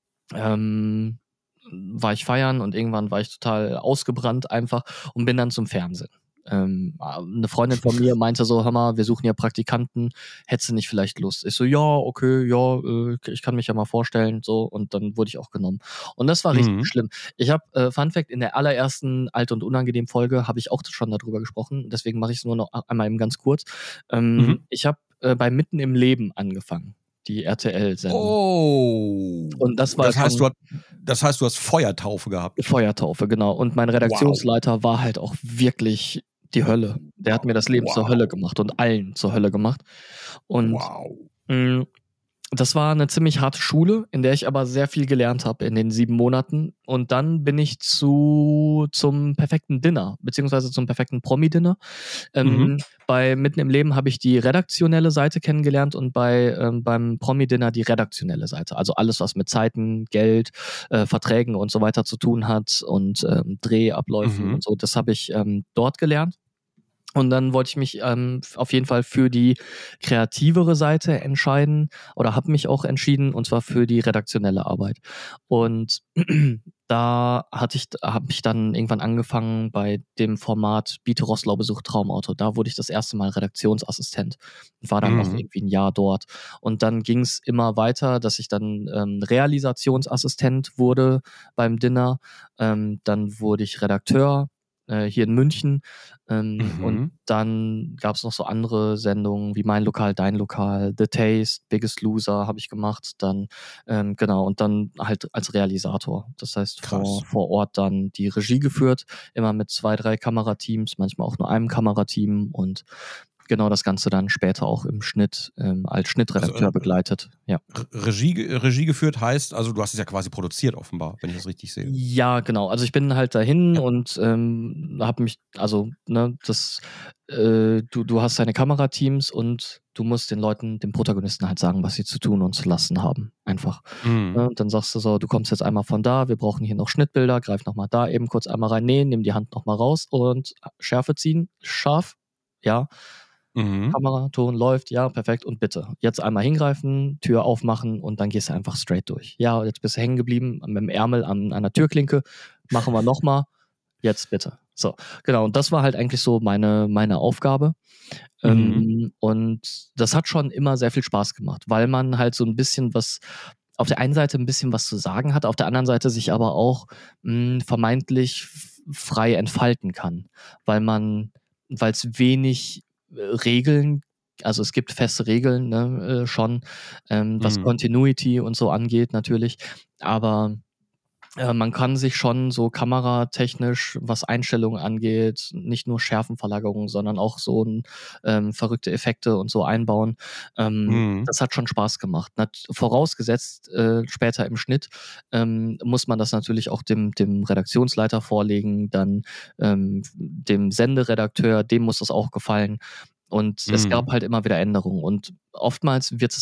war ich feiern und irgendwann war ich total ausgebrannt einfach und bin dann zum Fernsehen. Eine Freundin von mir meinte so, hör mal, wir suchen ja Praktikanten, hättest du nicht vielleicht Lust? Ich so, ja, okay, ja, ich kann mich ja mal vorstellen, so, und dann wurde ich auch genommen. Und das war richtig schlimm. Ich habe, Fun Fact, in der allerersten Alt- und Unangenehm-Folge habe ich auch schon darüber gesprochen, deswegen mache ich es nur noch einmal eben ganz kurz. Ich habe bei Mitten im Leben angefangen. Die RTL-Sendung. Oh. Und das war das heißt, du hast Feuertaufe gehabt. Feuertaufe, genau. Und mein Redaktionsleiter war halt auch wirklich die Hölle. Der hat mir das Leben zur Hölle gemacht und allen zur Hölle gemacht. Und das war eine ziemlich harte Schule, in der ich aber sehr viel gelernt habe in den 7 Monaten. Und dann bin ich zum perfekten Dinner, beziehungsweise zum perfekten Promi-Dinner. Bei Mitten im Leben habe ich die redaktionelle Seite kennengelernt und beim Promi-Dinner die redaktionelle Seite. Also alles, was mit Zeiten, Geld, Verträgen und so weiter zu tun hat und Drehabläufen und so, das habe ich dort gelernt. Und dann wollte ich mich auf jeden Fall für die kreativere Seite entscheiden oder habe mich auch entschieden, und zwar für die redaktionelle Arbeit. Und da habe ich dann irgendwann angefangen bei dem Format Biete Roßlau besucht Traumauto. Da wurde ich das erste Mal Redaktionsassistent und war dann auch irgendwie ein Jahr dort. Und dann ging es immer weiter, dass ich dann Realisationsassistent wurde beim Dinner. Dann wurde ich Redakteur hier in München. Und dann gab es noch so andere Sendungen wie Mein Lokal, Dein Lokal, The Taste, Biggest Loser habe ich gemacht. Dann, genau, und dann halt als Realisator. Das heißt, vor Ort dann die Regie geführt, immer mit 2, 3 Kamerateams, manchmal auch nur einem Kamerateam und genau das Ganze dann später auch im Schnitt als Schnittredakteur begleitet. Ja. Regie geführt heißt, also du hast es ja quasi produziert offenbar, wenn ich das richtig sehe. Ja, genau. Also ich bin halt dahin und habe mich, also ne, du hast deine Kamerateams und du musst den Leuten, den Protagonisten halt sagen, was sie zu tun und zu lassen haben. Einfach. Ne? Dann sagst du so, du kommst jetzt einmal von da, wir brauchen hier noch Schnittbilder, greif nochmal da eben kurz einmal rein, nimm die Hand nochmal raus und Schärfe ziehen, scharf, ja. Kamera, Ton läuft, ja, perfekt und bitte. Jetzt einmal hingreifen, Tür aufmachen und dann gehst du einfach straight durch. Ja, jetzt bist du hängen geblieben mit dem Ärmel an einer Türklinke, machen wir nochmal, jetzt bitte. So, genau, und das war halt eigentlich so meine Aufgabe. Und das hat schon immer sehr viel Spaß gemacht, weil man halt so ein bisschen was, auf der einen Seite ein bisschen was zu sagen hat, auf der anderen Seite sich aber auch vermeintlich frei entfalten kann, weil es wenig Regeln, also es gibt feste Regeln, ne, schon, was Continuity und so angeht natürlich, aber man kann sich schon so kameratechnisch, was Einstellungen angeht, nicht nur Schärfenverlagerung, sondern auch so verrückte Effekte und so einbauen. Das hat schon Spaß gemacht. Vorausgesetzt, später im Schnitt muss man das natürlich auch dem Redaktionsleiter vorlegen, dann dem Senderedakteur, dem muss das auch gefallen. Und es gab halt immer wieder Änderungen. Und oftmals wird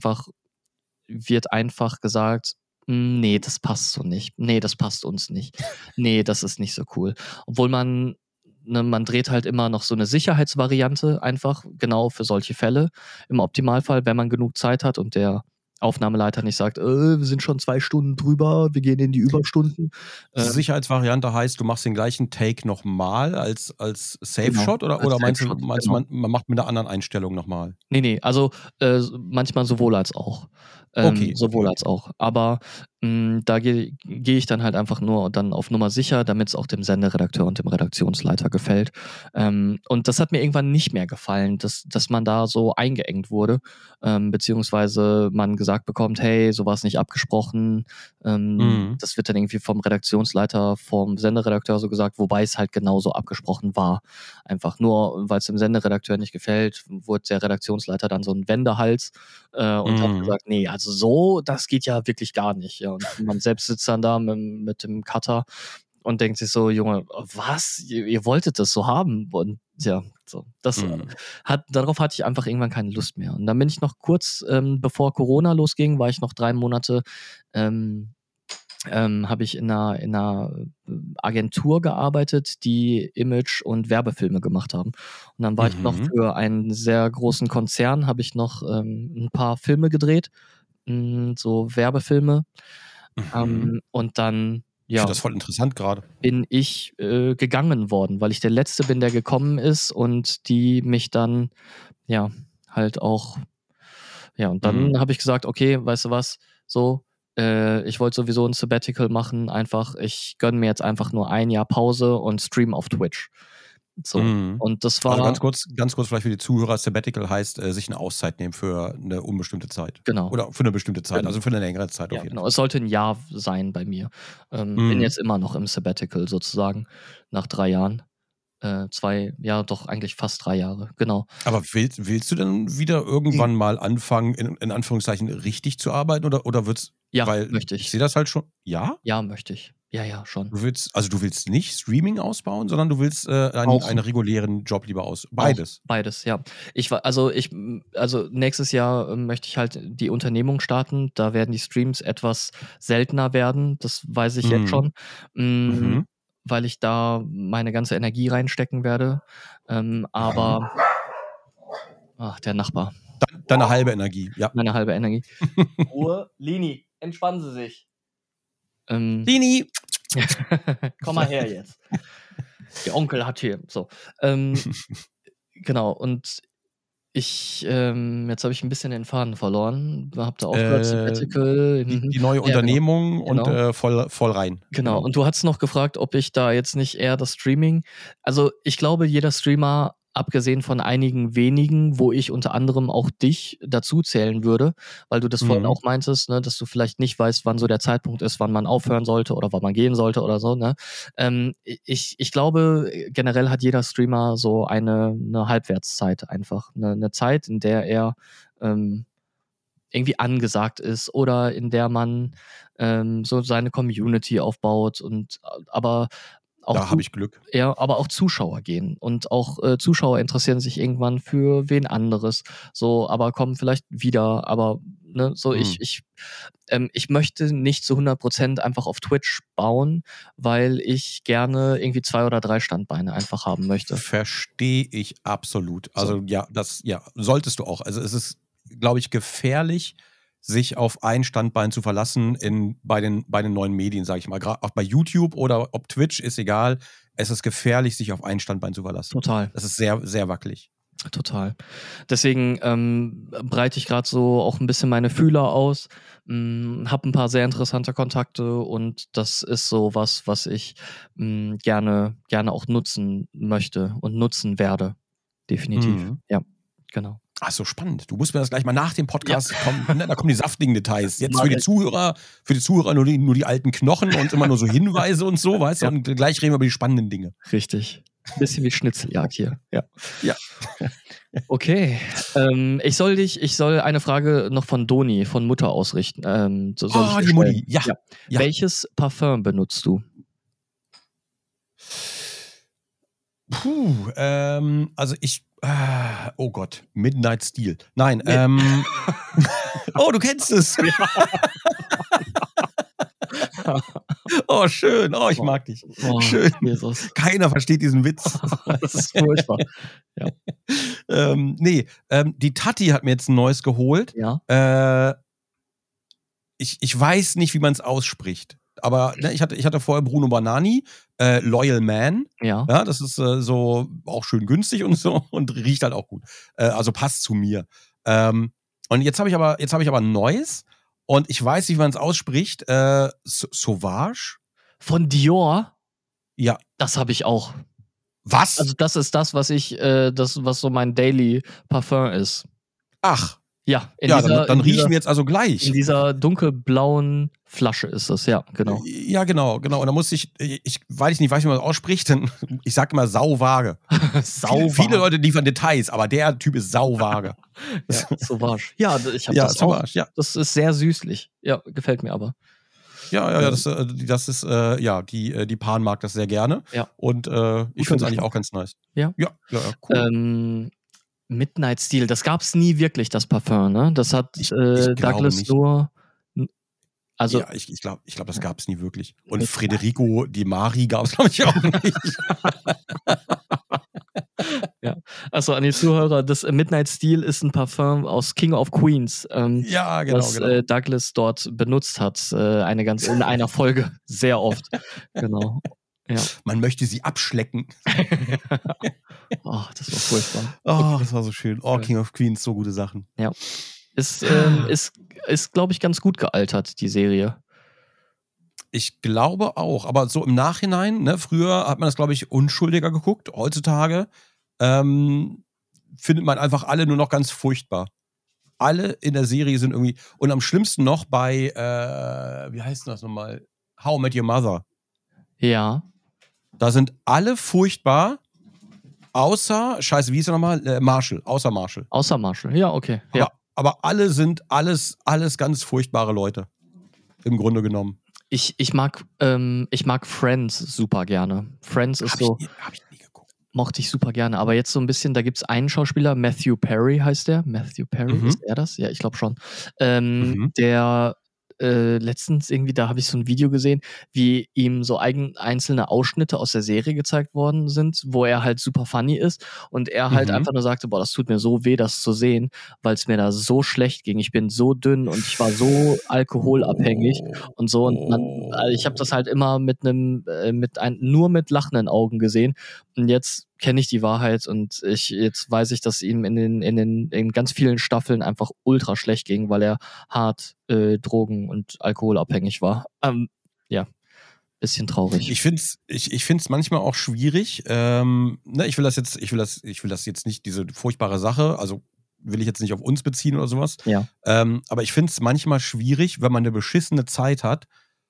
einfach gesagt, nee, das passt so nicht. Nee, das passt uns nicht. Nee, das ist nicht so cool. Obwohl man dreht halt immer noch so eine Sicherheitsvariante einfach genau für solche Fälle. Im Optimalfall, wenn man genug Zeit hat und der Aufnahmeleiter nicht sagt, wir sind schon 2 Stunden drüber, wir gehen in die Überstunden. Sicherheitsvariante heißt, du machst den gleichen Take nochmal als Safe-Shot oder meinst du, man macht mit einer anderen Einstellung nochmal? Nee, also manchmal sowohl als auch. Sowohl als auch. Aber da gehe ich dann halt einfach nur dann auf Nummer sicher, damit es auch dem Senderedakteur und dem Redaktionsleiter gefällt. Und das hat mir irgendwann nicht mehr gefallen, dass man da so eingeengt wurde, beziehungsweise man gesagt bekommt, hey, so war es nicht abgesprochen. Das wird dann irgendwie vom Redaktionsleiter, vom Senderedakteur so gesagt, wobei es halt genauso abgesprochen war. Einfach nur, weil es dem Senderedakteur nicht gefällt, wurde der Redaktionsleiter dann so ein Wendehals und hat gesagt, nee, also so, das geht ja wirklich gar nicht. Ja. Und man selbst sitzt dann da mit dem Cutter und denkt sich so, Junge, was? Ihr wolltet das so haben? Und ja, so. Darauf hatte ich einfach irgendwann keine Lust mehr. Und dann bin ich noch kurz, bevor Corona losging, war ich noch 3 Monate, habe ich in einer Agentur gearbeitet, die Image- und Werbefilme gemacht haben. Und dann war ich noch für einen sehr großen Konzern, habe ich noch ein paar Filme gedreht, so Werbefilme. Und dann, ich finde das voll interessant gerade. Bin ich gegangen worden, weil ich der Letzte bin, der gekommen ist und die mich dann, ja, halt auch, ja, und dann habe ich gesagt, okay, weißt du was, so, ich wollte sowieso ein Sabbatical machen, einfach, ich gönne mir jetzt einfach nur 1 Jahr Pause und stream auf Twitch. So. Und das war. Also ganz kurz vielleicht für die Zuhörer, Sabbatical heißt, sich eine Auszeit nehmen für eine unbestimmte Zeit. Genau. Oder für eine bestimmte Zeit, also für eine längere Zeit auf jeden Fall. Genau, es sollte 1 Jahr sein bei mir. Bin jetzt immer noch im Sabbatical sozusagen, nach 3 Jahren. 2, ja doch, eigentlich fast 3 Jahre, genau. Aber willst du dann wieder irgendwann mal anfangen, in Anführungszeichen richtig zu arbeiten oder wird's? Ja, weil möchte ich. Ich sehe das halt schon. Ja? Ja, möchte ich. Ja, schon. Du willst nicht Streaming ausbauen, sondern du willst einen regulären Job lieber aus. Beides. Auch beides, ja. Also nächstes Jahr möchte ich halt die Unternehmung starten. Da werden die Streams etwas seltener werden. Das weiß ich jetzt schon. Weil ich da meine ganze Energie reinstecken werde. Aber der Nachbar. Deine halbe Energie, ja. Meine halbe Energie. Ruhe. Lini, entspannen Sie sich. Lini! Komm mal her jetzt. Der Onkel hat hier. So. Genau, und jetzt habe ich ein bisschen den Faden verloren. Hab da aufgehört, Sabbatical. Die neue Unternehmung, genau. Und voll rein. Genau, und du hattest noch gefragt, ob ich da jetzt nicht eher das Streaming. Also ich glaube, jeder Streamer, abgesehen von einigen wenigen, wo ich unter anderem auch dich dazu zählen würde, weil du das vorhin auch meintest, ne, dass du vielleicht nicht weißt, wann so der Zeitpunkt ist, wann man aufhören sollte oder wann man gehen sollte oder so. Ne? Ich glaube, generell hat jeder Streamer so eine Halbwertszeit einfach. Eine Zeit, in der er irgendwie angesagt ist oder in der man so seine Community aufbaut aber auch da habe ich Glück. Ja, aber auch Zuschauer gehen und auch Zuschauer interessieren sich irgendwann für wen anderes, so, aber kommen vielleicht wieder, aber ne, so ich möchte nicht zu 100% einfach auf Twitch bauen, weil ich gerne irgendwie 2 oder 3 Standbeine einfach haben möchte. Verstehe ich absolut. Also solltest du auch. Also es ist, glaube ich, gefährlich, sich auf ein Standbein zu verlassen bei den neuen Medien, sage ich mal. Gerade auch bei YouTube oder ob Twitch, ist egal. Es ist gefährlich, sich auf ein Standbein zu verlassen. Total. Das ist sehr, sehr wackelig. Total. Deswegen breite ich gerade so auch ein bisschen meine Fühler aus, habe ein paar sehr interessante Kontakte und das ist so was ich gerne auch nutzen möchte und nutzen werde. Definitiv. Ja, genau. Ach so, spannend. Du musst mir das gleich mal nach dem Podcast kommen. Ne? Da kommen die saftigen Details. Jetzt für die Zuhörer nur die alten Knochen und immer nur so Hinweise und so, weißt du? Und gleich reden wir über die spannenden Dinge. Richtig. Ein bisschen wie Schnitzeljagd hier. Ja. Okay. Ich soll eine Frage noch von Doni, von Mutter ausrichten. Die Mutti. Ja. Welches Parfum benutzt du? Also oh Gott, Midnight Steel. Nein, oh, du kennst es. Oh, schön. Oh, ich mag dich. Oh, schön. Jesus. Keiner versteht diesen Witz. Das ist furchtbar. Ja. Die Tati hat mir jetzt ein neues geholt. Ja. Ich weiß nicht, wie man es ausspricht. Aber ich hatte vorher Bruno Banani, Loyal Man. Ja. Das ist so auch schön günstig und so und riecht halt auch gut. Also passt zu mir. Und jetzt habe ich aber ein neues und ich weiß nicht, wie man es ausspricht. Sauvage. Von Dior? Ja. Das habe ich auch. Was? Also das ist das, was was so mein Daily Parfum ist. Ach. Ja, dann riechen wir jetzt also gleich. In dieser dunkelblauen Flasche ist das, ja, genau. Ja, genau. Und da muss ich weiß nicht, wie man das ausspricht, denn ich sag immer sauvage. Viele Leute liefern Details, aber der Typ ist sauvage. Ja, Sauvage. Ja, ich habe das Sauvage, auch. Ja. Das ist sehr süßlich. Ja, gefällt mir aber. Ja, das ist, die Pan mag das sehr gerne. Ja. Und ich finde es eigentlich auch ganz nice. Ja? Ja, cool. Midnight Steel, das gab's nie wirklich, das Parfum, ne? Das hat Douglas nicht. nur. Also, ja, ich glaube, das gab's nie wirklich. Und Federico Di Mari gab's, glaube ich, auch nicht. Ja. Achso, an die Zuhörer, das Midnight Steel ist ein Parfum aus King of Queens, was Douglas dort benutzt hat, in einer Folge, sehr oft. Genau. Ja. Man möchte sie abschlecken. Oh, das war furchtbar. Oh, das war so schön. Oh, King of Queens, so gute Sachen. Ja. Ist glaube ich, ganz gut gealtert, die Serie. Ich glaube auch, aber so im Nachhinein, ne, früher hat man das, glaube ich, unschuldiger geguckt. Heutzutage findet man einfach alle nur noch ganz furchtbar. Alle in der Serie sind irgendwie, und am schlimmsten noch bei, wie heißt das nochmal? How I Met Your Mother. Ja. Da sind alle furchtbar, außer, scheiße, wie hieß er nochmal? Marshall, außer Marshall. Außer Marshall, ja, okay. Ja. Aber alle sind alles ganz furchtbare Leute. Im Grunde genommen. Ich mag Friends super gerne. Friends ist so. Hab ich nie geguckt. Mochte ich super gerne. Aber jetzt so ein bisschen, da gibt es einen Schauspieler, Matthew Perry heißt der. Matthew Perry, ist er das? Ja, ich glaube schon. Der letztens irgendwie, da habe ich so ein Video gesehen, wie ihm so einzelne Ausschnitte aus der Serie gezeigt worden sind, wo er halt super funny ist und er halt einfach nur sagte, boah, das tut mir so weh, das zu sehen, weil es mir da so schlecht ging. Ich bin so dünn und ich war so alkoholabhängig und so. Und ich habe das halt immer nur mit lachenden Augen gesehen. Und jetzt kenne ich die Wahrheit und jetzt weiß ich, dass ihm in ganz vielen Staffeln einfach ultra schlecht ging, weil er hart Drogen- und alkoholabhängig war. Ja, bisschen traurig. Ich find's manchmal auch schwierig. Ich will das jetzt nicht, diese furchtbare Sache, also will ich jetzt nicht auf uns beziehen oder sowas. Ja. Aber ich find's manchmal schwierig, wenn man eine beschissene Zeit hat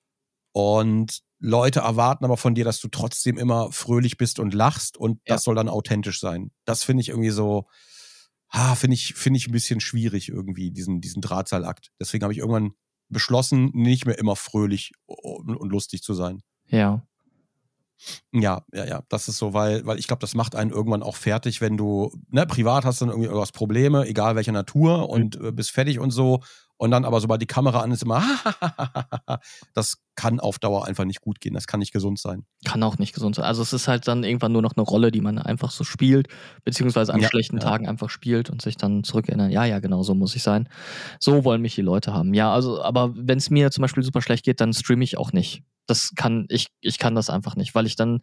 und Leute erwarten aber von dir, dass du trotzdem immer fröhlich bist und lachst und das soll dann authentisch sein. Das finde ich irgendwie so, finde ich ein bisschen schwierig irgendwie, diesen Drahtseilakt. Deswegen habe ich irgendwann beschlossen, nicht mehr immer fröhlich und lustig zu sein. Ja. Ja, das ist so, weil ich glaube, das macht einen irgendwann auch fertig, wenn du, privat hast dann irgendwie irgendwas Probleme, egal welcher Natur und bist fertig und so und dann aber sobald die Kamera an ist immer das kann auf Dauer einfach nicht gut gehen, das kann nicht gesund sein. Kann auch nicht gesund sein. Also es ist halt dann irgendwann nur noch eine Rolle, die man einfach so spielt, beziehungsweise an schlechten Tagen einfach spielt und sich dann zurückerinnert, ja, genau, so muss ich sein. So wollen mich die Leute haben. Ja, also, aber wenn es mir zum Beispiel super schlecht geht, dann streame ich auch nicht. Ich kann das einfach nicht, weil ich dann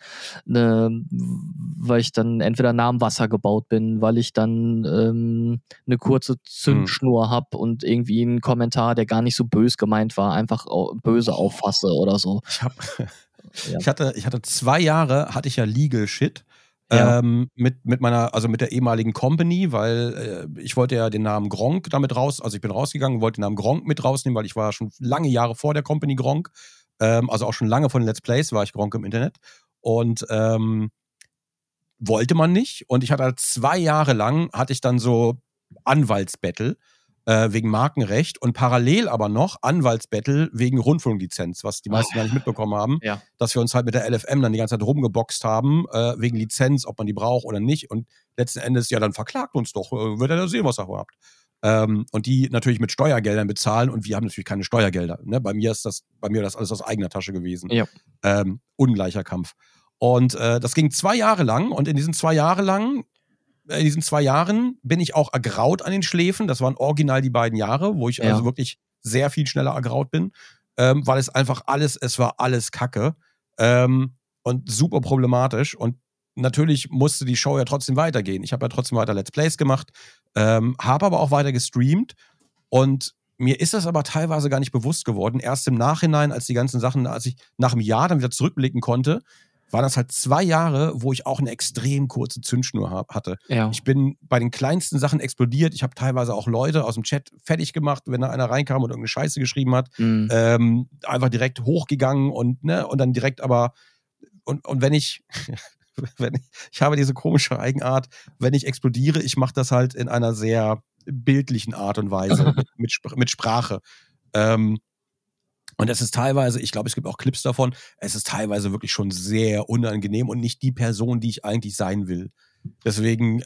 entweder nah am Wasser gebaut bin, weil ich dann eine kurze Zündschnur habe und irgendwie einen Kommentar, der gar nicht so böse gemeint war, einfach böse auffasse oder so. Ich hatte 2 Jahre, hatte ich ja Legal Shit. Mit der ehemaligen Company, weil ich wollte ja den Namen Gronkh damit raus, also ich bin rausgegangen, wollte den Namen Gronkh mit rausnehmen, weil ich war schon lange Jahre vor der Company Gronkh, also auch schon lange von den Let's Plays war ich Gronkh im Internet und wollte man nicht und ich hatte halt 2 Jahre lang, hatte ich dann so Anwaltsbattle wegen Markenrecht und parallel aber noch Anwaltsbattle wegen Rundfunklizenz, was die meisten gar nicht mitbekommen haben, dass wir uns halt mit der LFM dann die ganze Zeit rumgeboxt haben, wegen Lizenz, ob man die braucht oder nicht und letzten Endes, ja, dann verklagt uns doch, wird er da sehen, was er habt. Und die natürlich mit Steuergeldern bezahlen und wir haben natürlich keine Steuergelder. Ne? Bei mir das alles aus eigener Tasche gewesen. Ja. Ungleicher Kampf. Und das ging 2 Jahre lang und in diesen 2 Jahren bin ich auch ergraut an den Schläfen. Das waren original die beiden Jahre, wo ich also wirklich sehr viel schneller ergraut bin, weil es war alles Kacke und super problematisch. Und natürlich musste die Show ja trotzdem weitergehen. Ich habe ja trotzdem weiter Let's Plays gemacht, habe aber auch weiter gestreamt und mir ist das aber teilweise gar nicht bewusst geworden. Erst im Nachhinein, als die ganzen Sachen, als ich nach einem Jahr dann wieder zurückblicken konnte, waren das halt 2 Jahre, wo ich auch eine extrem kurze Zündschnur hatte. Ja. Ich bin bei den kleinsten Sachen explodiert. Ich habe teilweise auch Leute aus dem Chat fertig gemacht, wenn da einer reinkam und irgendeine Scheiße geschrieben hat. Einfach direkt hochgegangen und dann direkt aber und wenn ich habe diese komische Eigenart, wenn ich explodiere, ich mache das halt in einer sehr bildlichen Art und Weise, mit Sprache. Und es ist teilweise, ich glaube, es gibt auch Clips davon, es ist teilweise wirklich schon sehr unangenehm und nicht die Person, die ich eigentlich sein will. Deswegen,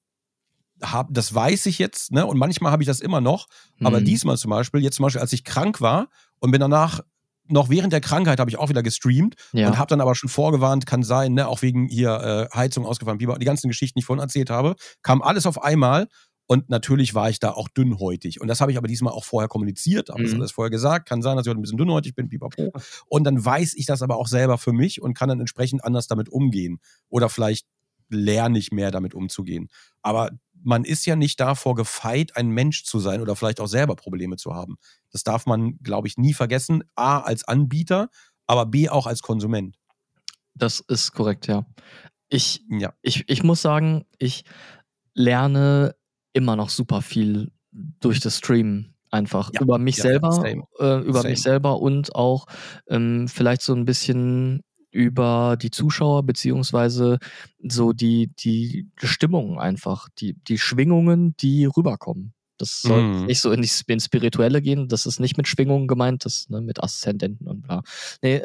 das weiß ich jetzt, ne? Und manchmal habe ich das immer noch, aber diesmal zum Beispiel, als ich krank war und bin danach, noch während der Krankheit habe ich auch wieder gestreamt und habe dann aber schon vorgewarnt, kann sein, ne, auch wegen hier Heizung ausgefallen, die ganzen Geschichten, die ich vorhin erzählt habe, kam alles auf einmal und natürlich war ich da auch dünnhäutig und das habe ich aber diesmal auch vorher kommuniziert, habe das alles vorher gesagt, kann sein, dass ich heute ein bisschen dünnhäutig bin, pipapo und dann weiß ich das aber auch selber für mich und kann dann entsprechend anders damit umgehen oder vielleicht lerne ich mehr damit umzugehen, aber man ist ja nicht davor gefeit, ein Mensch zu sein oder vielleicht auch selber Probleme zu haben. Das darf man, glaube ich, nie vergessen. A, als Anbieter, aber B, auch als Konsument. Das ist korrekt, ja. Ich muss sagen, ich lerne immer noch super viel durch das Streamen einfach. Über mich selber, mich selber und auch vielleicht so ein bisschen über die Zuschauer, beziehungsweise so die Stimmung einfach, die Schwingungen, die rüberkommen. Das soll nicht so ins Spirituelle gehen, das ist nicht mit Schwingungen gemeint, das mit Aszendenten und bla. Nee,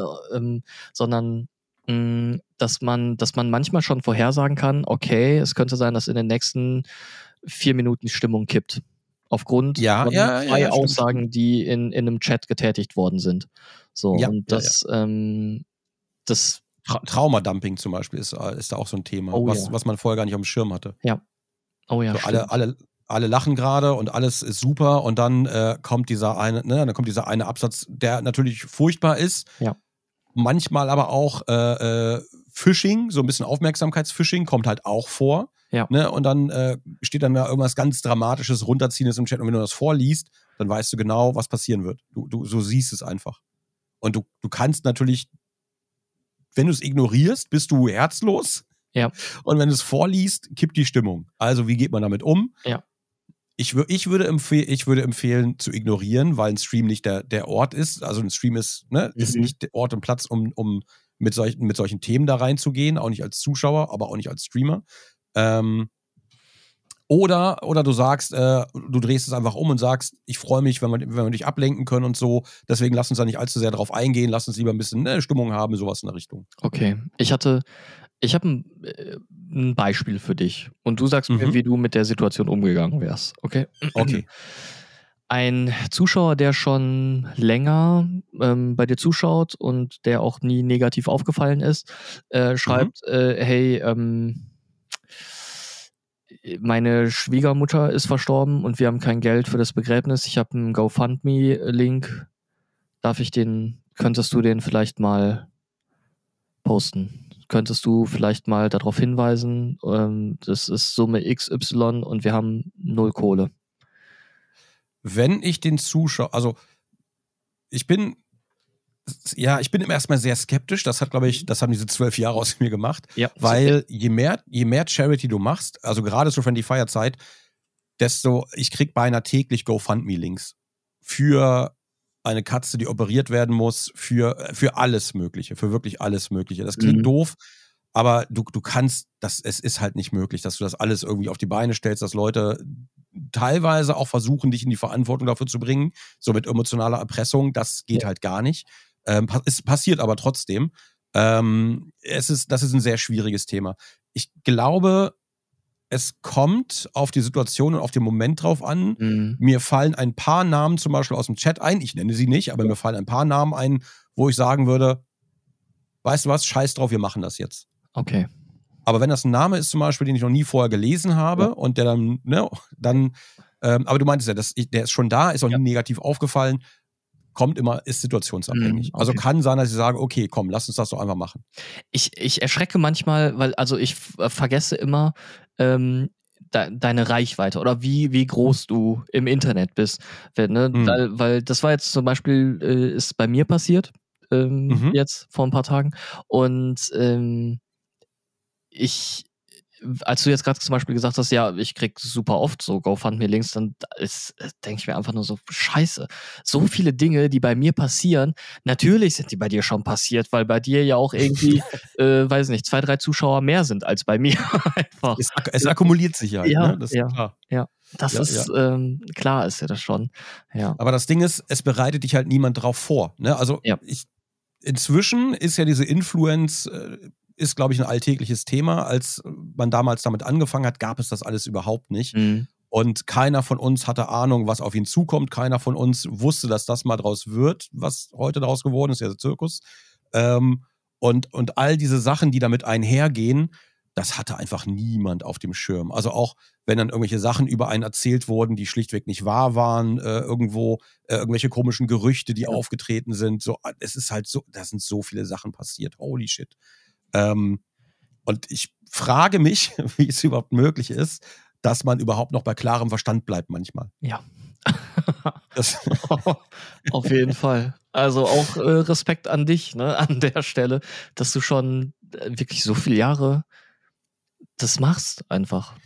sondern dass man manchmal schon vorhersagen kann, okay, es könnte sein, dass in den nächsten 4 Minuten die Stimmung kippt. Aufgrund von 2 Aussagen, stimmt. Die in einem Chat getätigt worden sind. So, und das Traumadumping zum Beispiel ist da auch so ein Thema, was man vorher gar nicht auf dem Schirm hatte. Ja. Oh ja. So, alle lachen gerade und alles ist super und dann kommt dieser eine Absatz, der natürlich furchtbar ist. Ja. Manchmal aber auch Phishing, so ein bisschen Aufmerksamkeitsphishing kommt halt auch vor. Ja. Ne? Und dann steht dann da irgendwas ganz Dramatisches, Runterziehendes im Chat und wenn du das vorliest, dann weißt du genau, was passieren wird. Du so siehst es einfach. Und du kannst natürlich, wenn du es ignorierst, bist du herzlos. Ja. Und wenn du es vorliest, kippt die Stimmung. Also wie geht man damit um? Ja. Ich würde empfehlen zu ignorieren, weil ein Stream nicht der Ort ist. Also ein Stream ist nicht der Ort und Platz, um mit solchen Themen da reinzugehen, auch nicht als Zuschauer, aber auch nicht als Streamer. Oder du sagst, du drehst es einfach um und sagst, ich freue mich, wenn wir dich ablenken können und so. Deswegen lass uns da nicht allzu sehr drauf eingehen, lass uns lieber ein bisschen Stimmung haben, sowas in der Richtung. Okay, ich habe ein Beispiel für dich und du sagst mir, wie du mit der Situation umgegangen wärst, okay? Okay. Ein Zuschauer, der schon länger bei dir zuschaut und der auch nie negativ aufgefallen ist, schreibt, hey, meine Schwiegermutter ist verstorben und wir haben kein Geld für das Begräbnis. Ich habe einen GoFundMe-Link. Könntest du den vielleicht mal posten? Könntest du vielleicht mal darauf hinweisen, das ist Summe XY und wir haben 0 Kohle. Wenn ich den Zuschauer, also ich bin immer erstmal sehr skeptisch. Das haben diese 12 Jahre aus mir gemacht. Ja, weil je mehr Charity du machst, also gerade zur Friendly Fire Zeit, ich krieg beinahe täglich GoFundMe-Links für eine Katze, die operiert werden muss, für alles Mögliche, für wirklich alles Mögliche. Das klingt doof, aber du kannst, es ist halt nicht möglich, dass du das alles irgendwie auf die Beine stellst, dass Leute teilweise auch versuchen, dich in die Verantwortung dafür zu bringen, so mit emotionaler Erpressung, das geht halt gar nicht. Es passiert aber trotzdem. Das ist ein sehr schwieriges Thema. Ich glaube, es kommt auf die Situation und auf den Moment drauf an. Mir fallen ein paar Namen zum Beispiel aus dem Chat ein. Ich nenne sie nicht, aber mir fallen ein paar Namen ein, wo ich sagen würde, weißt du was, scheiß drauf, wir machen das jetzt. Okay. Aber wenn das ein Name ist zum Beispiel, den ich noch nie vorher gelesen habe und der dann, aber du meintest ja, der ist schon da, ist auch nie negativ aufgefallen, ist situationsabhängig. Okay. Also kann sein, dass ich sage, okay, komm, lass uns das doch einfach machen. Ich erschrecke manchmal, weil ich vergesse immer deine Reichweite oder wie groß du im Internet bist. Weil das war jetzt zum Beispiel, ist bei mir passiert, jetzt vor ein paar Tagen. Und als du jetzt gerade zum Beispiel gesagt hast, ja, ich krieg super oft so GoFundMe-Links, dann denke ich mir einfach nur so, scheiße, so viele Dinge, die bei mir passieren, natürlich sind die bei dir schon passiert, weil bei dir ja auch irgendwie, weiß nicht, 2, 3 Zuschauer mehr sind als bei mir. Einfach. Es akkumuliert sich halt, ja, ne? Das ist klar. Ja. Das ist, klar ist ja das schon. Ja. Aber das Ding ist, es bereitet dich halt niemand drauf vor, ne? Also inzwischen ist ja diese Influence, ist, glaube ich, ein alltägliches Thema. Als man damals damit angefangen hat, gab es das alles überhaupt nicht. Und keiner von uns hatte Ahnung, was auf ihn zukommt. Keiner von uns wusste, dass das mal draus wird, was heute daraus geworden ist, der Zirkus. Und all diese Sachen, die damit einhergehen, das hatte einfach niemand auf dem Schirm. Also auch, wenn dann irgendwelche Sachen über einen erzählt wurden, die schlichtweg nicht wahr waren, irgendwelche komischen Gerüchte, die aufgetreten sind. So, es ist halt so, da sind so viele Sachen passiert. Holy shit. Und ich frage mich, wie es überhaupt möglich ist, dass man überhaupt noch bei klarem Verstand bleibt manchmal. Ja. Auf jeden Fall. Also auch Respekt an dich, ne, an der Stelle, dass du schon wirklich so viele Jahre das machst einfach.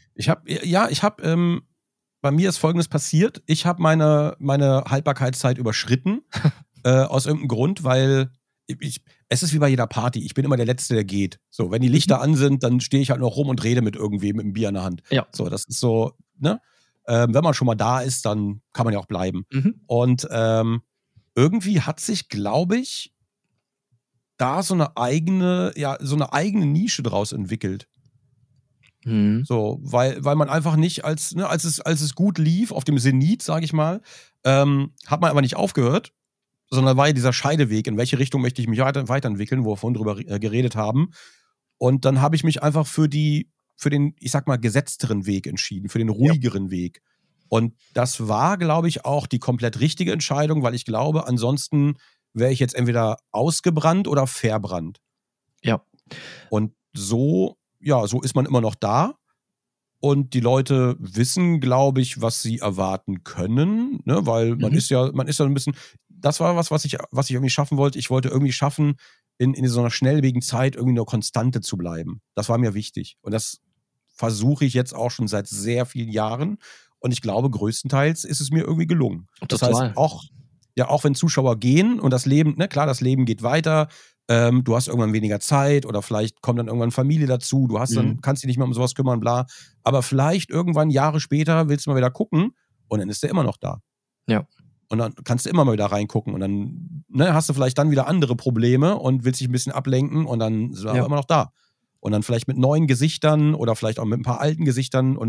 Bei mir ist Folgendes passiert. Ich habe meine Haltbarkeitszeit überschritten, aus irgendeinem Grund, weil es ist wie bei jeder Party. Ich bin immer der Letzte, der geht. So, wenn die Lichter an sind, dann stehe ich halt noch rum und rede mit irgendwem mit einem Bier in der Hand. Ja. So, das ist so, ne? Wenn man schon mal da ist, dann kann man ja auch bleiben. Und irgendwie hat sich, glaube ich, da so eine eigene Nische draus entwickelt. So, weil man einfach nicht, als es gut lief, auf dem Zenit, sage ich mal, hat man aber nicht aufgehört, sondern war ja dieser Scheideweg, in welche Richtung möchte ich mich weiterentwickeln, wo wir vorhin drüber geredet haben. Und dann habe ich mich einfach für den, ich sag mal, gesetzteren Weg entschieden, für den ruhigeren Weg. Und das war, glaube ich, auch die komplett richtige Entscheidung, weil ich glaube, ansonsten wäre ich jetzt entweder ausgebrannt oder verbrannt. Ja. Und so ist man immer noch da. Und die Leute wissen, glaube ich, was sie erwarten können, ne? Weil man ist ja ein bisschen, das war was ich irgendwie schaffen wollte. Ich wollte irgendwie schaffen, in so einer schnelllebigen Zeit irgendwie nur Konstante zu bleiben. Das war mir wichtig. Und das versuche ich jetzt auch schon seit sehr vielen Jahren. Und ich glaube, größtenteils ist es mir irgendwie gelungen. Das heißt, auch wenn Zuschauer gehen und das Leben, ne, klar, das Leben geht weiter, du hast irgendwann weniger Zeit oder vielleicht kommt dann irgendwann Familie dazu, kannst dich nicht mehr um sowas kümmern, bla. Aber vielleicht irgendwann Jahre später willst du mal wieder gucken und dann ist der immer noch da. Ja. Und dann kannst du immer mal wieder reingucken und dann hast du vielleicht dann wieder andere Probleme und willst dich ein bisschen ablenken und dann ist er immer noch da. Und dann vielleicht mit neuen Gesichtern oder vielleicht auch mit ein paar alten Gesichtern und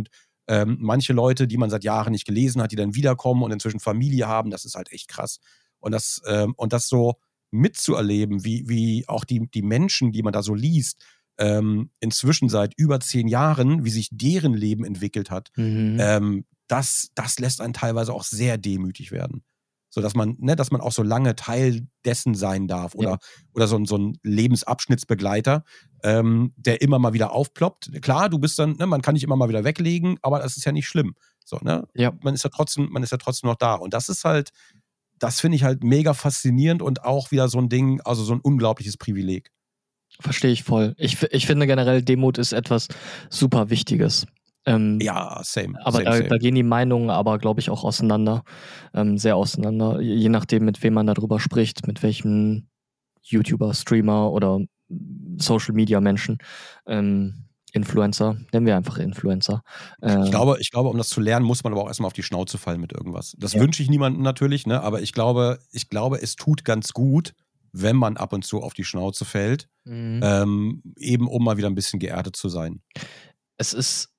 Manche Leute, die man seit Jahren nicht gelesen hat, die dann wiederkommen und inzwischen Familie haben, das ist halt echt krass. Und das so mitzuerleben, wie auch die Menschen, die man da so liest, inzwischen seit über 10 Jahren, wie sich deren Leben entwickelt hat, das lässt einen teilweise auch sehr demütig werden. So dass man auch so lange Teil dessen sein darf oder so ein Lebensabschnittsbegleiter, der immer mal wieder aufploppt. Klar, du bist dann, man kann dich immer mal wieder weglegen, aber das ist ja nicht schlimm. So, ne? Ja. Man ist ja trotzdem noch da. Und das ist halt, das finde ich halt mega faszinierend und auch wieder so ein Ding, also so ein unglaubliches Privileg. Verstehe ich voll. Ich finde generell, Demut ist etwas super Wichtiges. Ja, same. Aber da gehen die Meinungen aber, glaube ich, auch auseinander. Sehr auseinander. Je nachdem, mit wem man darüber spricht, mit welchem YouTuber, Streamer oder Social-Media-Menschen. Influencer. Nennen wir einfach Influencer. Ich glaube, um das zu lernen, muss man aber auch erstmal auf die Schnauze fallen mit irgendwas. Das wünsche ich niemandem natürlich, ne? Aber ich glaube, es tut ganz gut, wenn man ab und zu auf die Schnauze fällt, eben um mal wieder ein bisschen geerdet zu sein. Es ist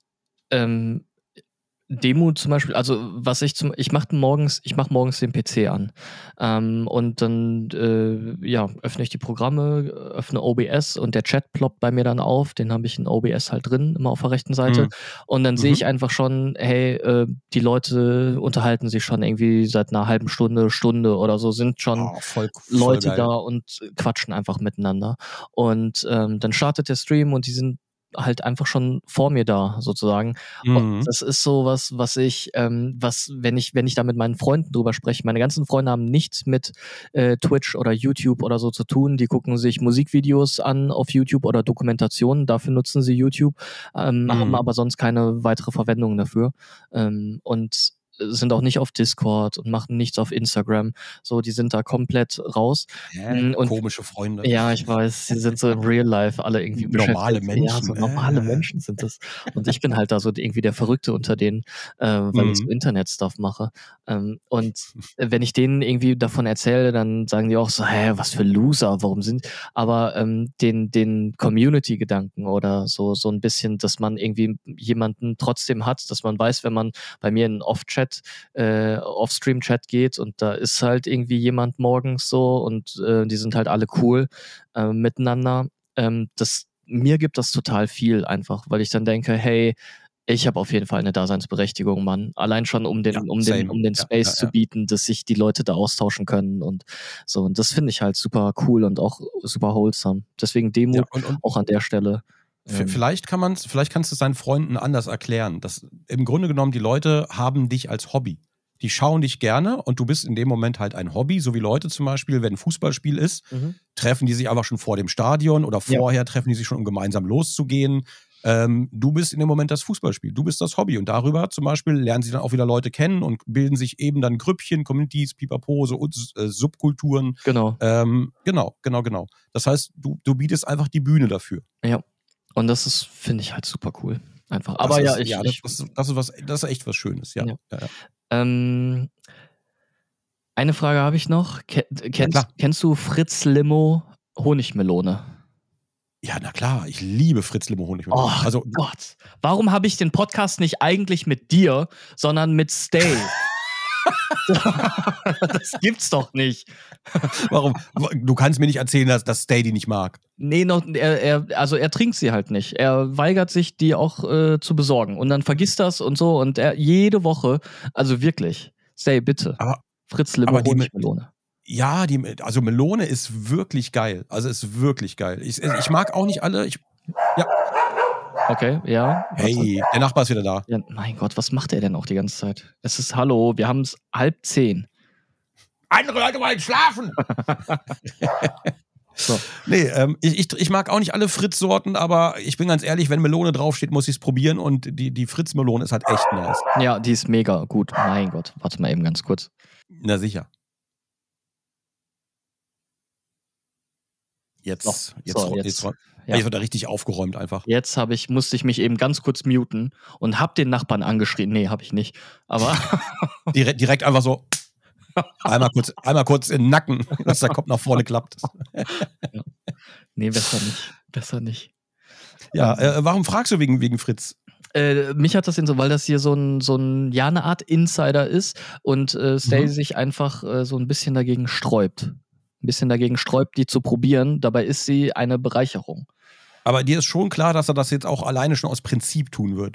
Demut zum Beispiel, also ich mache morgens den PC an und dann öffne ich die Programme, öffne OBS und der Chat ploppt bei mir dann auf, den habe ich in OBS halt drin, immer auf der rechten Seite und dann sehe ich einfach schon, hey, die Leute unterhalten sich schon irgendwie seit einer halben Stunde oder so, sind schon voll Leute geil. Da und quatschen einfach miteinander und dann startet der Stream und die sind halt einfach schon vor mir da, sozusagen. Und das ist so was wenn ich da mit meinen Freunden drüber spreche, meine ganzen Freunde haben nichts mit Twitch oder YouTube oder so zu tun, die gucken sich Musikvideos an auf YouTube oder Dokumentationen, dafür nutzen sie YouTube, haben aber sonst keine weitere Verwendung dafür. Und sind auch nicht auf Discord und machen nichts auf Instagram. So, die sind da komplett raus. Und komische Freunde. Ja, ich weiß, sie sind so im Real Life alle irgendwie normale Menschen. Ja, so normale Menschen sind das. Und ich bin halt da so irgendwie der Verrückte unter denen, weil ich so Internet-Stuff mache. Und wenn ich denen irgendwie davon erzähle, dann sagen die auch so, was für Loser, warum sind... Aber den Community-Gedanken oder so ein bisschen, dass man irgendwie jemanden trotzdem hat, dass man weiß, wenn man bei mir in Off-Stream-Chat geht und da ist halt irgendwie jemand morgens so und die sind halt alle cool miteinander. Mir gibt das total viel einfach, weil ich dann denke, hey, ich habe auf jeden Fall eine Daseinsberechtigung, Mann. Allein schon um den Space zu bieten, dass sich die Leute da austauschen können und so. Und das finde ich halt super cool und auch super wholesome. Deswegen Demut und auch an der Stelle. Vielleicht kannst du es deinen Freunden anders erklären. Dass im Grunde genommen die Leute haben dich als Hobby. Die schauen dich gerne und du bist in dem Moment halt ein Hobby, so wie Leute zum Beispiel, wenn ein Fußballspiel ist, treffen die sich einfach schon vor dem Stadion oder vorher treffen die sich schon, um gemeinsam loszugehen. Du bist in dem Moment das Fußballspiel, du bist das Hobby und darüber zum Beispiel lernen sie dann auch wieder Leute kennen und bilden sich eben dann Grüppchen, Communities, Pipapo, so Subkulturen. Genau. Genau. Das heißt, du bietest einfach die Bühne dafür. Ja, und das ist, finde ich halt super cool. Einfach. Das ist echt was Schönes, ja. Eine Frage habe ich noch. Kennst du Fritz Limo Honigmelone? Ja, na klar, ich liebe Fritz Limo Honigmelone. Oh also, Gott, warum habe ich den Podcast nicht eigentlich mit dir, sondern mit Stay? Das gibt's doch nicht. Warum? Du kannst mir nicht erzählen, dass Stay die nicht mag. Nee, er trinkt sie halt nicht. Er weigert sich, die auch zu besorgen. Und dann vergisst das und so. Und er jede Woche, also wirklich, Stay, bitte. Fritz Limo Honigmelone. Ja, also Melone ist wirklich geil. Ich mag auch nicht alle. Okay, ja. Hey, der Nachbar ist wieder da. Ja, mein Gott, was macht er denn auch die ganze Zeit? Es ist Hallo, wir haben es 9:30. Andere Leute wollen schlafen! So. Nee, ich mag auch nicht alle Fritz-Sorten, aber ich bin ganz ehrlich, wenn Melone draufsteht, muss ich es probieren und die Fritz-Melone ist halt echt nice. Ja, die ist mega gut. Mein Gott, warte mal eben ganz kurz. Na sicher. Jetzt wird er richtig aufgeräumt einfach. Jetzt musste ich mich eben ganz kurz muten und hab den Nachbarn angeschrien. Nee, hab ich nicht. Aber direkt einfach so einmal kurz in den Nacken, dass der Kopf nach vorne klappt. Ja. Nee, besser nicht. Ja, warum fragst du wegen Fritz? Mich hat das so, weil das hier so eine Art Insider ist und Stay sich einfach so ein bisschen dagegen sträubt. Die zu probieren. Dabei ist sie eine Bereicherung. Aber dir ist schon klar, dass er das jetzt auch alleine schon aus Prinzip tun wird?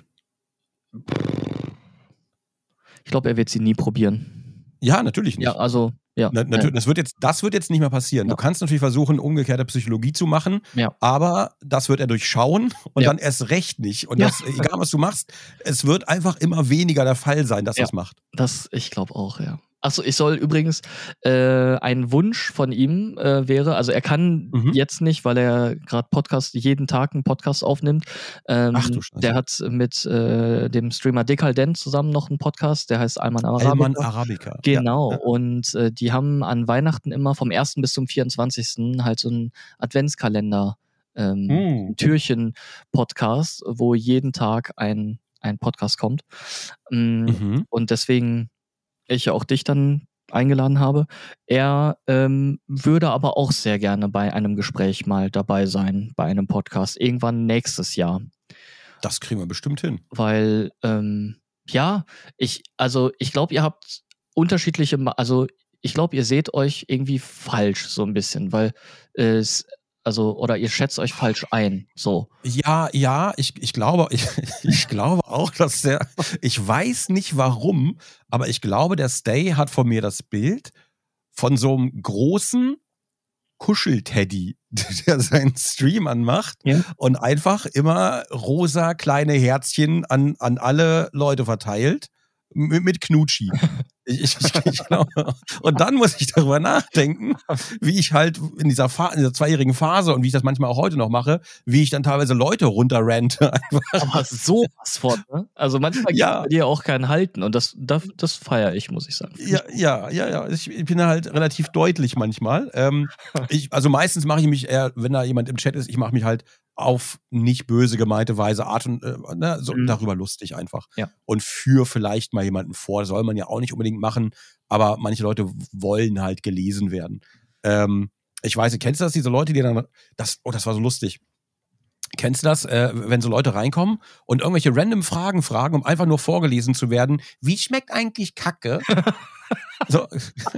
Ich glaube, er wird sie nie probieren. Ja, natürlich nicht. Ja, also, ja. Das wird jetzt nicht mehr passieren. Ja. Du kannst natürlich versuchen, umgekehrte Psychologie zu machen, aber das wird er durchschauen und dann erst recht nicht. Und das, egal was du machst, es wird einfach immer weniger der Fall sein, dass er es macht. Ich glaube auch, ja. Achso, ich soll übrigens, ein Wunsch von ihm wäre, also er kann jetzt nicht, weil er gerade jeden Tag einen Podcast aufnimmt. Ach du Scheiße. Der hat mit dem Streamer Dekadent zusammen noch einen Podcast, der heißt Alman Arabica. Alman Arabica. Genau, und die haben an Weihnachten immer vom 1. bis zum 24. halt so einen Adventskalender, Türchen-Podcast, wo jeden Tag ein Podcast kommt. Und deswegen ich auch dich dann eingeladen habe. Er würde aber auch sehr gerne bei einem Gespräch mal dabei sein, bei einem Podcast, irgendwann nächstes Jahr. Das kriegen wir bestimmt hin. Weil, ich glaube, ihr habt unterschiedliche, ich glaube, ihr seht euch irgendwie falsch so ein bisschen, weil oder ihr schätzt euch falsch ein, so. Ja, ich glaube auch, dass ich weiß nicht warum, aber ich glaube, der Stay hat von mir das Bild von so einem großen Kuschelteddy, der seinen Stream anmacht und einfach immer rosa kleine Herzchen an alle Leute verteilt mit Knutschi. Ich glaube. Und dann muss ich darüber nachdenken, wie ich halt in dieser 2-jährigen Phase und wie ich das manchmal auch heute noch mache, wie ich dann teilweise Leute runterrante. Aber sowas von, ne? Also manchmal gibt es bei dir auch kein Halten und das feiere ich, muss ich sagen. Ja. Ich bin halt relativ deutlich manchmal. Also meistens mache ich mich eher, wenn da jemand im Chat ist, ich mache mich halt auf nicht böse gemeinte Weise darüber lustig einfach. Ja. Und führe vielleicht mal jemanden vor. Soll man ja auch nicht unbedingt machen, aber manche Leute wollen halt gelesen werden. Ich weiß nicht, kennst du das, diese Leute, die dann, das war so lustig. Kennst du das, wenn so Leute reinkommen und irgendwelche random Fragen fragen, um einfach nur vorgelesen zu werden? Wie schmeckt eigentlich Kacke? So.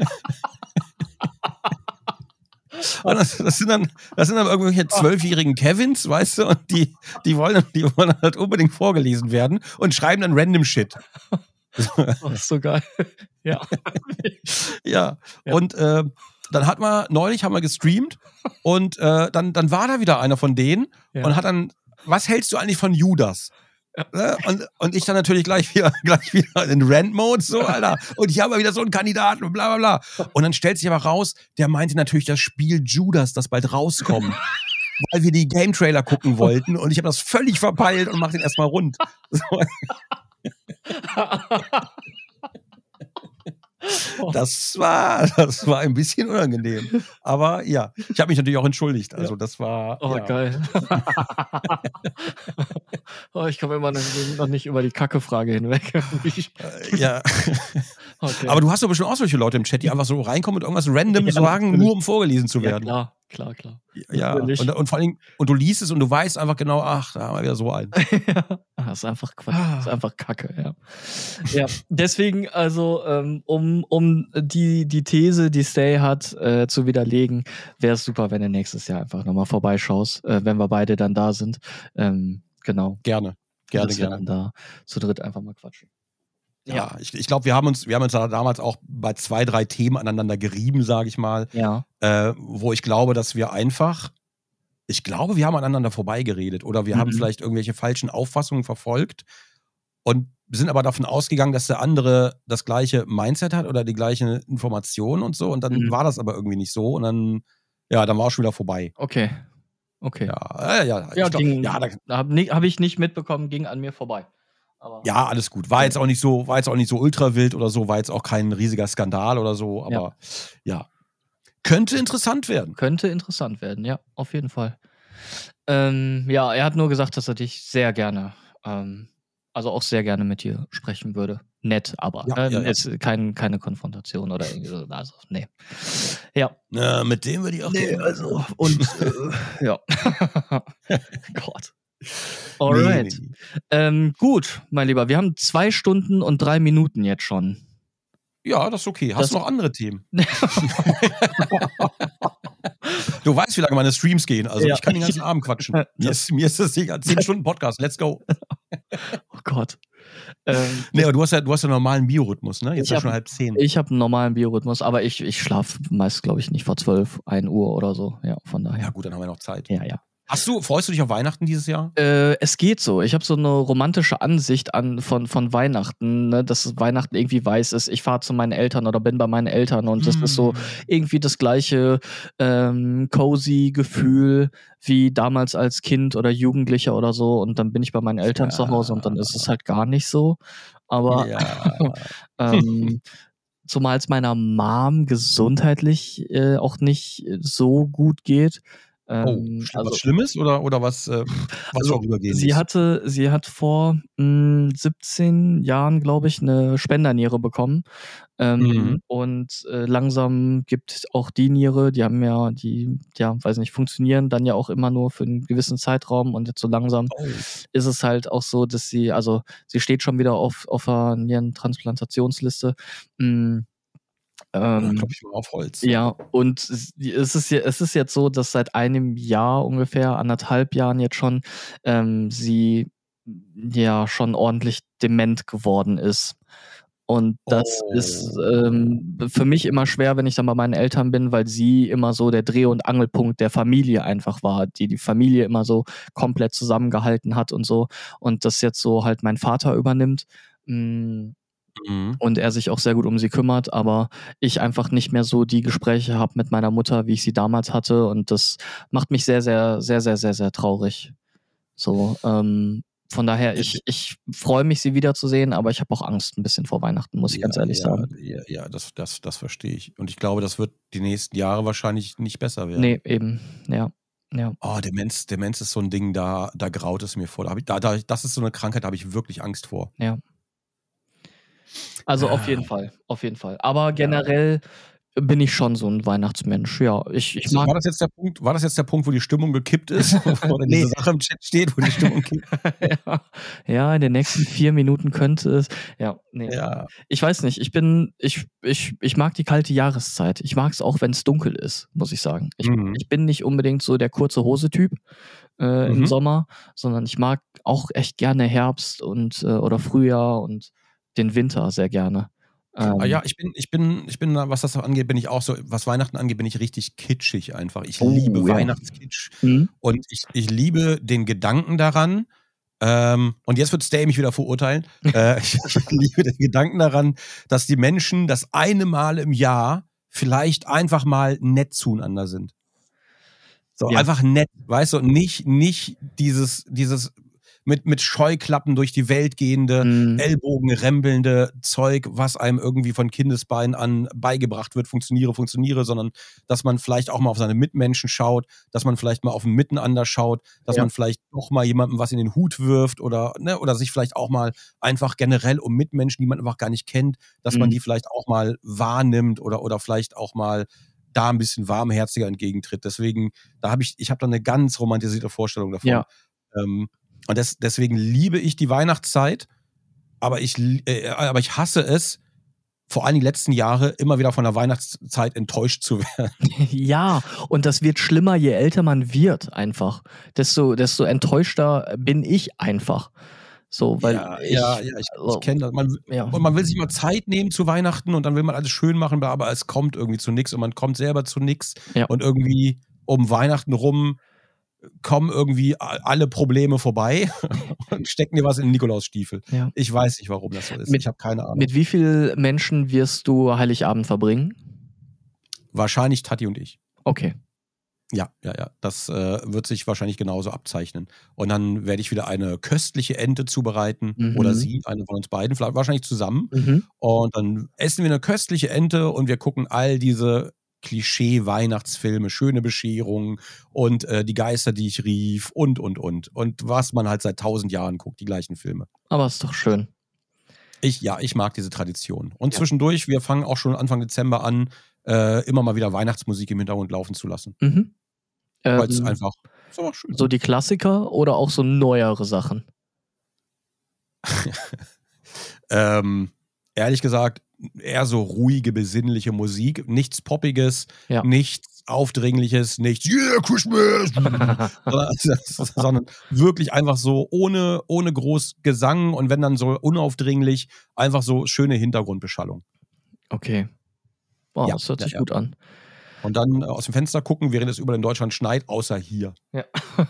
Und das sind dann irgendwelche 12-jährigen Kevins, weißt du, und die wollen halt unbedingt vorgelesen werden und schreiben dann random Shit. Das ist so geil. Ja. Ja. Und neulich haben wir gestreamt und dann war da wieder einer von denen und hat dann, was hältst du eigentlich von Judas? Ja. Und ich dann natürlich gleich wieder in Rant-Mode, so, Alter. Und ich habe wieder so einen Kandidaten und bla bla bla. Und dann stellt sich aber raus, der meinte natürlich das Spiel Judas, das bald rauskommt. Weil wir die Game-Trailer gucken wollten und ich habe das völlig verpeilt und mach den erstmal rund. So. Das war ein bisschen unangenehm. Aber ja, ich habe mich natürlich auch entschuldigt. Also das war... Oh, geil. Ich komme immer noch nicht über die Kacke-Frage hinweg. Ja. Okay. Aber du hast doch bestimmt auch solche Leute im Chat, die einfach so reinkommen und irgendwas random sagen, nur um vorgelesen zu werden. Ja, klar. Ja, und vor allem, und du liest es und du weißt einfach genau, ach, da haben wir wieder so einen. Das ist einfach Quatsch, das ist einfach Kacke, ja. Deswegen, also, um die These, die Stay hat, zu widerlegen, wäre es super, wenn du nächstes Jahr einfach nochmal vorbeischaust, wenn wir beide dann da sind. Genau. Gerne. Wir dann da zu dritt einfach mal quatschen. Ja, ich glaube, wir haben uns da damals auch bei 2, 3 Themen aneinander gerieben, sage ich mal. Ja. Wo ich glaube, dass wir einfach, wir haben aneinander vorbeigeredet oder wir haben vielleicht irgendwelche falschen Auffassungen verfolgt und sind aber davon ausgegangen, dass der andere das gleiche Mindset hat oder die gleiche Information und so und dann war das aber irgendwie nicht so und dann war auch schon wieder vorbei. Okay. Ja. Habe ich nicht mitbekommen, ging an mir vorbei. Aber ja, alles gut. War jetzt auch nicht so ultra wild oder so, war jetzt auch kein riesiger Skandal oder so, aber ja. Könnte interessant werden. Ja, auf jeden Fall. Er hat nur gesagt, dass er dich sehr gerne, also auch sehr gerne mit dir sprechen würde. Nett, aber ist keine Konfrontation oder irgendwie so. Also, nee. Ja. Mit dem würde ich auch gerne. Also, und ja. Gott. Alright. Nee. Gut, mein Lieber, wir haben 2 Stunden und 3 Minuten jetzt schon. Ja, das ist okay. Hast du noch andere Themen? Du weißt, wie lange meine Streams gehen. Also ich kann den ganzen Abend quatschen. Mir ist das egal. 10 Stunden Podcast. Let's go. Oh Gott. Nee, aber du hast ja einen normalen Biorhythmus, ne? Jetzt ist ja schon 9:30. Ich habe einen normalen Biorhythmus, aber ich schlafe meist, glaube ich, nicht vor 12, 1 Uhr oder so. Ja, von daher. Ja gut, dann haben wir noch Zeit. Ja. Freust du dich auf Weihnachten dieses Jahr? Es geht so. Ich habe so eine romantische Ansicht von Weihnachten, ne? Dass Weihnachten irgendwie weiß ist, ich fahre zu meinen Eltern oder bin bei meinen Eltern und das ist so irgendwie das gleiche cozy Gefühl wie damals als Kind oder Jugendlicher oder so und dann bin ich bei meinen Eltern zu Hause und dann ist es halt gar nicht so. Aber zumal es meiner Mom gesundheitlich auch nicht so gut geht. Was Schlimmes oder was vorübergehendes? Sie hat vor 17 Jahren, glaube ich, eine Spenderniere bekommen. Und langsam gibt auch die Niere, die haben weiß nicht, funktionieren dann ja auch immer nur für einen gewissen Zeitraum und jetzt so langsam ist es halt auch so, dass sie steht schon wieder auf der Nierentransplantationsliste. Klopfe ich mal auf Holz. Ja, und es ist jetzt so, dass seit einem Jahr ungefähr, 1,5 Jahren jetzt schon, sie ja schon ordentlich dement geworden ist. Und das ist für mich immer schwer, wenn ich dann bei meinen Eltern bin, weil sie immer so der Dreh- und Angelpunkt der Familie einfach war, die Familie immer so komplett zusammengehalten hat und so. Und das jetzt so halt mein Vater übernimmt. Und er sich auch sehr gut um sie kümmert, aber ich einfach nicht mehr so die Gespräche habe mit meiner Mutter, wie ich sie damals hatte und das macht mich sehr, sehr, sehr, sehr, sehr, sehr traurig. So, von daher, ich freue mich, sie wiederzusehen, aber ich habe auch Angst ein bisschen vor Weihnachten, muss ich ganz ehrlich sagen. Ja, das verstehe ich. Und ich glaube, das wird die nächsten Jahre wahrscheinlich nicht besser werden. Nee, eben, ja. Oh, Demenz ist so ein Ding, da graut es mir vor. Das ist so eine Krankheit, da habe ich wirklich Angst vor. Ja. Also auf jeden Fall. Aber generell bin ich schon so ein Weihnachtsmensch. Ja, ich mag. War das jetzt der Punkt, wo die Stimmung gekippt ist? Oder diese Sache im Chat steht, wo die Stimmung kippt? Ja, in den nächsten 4 Minuten könnte es. Ja, nee. Ja. Ich weiß nicht. Ich mag die kalte Jahreszeit. Ich mag es auch, wenn es dunkel ist, muss ich sagen. Ich bin nicht unbedingt so der kurze Hose-Typ im Sommer, sondern ich mag auch echt gerne Herbst und oder Frühjahr und den Winter sehr gerne. Ja, ich bin, was das angeht, bin ich auch so, was Weihnachten angeht, bin ich richtig kitschig einfach. Ich liebe Weihnachtskitsch und ich liebe den Gedanken daran. Und jetzt wird Stay mich wieder verurteilen. Ich liebe den Gedanken daran, dass die Menschen das eine Mal im Jahr vielleicht einfach mal nett zueinander sind. So, einfach nett, weißt du, nicht dieses mit Scheuklappen durch die Welt gehende, Ellbogenrempelnde Zeug, was einem irgendwie von Kindesbeinen an beigebracht wird, funktioniere, sondern dass man vielleicht auch mal auf seine Mitmenschen schaut, dass man vielleicht mal auf ein Miteinander schaut, dass man vielleicht auch mal jemandem was in den Hut wirft oder sich vielleicht auch mal einfach generell um Mitmenschen, die man einfach gar nicht kennt, dass man die vielleicht auch mal wahrnimmt oder vielleicht auch mal da ein bisschen warmherziger entgegentritt. Deswegen, ich habe da eine ganz romantisierte Vorstellung davon. Ja. Und deswegen liebe ich die Weihnachtszeit, aber ich hasse es, vor allem die letzten Jahre, immer wieder von der Weihnachtszeit enttäuscht zu werden. Ja, und das wird schlimmer, je älter man wird einfach. Desto enttäuschter bin ich einfach. So, weil ich kenne das. Man will sich mal Zeit nehmen zu Weihnachten und dann will man alles schön machen, aber es kommt irgendwie zu nichts und man kommt selber zu nichts. Ja. Und irgendwie um Weihnachten rum kommen irgendwie alle Probleme vorbei und stecken dir was in den Nikolausstiefel. Ja. Ich weiß nicht, warum das so ist. Ich habe keine Ahnung. Mit wie vielen Menschen wirst du Heiligabend verbringen? Wahrscheinlich Tati und ich. Okay. Ja. Das wird sich wahrscheinlich genauso abzeichnen. Und dann werde ich wieder eine köstliche Ente zubereiten oder sie, eine von uns beiden, vielleicht wahrscheinlich zusammen. Und dann essen wir eine köstliche Ente und wir gucken all diese Klischee-Weihnachtsfilme, schöne Bescherung und die Geister, die ich rief und. Und was man halt seit 1000 Jahren guckt, die gleichen Filme. Aber ist doch schön. Ich mag diese Tradition. Und zwischendurch, wir fangen auch schon Anfang Dezember an, immer mal wieder Weihnachtsmusik im Hintergrund laufen zu lassen. Weil es einfach so schön so die Klassiker oder auch so neuere Sachen? Ehrlich gesagt, eher so ruhige, besinnliche Musik. Nichts Poppiges, nichts Aufdringliches, nichts Yeah, Christmas! sondern wirklich einfach so ohne groß Gesang und wenn dann so unaufdringlich, einfach so schöne Hintergrundbeschallung. Okay. Wow, das hört sich gut an. Und dann aus dem Fenster gucken, während es überall in Deutschland schneit, außer hier. Ja.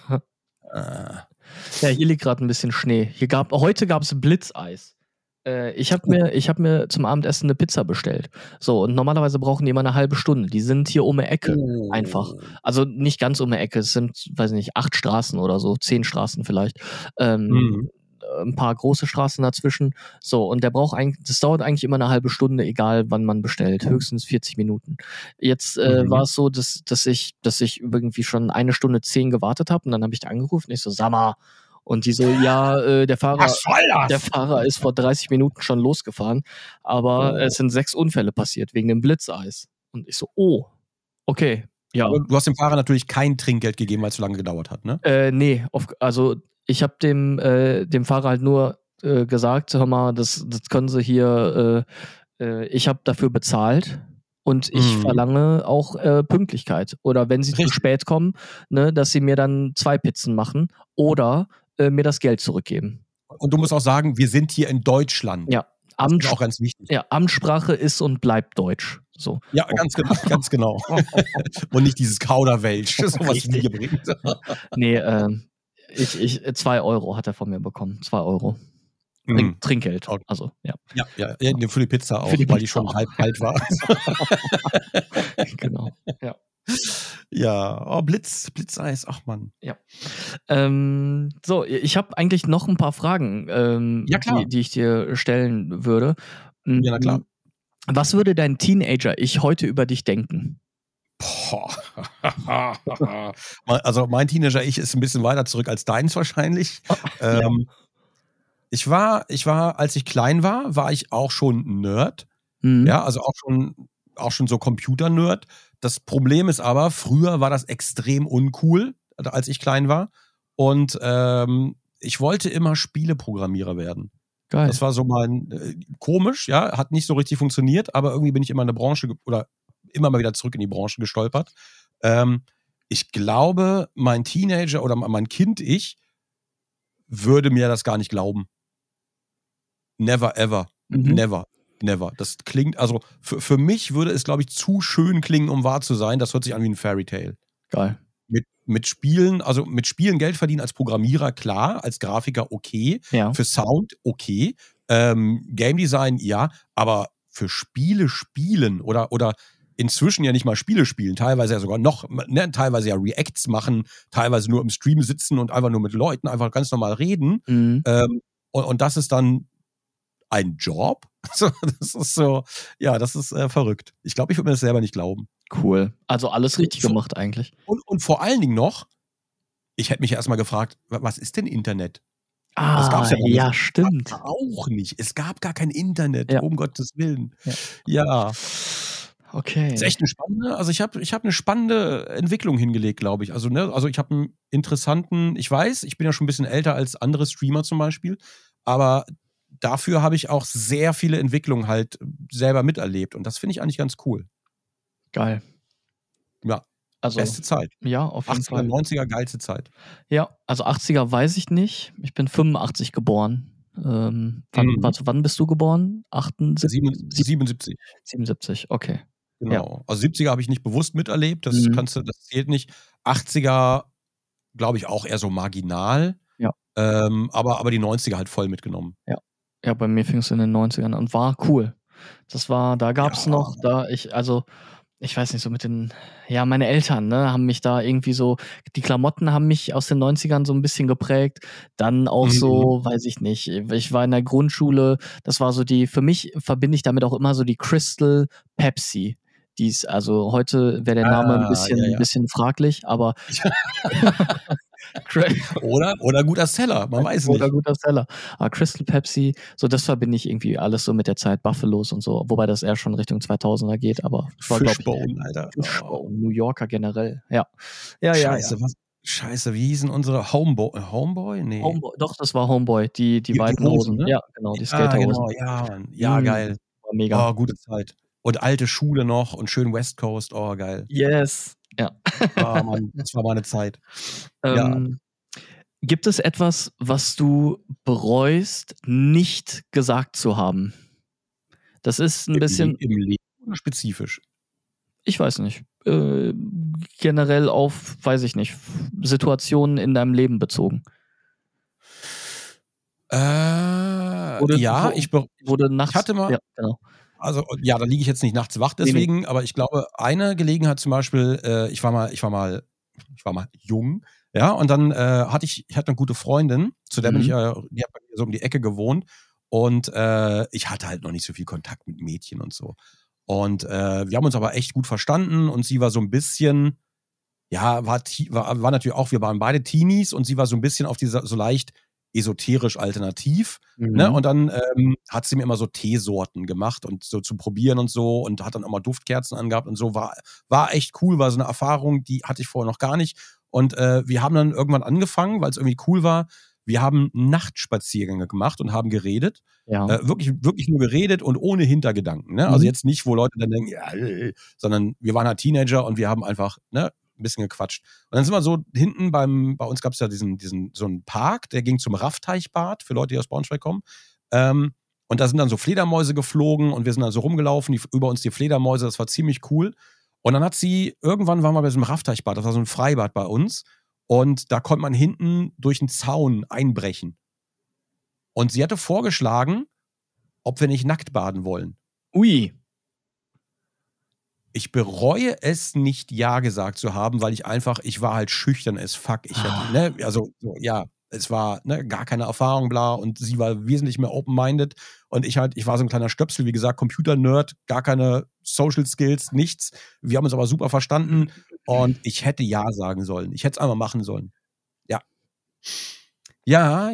Ja, hier liegt gerade ein bisschen Schnee. Heute gab es Blitzeis. Ich hab mir zum Abendessen eine Pizza bestellt. So, und normalerweise brauchen die immer eine halbe Stunde. Die sind hier um die Ecke einfach. Also nicht ganz um die Ecke, es sind, weiß nicht, 8 Straßen oder so, 10 Straßen vielleicht. Ein paar große Straßen dazwischen. So, und das dauert eigentlich immer eine halbe Stunde, egal wann man bestellt. Höchstens 40 Minuten. Jetzt war es so, dass ich irgendwie schon 1 Stunde 10 gewartet habe und dann habe ich da angerufen und ich so, sag mal. Und die so, der Fahrer ist vor 30 Minuten schon losgefahren, aber es sind 6 Unfälle passiert wegen dem Blitzeis. Und ich so, okay. Ja. Aber du hast dem Fahrer natürlich kein Trinkgeld gegeben, weil es so lange gedauert hat, ne? Nee, also ich habe dem Fahrer halt nur gesagt, hör mal, das können Sie hier, ich habe dafür bezahlt und ich verlange auch Pünktlichkeit. Oder wenn Sie zu spät kommen, ne, dass Sie mir dann 2 Pizzen machen oder mir das Geld zurückgeben. Und du musst auch sagen, wir sind hier in Deutschland. Ja. Das ist auch ganz wichtig. Ja, Amtssprache ist und bleibt Deutsch. So. Ja, ganz genau. Und nicht dieses Kauderwelsch, was du hier bringst. Nee, 2 Euro hat er von mir bekommen. 2 Euro. Trinkgeld. Okay. Also, ja. Ja, für die Pizza auch, weil die schon halb kalt war. Genau, ja. Ja, Blitzeis, ach Mann. Ja. So, ich habe eigentlich noch ein paar Fragen, die ich dir stellen würde. Ja, na klar. Was würde dein Teenager-Ich heute über dich denken? Also mein Teenager-Ich ist ein bisschen weiter zurück als deins wahrscheinlich. Ich war, als ich klein war ich auch schon ein Nerd. Ja, also auch schon so Computer-Nerd. Das Problem ist aber, früher war das extrem uncool, als ich klein war. Und ich wollte immer Spieleprogrammierer werden. Geil. Das war so komisch, ja, hat nicht so richtig funktioniert, aber irgendwie bin ich immer in der Branche oder immer mal wieder zurück in die Branche gestolpert. Ich glaube, mein Teenager oder mein Kind-Ich würde mir das gar nicht glauben. Never, ever. Never. Das klingt, also für mich würde es, glaube ich, zu schön klingen, um wahr zu sein. Das hört sich an wie ein Fairy Tale. Geil. Mit Spielen Geld verdienen als Programmierer, klar, als Grafiker okay, für Sound okay, Game Design ja, aber für Spiele spielen oder inzwischen ja nicht mal Spiele spielen, teilweise ja sogar noch, ne, teilweise ja Reacts machen, teilweise nur im Stream sitzen und einfach nur mit Leuten einfach ganz normal reden. Und das ist dann ein Job? Das ist so, ja, das ist verrückt. Ich glaube, ich würde mir das selber nicht glauben. Cool. Also alles richtig gemacht eigentlich. Und vor allen Dingen noch, ich hätte mich erstmal gefragt, was ist denn Internet? Das gab's ja, stimmt. Auch nicht. Es gab gar kein Internet, um Gottes Willen. Ja. Okay. Das ist echt eine spannende, also ich hab eine spannende Entwicklung hingelegt, glaube ich. Also ich habe einen interessanten, ich weiß, ich bin ja schon ein bisschen älter als andere Streamer zum Beispiel, aber dafür habe ich auch sehr viele Entwicklungen halt selber miterlebt und das finde ich eigentlich ganz cool. Geil. Ja, also, beste Zeit. Ja, auf jeden 80er, Fall. 90er, geilste Zeit. Ja, also 80er weiß ich nicht. Ich bin 85 geboren. Wann bist du geboren? 77. 77, okay. Genau. Ja. Also 70er habe ich nicht bewusst miterlebt, das zählt nicht. 80er, glaube ich, auch eher so marginal. Ja. Aber die 90er halt voll mitgenommen. Ja, bei mir fing es in den 90ern an und war cool. Da gab es noch, ich weiß nicht, so meine Eltern, ne, haben mich da irgendwie so, die Klamotten haben mich aus den 90ern so ein bisschen geprägt. Dann auch so, weiß ich nicht, ich war in der Grundschule, das war so für mich verbinde ich damit auch immer so die Crystal Pepsi. Also heute wäre der Name ein bisschen fraglich, aber oder guter Seller, man weiß nicht. Oder guter Seller. Aber Crystal Pepsi, so das verbinde ich irgendwie alles so mit der Zeit Buffalos und so, wobei das eher schon Richtung 2000er geht, aber Fishbone, Alter. Fishbone, New Yorker generell, ja. Scheiße, Scheiße, wie hießen unsere Homeboy? Nee. Homeboy, doch, das war Homeboy, die weiten Hosen. Ne? Ja, genau, die Skaterhosen. Genau, ja, geil. War mega. Oh, gute Zeit. Und alte Schule noch und schön West Coast, oh, geil. Yes, ja. Oh Mann, das war mal eine Zeit. Gibt es etwas, was du bereust, nicht gesagt zu haben? Das ist ein bisschen... Im Leben oder spezifisch? Ich weiß nicht. Generell auf, weiß ich nicht, Situationen in deinem Leben bezogen. Ich hatte mal... Ja, genau. Also, ja, da liege ich jetzt nicht nachts wach deswegen, aber ich glaube, eine Gelegenheit zum Beispiel, ich war mal jung, ja, und dann hatte ich eine gute Freundin, zu der die hat bei mir so um die Ecke gewohnt und ich hatte halt noch nicht so viel Kontakt mit Mädchen und so. Und wir haben uns aber echt gut verstanden und sie war so ein bisschen, ja, war natürlich auch, wir waren beide Teenies und sie war so ein bisschen auf dieser so leicht esoterisch alternativ, ne? Und dann hat sie mir immer so Teesorten gemacht und so zu probieren und so und hat dann immer Duftkerzen angehabt und so, war echt cool, war so eine Erfahrung, die hatte ich vorher noch gar nicht und wir haben dann irgendwann angefangen, weil es irgendwie cool war, wir haben Nachtspaziergänge gemacht und haben geredet, wirklich, wirklich nur geredet und ohne Hintergedanken, ne? Also jetzt nicht, wo Leute dann denken, ja, sondern wir waren halt Teenager und wir haben einfach, ne, ein bisschen gequatscht. Und dann sind wir so hinten bei uns gab es ja so einen Park, der ging zum Raffteichbad für Leute, die aus Braunschweig kommen. Und da sind dann so Fledermäuse geflogen und wir sind dann so rumgelaufen, über uns die Fledermäuse, das war ziemlich cool. Und dann irgendwann waren wir bei so einem Raffteichbad, das war so ein Freibad bei uns. Und da konnte man hinten durch einen Zaun einbrechen. Und sie hatte vorgeschlagen, ob wir nicht nackt baden wollen. Ui. Ich bereue es nicht ja gesagt zu haben, weil ich war halt schüchtern as fuck. Es war gar keine Erfahrung, bla, und sie war wesentlich mehr open-minded und ich war so ein kleiner Stöpsel, wie gesagt, Computer-Nerd, gar keine Social Skills, nichts. Wir haben uns aber super verstanden und ich hätte ja sagen sollen. Ich hätte es einfach machen sollen. Ja. Ja.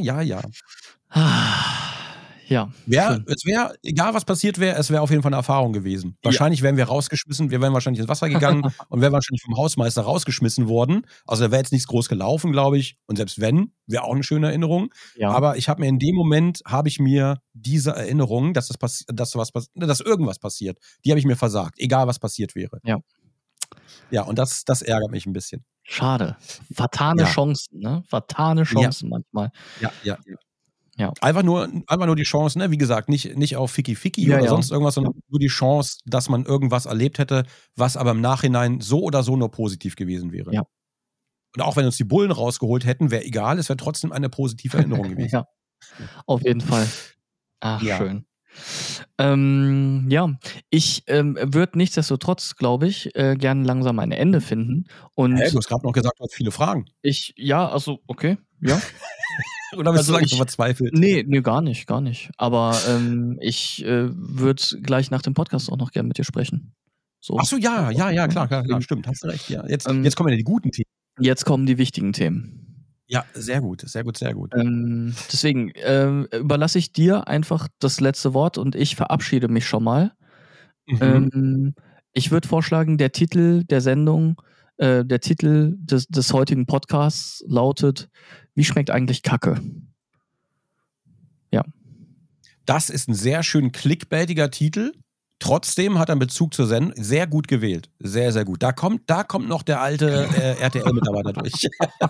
Ja. Es wäre, egal was passiert wäre, es wäre auf jeden Fall eine Erfahrung gewesen. Wahrscheinlich wären wir rausgeschmissen, wir wären wahrscheinlich ins Wasser gegangen und wären wahrscheinlich vom Hausmeister rausgeschmissen worden. Also da wäre jetzt nichts groß gelaufen, glaube ich. Und selbst wenn, wäre auch eine schöne Erinnerung. Ja. Aber in dem Moment habe ich mir diese Erinnerung, dass irgendwas passiert, die habe ich mir versagt, egal was passiert wäre. Ja. Ja, und das ärgert mich ein bisschen. Schade. Fatale Chancen, ne? Fatale Chancen manchmal. Ja. Einfach nur die Chance, ne? Wie gesagt, nicht auf Ficky oder sonst irgendwas, sondern nur die Chance, dass man irgendwas erlebt hätte, was aber im Nachhinein so oder so nur positiv gewesen wäre. Ja. Und auch wenn uns die Bullen rausgeholt hätten, wäre egal, es wäre trotzdem eine positive Erinnerung gewesen. Ja, auf jeden Fall. Ach, schön. Ich würde nichtsdestotrotz, glaube ich, gerne langsam ein Ende finden. Und du hast gerade noch gesagt, du hast viele Fragen. Okay, ja. Oder bist du langsam verzweifelt? Nee, gar nicht. Aber ich würde gleich nach dem Podcast auch noch gerne mit dir sprechen. So. Ach so, ja, klar, stimmt, hast du recht. Ja. Jetzt kommen ja die guten Themen. Jetzt kommen die wichtigen Themen. Ja, sehr gut. Deswegen überlasse ich dir einfach das letzte Wort und ich verabschiede mich schon mal. Ich würde vorschlagen, der Titel der Sendung, der Titel des heutigen Podcasts lautet: Wie schmeckt eigentlich Kacke? Ja. Das ist ein sehr schön clickbaitiger Titel. Trotzdem hat er einen Bezug zur Sendung. Sehr gut gewählt. Sehr, sehr gut. Da kommt noch der alte RTL-Mitarbeiter durch.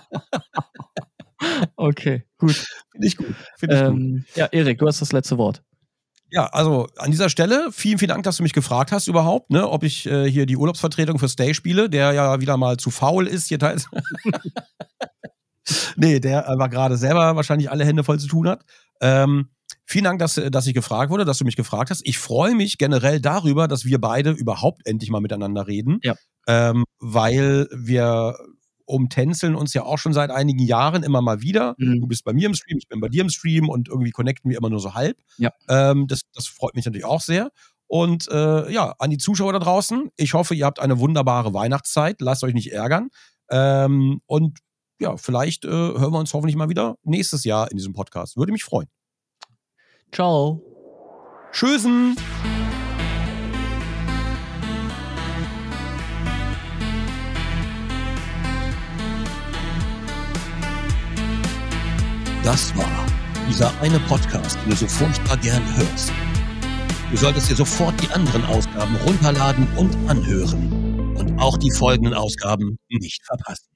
Okay, gut. Finde ich gut. Ja, Erik, du hast das letzte Wort. Ja, also an dieser Stelle vielen, vielen Dank, dass du mich gefragt hast überhaupt, ne, ob ich hier die Urlaubsvertretung für Stay spiele, der ja wieder mal zu faul ist hier teils. Nee, der aber gerade selber wahrscheinlich alle Hände voll zu tun hat. Vielen Dank, dass ich gefragt wurde, dass du mich gefragt hast. Ich freue mich generell darüber, dass wir beide überhaupt endlich mal miteinander reden. Ja. Weil wir umtänzeln uns ja auch schon seit einigen Jahren immer mal wieder. Du bist bei mir im Stream, ich bin bei dir im Stream und irgendwie connecten wir immer nur so halb. Ja. Das freut mich natürlich auch sehr. Und an die Zuschauer da draußen, ich hoffe, ihr habt eine wunderbare Weihnachtszeit. Lasst euch nicht ärgern. Und ja, vielleicht hören wir uns hoffentlich mal wieder nächstes Jahr in diesem Podcast. Würde mich freuen. Ciao. Tschüssen. Das war dieser eine Podcast, den du so furchtbar gern hörst. Du solltest dir sofort die anderen Ausgaben runterladen und anhören und auch die folgenden Ausgaben nicht verpassen.